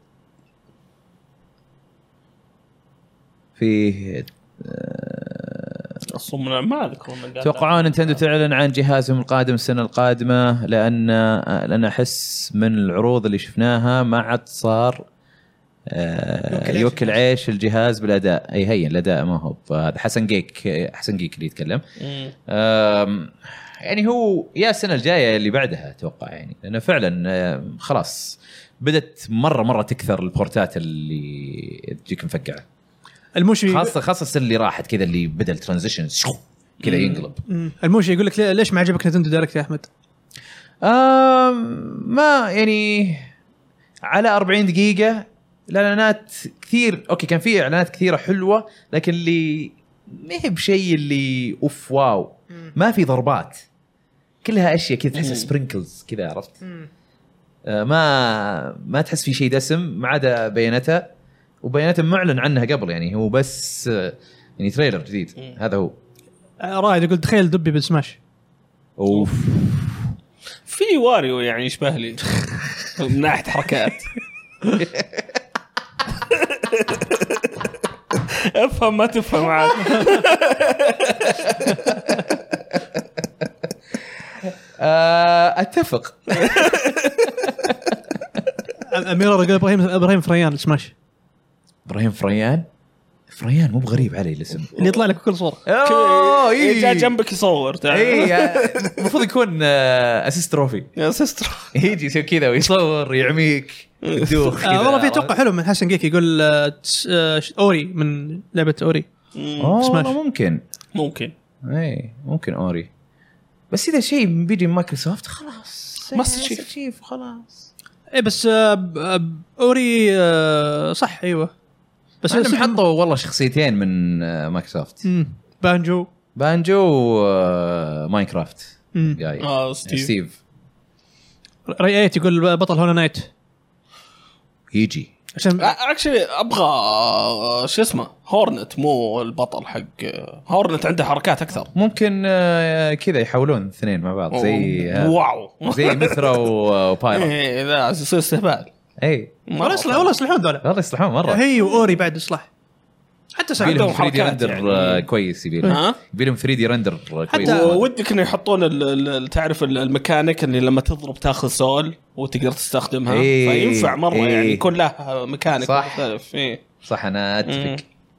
فيه الصمنا مالك. توقعون نينتندو تعلن عن جهازهم القادم السنة القادمة لأن أحس من العروض اللي شفناها ما عاد صار يوكل عيش الجهاز بالأداء. أي هين الأداء ما هو هذا. حسن جيك اللي يتكلم. يعني هو يا السنة الجاية اللي بعدها أتوقع يعني لأنه فعلا خلاص بدت مرة تكثر البورتات اللي تجيك مفقعة. الموشي خاصة السنة اللي راحت كذا اللي بدأ الترانزيشن كذا ينقلب. الموشي يقول لك ليش ما عجبك نينتندو دايركت يا أحمد؟ ما يعني على 40 دقيقة الإعلانات كثير أوكي كان في إعلانات كثيرة حلوة لكن اللي ما هي بشيء اللي أوف واو. ما في ضربات كلها أشياء كذا تحس سبرينكلز كذا عرفت. ما تحس في شيء دسم ما عدا بياناتها وبياناتها معلن عنها قبل يعني هو بس يعني تريلر جديد. هذا هو. رائد يقول تخيل دبي بالسماش. اوف في واريو يعني يشبه لي من ناحيه حركات. افهم ما تفهم عاد. اتفق. امير رجل ابراهيم فريان سماش. ابراهيم فريان مو بغريب علي الاسم اللي يطلع لك كل صوره. إيه جاء جنبك يصور. المفروض يكون اسيست تروفي. يجي يسوي كذا ويصور يعميك دوخ. والله في توقع حلو من حسن جيك يقول اوري من لعبه اوري. ممكن اي ممكن اوري، بس اذا شيء بيجي من مايكروسوفت خلاص ماستر شيف خلاص. اي بس اوري صح ايوه، بس هم حطوا والله شخصيتين من مايكروسوفت. بانجو ماينكرافت جاي. ستيف ريت يقول بطل هولا نايت يجي عشان اكشلي ابغى شو اسمه هورنت، مو البطل حق هورنت عنده حركات اكثر. ممكن كذا يحولون اثنين مع بعض زي واو زي مثرا وبايرا. ايه ذا يصير استهبال. اي والله يصلحون ذولا، والله يصلحون مره. هي واوري بعد اصلاح، حتى ساعدهم 3D رندر كويس. يبيلهم 3D رندر كويس. حتى ودك انه يحطون تعرف الميكانيك اللي لما تضرب تاخذ سول وتقدر تستخدمها. فينفع مره يعني يكون له ميكانيك مختلف. صح انا اتفق.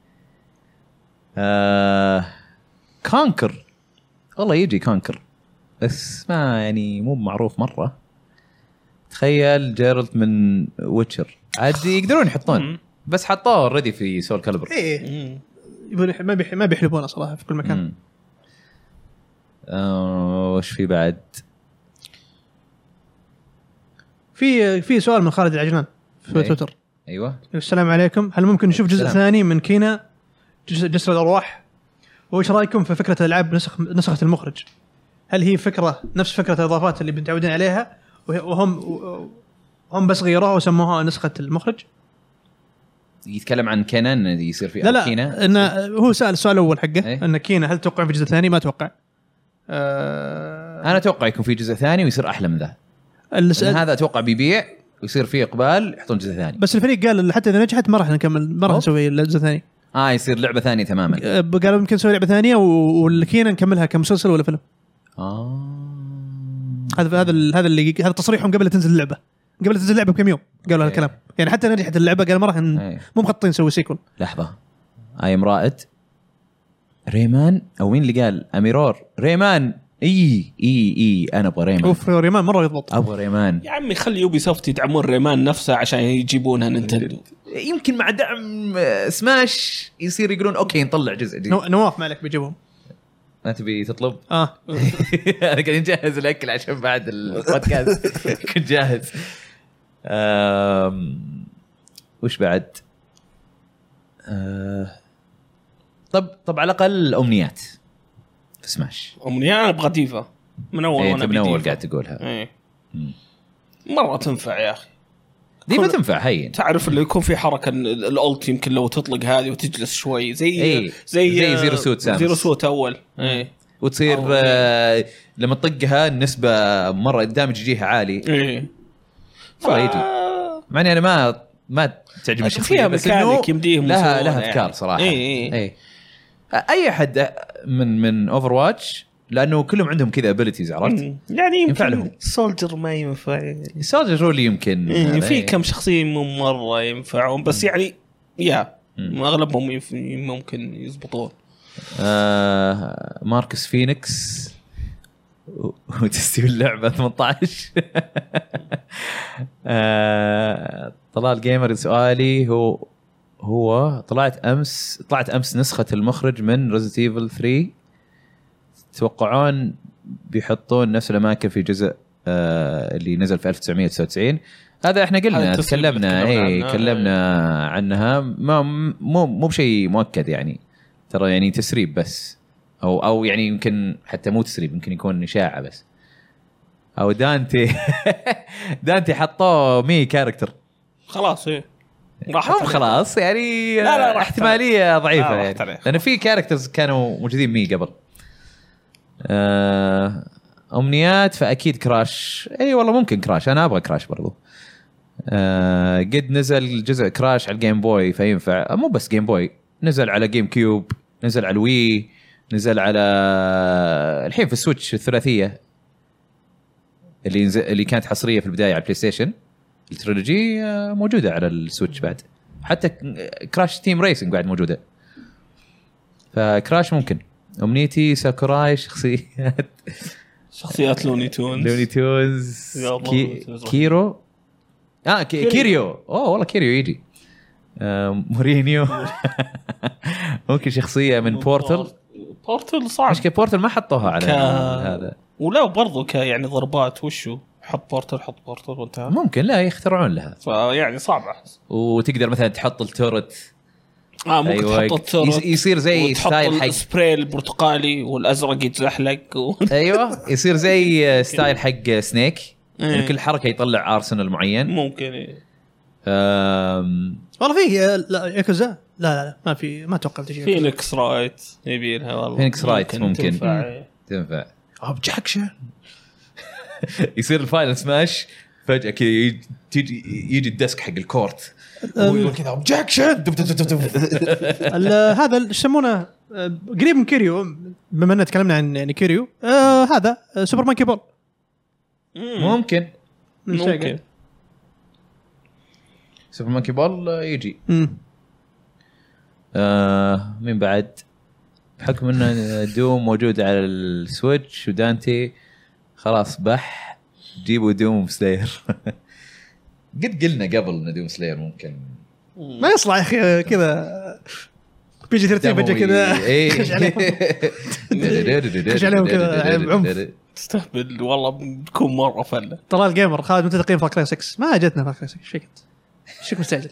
كونكر والله يجي كونكر، بس ما يعني مو معروف مره. تخيل جيرالت من ويتشر عاد يقدرون يحطون، بس حطوه اوريدي في سول كالبر. ما بيحلبونه صراحه في كل مكان. وش في بعد؟ في سؤال من خالد العجلان في تويتر. ايوه السلام عليكم، هل ممكن نشوف جزء ثاني من كينا جسر الارواح؟ وايش رايكم في فكره الالعاب نسخه المخرج؟ هل هي فكره نفس فكره الاضافات اللي متعودين عليها وهم بس غيروها وسموها نسخه المخرج؟ يتكلم عن كينان يصير في كينا. إنه هو سأل السؤال الأول حقه إن كينا هل توقع في جزء ثاني؟ ما أتوقع. أنا أتوقع يكون في جزء ثاني ويصير أحلى من ذا. هذا أتوقع بيبيع ويصير فيه إقبال يحطون جزء ثاني. بس الفريق قال حتى إذا نجحت ما راح نكمل، ما راح نسوي الجزء الثاني. يصير لعبة ثانية تماما. قالوا يمكن نسوي لعبة ثانية والكينا نكملها كمسلسل ولا فيلم. هذا تصريحهم قبل تنزل اللعبة. قبل تنزل اللعبة بكم يوم قالوا هالكلام. يعني حتى نجحت اللعبة قال ما راح مو مخططين نسوي سيكول. لحظة أيم رائد ريمان أو مين اللي قال أميرور ريمان؟ إي أنا أبغى ريمان. أوف ريمان مرة يضبط. أبغى ريمان يا عمي. خلي يوبي سوفت يدعمون ريمان نفسه عشان يجيبونها نينتندو. يمكن مع دعم سماش يصير يقولون أوكي نطلع جزء جديد. نواف مالك بيجيبهم. ما تبي تطلب؟ أنا قاعد نجهز الأكل عشان بعد البودكاست كنت جاهز. وش بعد؟ طب على الأقل أمنيات في سماش. أمنيات أبغى ديفا من أول. وأنا من أول قاعد تقولها. مرة تنفع يا أخي. ديفا تنفع هين. تعرف اللي يكون في حركة الألت يمكن لو تطلق هذه وتجلس شوي زي زيرو سوت سامس. زيرو سوت أول. وتصير لما تطقها النسبة مرة الدامج يجيها عالي. يجي معني أنا ما تعجبني الشخصية بس إنه لها أفكار صراحة. أي أحد من أوفرواتش لأنه كلهم عندهم كذا abilities عرفت يعني ينفع لهم. سولجر ما ينفع. سولجر رولي يمكن في كم شخصية مرة ينفعون بس يعني أغلبهم ممكن يزبطون. ماركس فينيكس وتستوي اللعبة 18. طلال جيمر سؤالي هو طلعت أمس نسخة المخرج من Resident Evil 3. تتوقعون بيحطون نفس الأماكن في جزء اللي نزل في 1999؟ هذا احنا قلنا تكلمنا عنها. مو بشيء مؤكد يعني، ترى يعني تسريب بس او يعني يمكن حتى مو تسريب، يمكن يكون إشاعة بس. او دانتي حطوه مي كاركتر خلاص. راح خلاص يعني لا احتمالية ضعيفة يعني لأن في كاركترز كانوا موجودين مي قبل. أمنيات فأكيد كراش. والله ممكن كراش، أنا أبغى كراش برضو. قد نزل جزء كراش على الجيم بوي فينفع. مو بس جيم بوي، نزل على جيم كيوب، نزل على الوي، نزل على الحين في السويتش الثلاثية اللي كانت حصريه في البدايه على البلاي ستيشن. التريلوجي موجوده على السويتش بعد، حتى كراش تيم ريسنج بعد موجوده. فكراش ممكن. امنيتي ساكوراي شخصيات لوني تونز كيرو كيريو. والله كيريو يجي. مورينيو. ممكن شخصيه من بورتل صعب. مشكلة بورتل ما حطوها على هذا. ولا برضو يعني ضربات وشو حط بورتل وانتهى. ممكن لا يخترعون لها، فيعني صعبة. وتقدر مثلا تحط التورت. ممكن أيوة. تحط التورت يصير زي ستايل حق السبراي البرتقالي والازرق يتزحلق ايوه يصير زي ستايل حق سنيك. يعني كل حركه يطلع ارسنال معين. ممكن والله فيه ياكوزا. لا ما في، ما اتوقع تجي فينيكس رايت يبيلها والله. فينيكس رايت ممكن تنفع. اوبجكشن. يصير الفاينل سماش فجاه كذا يجي الديسك حق الكورت ويقول كذا اوبجكشن. هذا يسمونه قريب من كيريو، بما ان تكلمنا عن يعني كيريو. هذا سوبر مانكي بول. ممكن سوبر مانكي بول يجي. من بعد بحكم انه دوم موجود على السويتش ودانتي خلاص بح جيبوا دوم سلاير. قد قلنا قبل ان دوم سلاير ممكن ما يصلح يا اخي كذا بيجي ترتيب بيجي كذا خش عليهم كذا بعنف. تستهبل والله بكون مره فله. ترى الجيمر خالد متدقين في فاكر 6 ما جتنا فاكر 6 شكل مستعجل.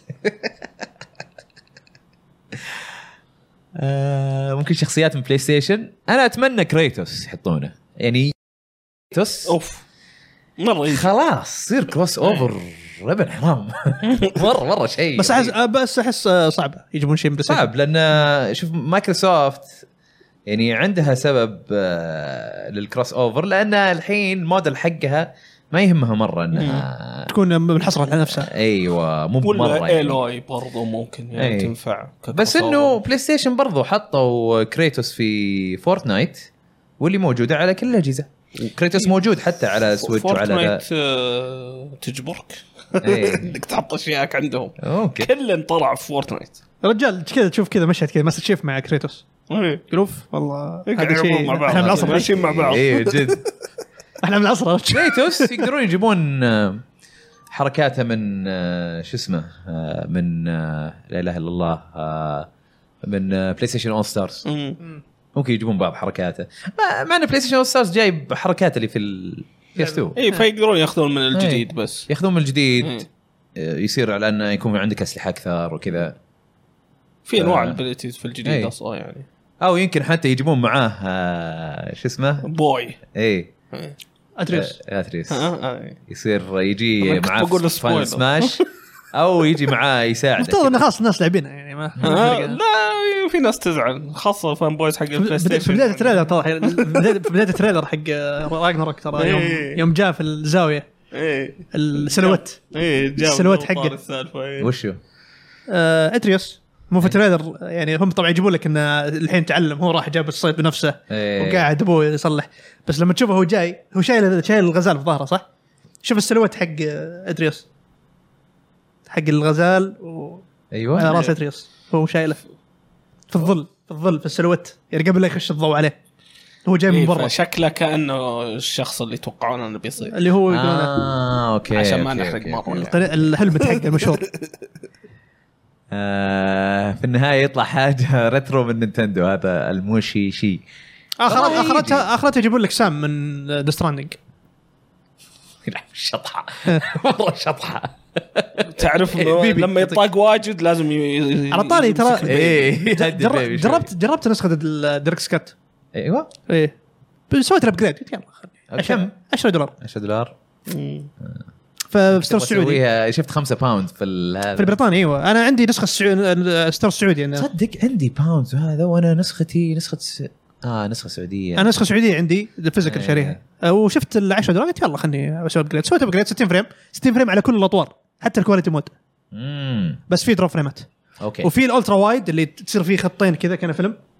ممكن شخصيات من بلاي ستيشن. انا اتمنى كريتوس يحطونه، يعني كريتوس مره خلاص يصير كروس اوفر ربع حرام. مره شيء بس احس صعب يجيبون شيء بس صعب، لان شوف مايكروسوفت يعني عندها سبب للكروس اوفر، لان الحين الموديل حقها ما يهمها مره انها تكون منحصره على نفسها. ايوه مو مره يعني برضو ممكن يعني تنفع بس انه بلاي ستيشن برضو حطوا كريتوس في فورتنايت واللي موجوده على كل الاجهزه، وكريتوس موجود حتى على سويتش وعلى تجبرك انك تحط اشياءك عندهم. كلن طلع في فورتنايت. رجال كذا تشوف كذا مشهد كذا ماستر شيف مع كريتوس جروف والله هذا شيء احنا من العصر ماشيين مع بعض. اي جد احنا من العصر. كريتوس يقدرون يجيبون حركاته من شو اسمه من لا اله الا الله من بلاي ستيشن اول ستارز. ممكن يجيبون بعض حركاته، مع ان بلاي ستيشن اول ستارز جايب حركات اللي في PS2. اي فيقدرون ياخذون من الجديد. بس ياخذون من الجديد يصير على انه يكون عندك اسلحه اكثر وكذا، في انواع الابيليتيز في الجديد اصلا يعني. او يمكن حتى يجيبون معاه شو اسمه بوي اتريس يصير يجي معاه فاينل سماش او يجي معاه يساعد. افترض ان خلاص الناس لاعبينها يعني ما لا في ناس تزعل خاصه فان بويز حق البلاي ستيشن. في بدايه التريلر ترى بدايه التريلر حق راجناروك ترى يوم جاء في الزاويه السلوت السلوت حقه وشو اتريوس مو في التريلر يعني. هم طبعا يجيبون لك انه الحين تعلم، هو راح جاب الصيد بنفسه وقاعد ابوه يصلح، بس لما تشوفه هو جاي هو شايل الغزال في ظهره صح. شوف السلوت حق اتريوس حق الغزال ايوه على راس اتريوس هو شايله في الظل في السلوت يعني قبل لا يخش الضوء عليه. هو جاي من برا شكله كأنه الشخص اللي توقعونه انه بيصير اللي هو اوكي عشان ما نحرق مره الهلمت حقه المشهور. في النهايه يطلع حاجه ريترو من نينتندو، هذا الموشي شيء اخرتها يجيبون لك سام من ديستراندينج. شطحه مره شطحه. تعرف لما يطاق واجد لازم على طاري ترى جربت نسخه الديركس كات. ايوه سويت ابجريد يلا كم $10 في ستور السعودي. شفت 5 باوند في البريطاني. ايوه انا عندي نسخه ستور السعودي انا صدق عندي باوند هذا، وانا نسخه نسخه سعوديه. انا نسخه سعوديه عندي الفيزيكال شاريها وشفت $10 قلت يلا خلني اسوي ابجريد. سويت ابجريد 60 فريم على كل الاطوار حتى الكواليتي مود. بس في دروب فريمات. اوكي. وفي الالترا وايد اللي تصير فيه خطين كذا كان فيلم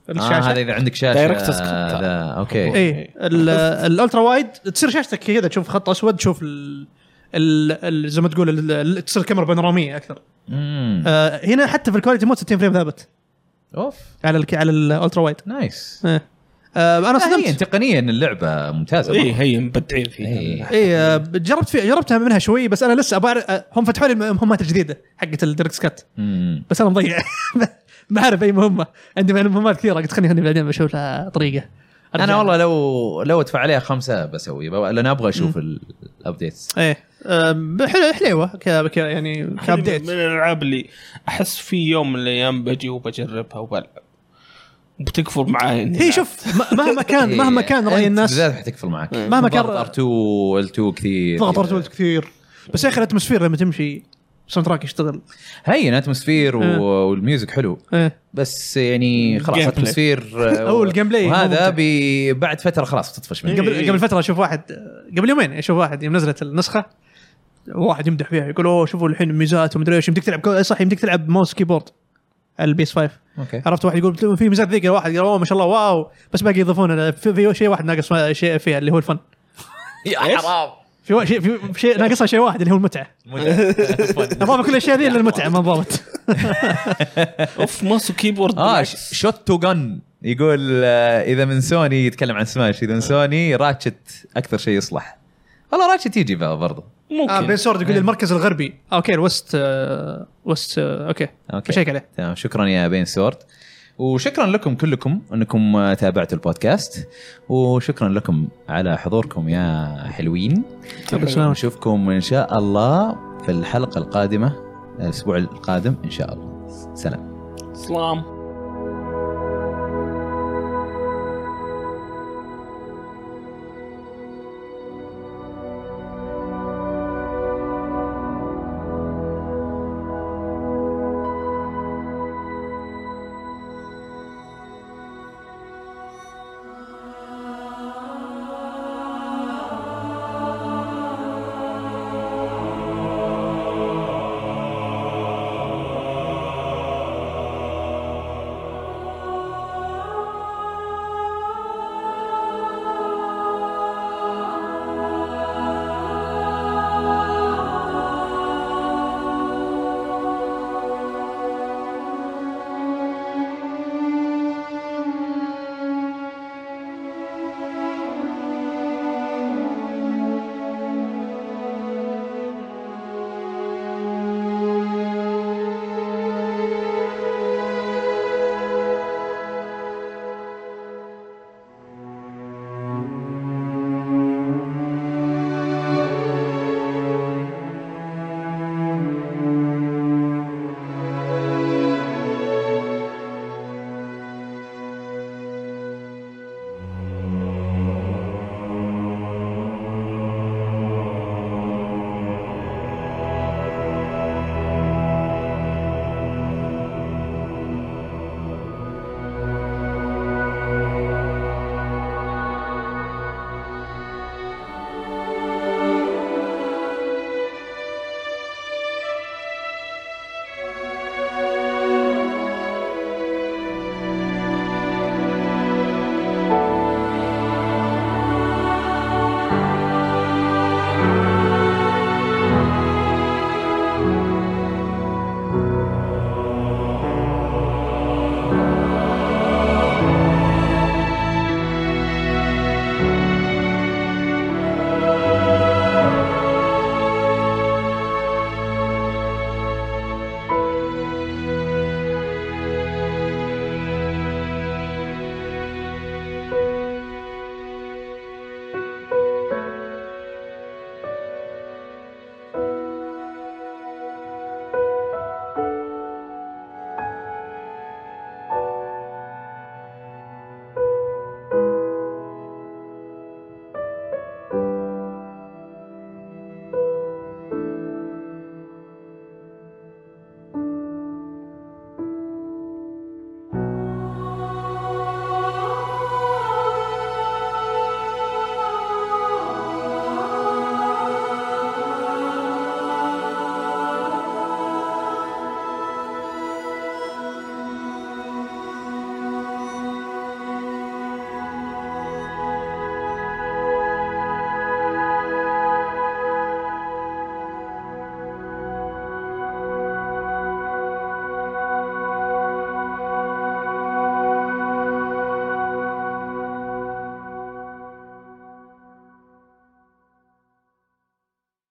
الشاشه. هذا اذا عندك شاشه دايركت سكوب. اوكي. اي الالترا وايد تصير شاشتك كذا تشوف خط اسود، تشوف زي ما تقول تصير كاميرا بانوراميه اكثر. هنا حتى في الكواليتي مود 60 فريم ثابت اوف على الالترا وايد. نايس. انا صدمت تقنيا اللعبه ممتازه. هي مبدعين فيها. جربتها منها شوي، بس انا لسه هم فتحوا لي المهمات الجديده حقت الديركت كات، بس انا مضيع ما اعرف اي مهمه. عندي مهمات كثيره قلت خليني بعدين بشوف لها طريقه. انا والله لو ادفع عليها 5 بسوي، لان ابغى اشوف الابديتس. حلوه يعني كابديت من الالعاب اللي احس في يوم من الايام بجي وبجربها وبلعب بتكفر معاي. هي شوف مهما كان راي الناس بالذات حتكفر معك. مهما كان R2 L2 كثير، ضغط R2 كثير، بس يا اخي الاتموسفير لما تمشي ساوند تراك يشتغل. هي اتموسفير والميوزك حلو. بس يعني خلاص اتموسفير او الجيم بلاي وهذا بعد فتره خلاص تطفش منه. قبل فتره اشوف واحد، قبل يومين اشوف واحد يوم نزلت النسخه، واحد يمدح فيها يقول اوه شوفوا الحين الميزات ومدري ايش، يمديك تلعب صح، يمديك تلعب ماوس كيبورد على البي اس 5. عرفت واحد يقول في ميزات ذيك، واحد قال اوه ما شاء الله واو، بس باقي يضيفون في شيء واحد ناقص شيء فيها اللي هو الفن. يا حرام، في شيء ناقصها شيء واحد اللي هو المتعه. اضاف كل الاشياء ذي الا المتعه ما ضابط. اوف ماوس كيبورد. شوت تو جن يقول اذا من سوني يتكلم عن سماش، اذا من سوني راتشت اكثر شيء يصلح. والله راتشت يجي برضه ممكن. بين سورد يقول المركز الغربي. اوكي الوست اوكي بشيك عليه. تمام، شكرا يا بين سورد، وشكرا لكم كلكم انكم تابعتوا البودكاست، وشكرا لكم على حضوركم يا حلوين. نشوفكم ان شاء الله في الحلقة القادمة الاسبوع القادم ان شاء الله. سلام.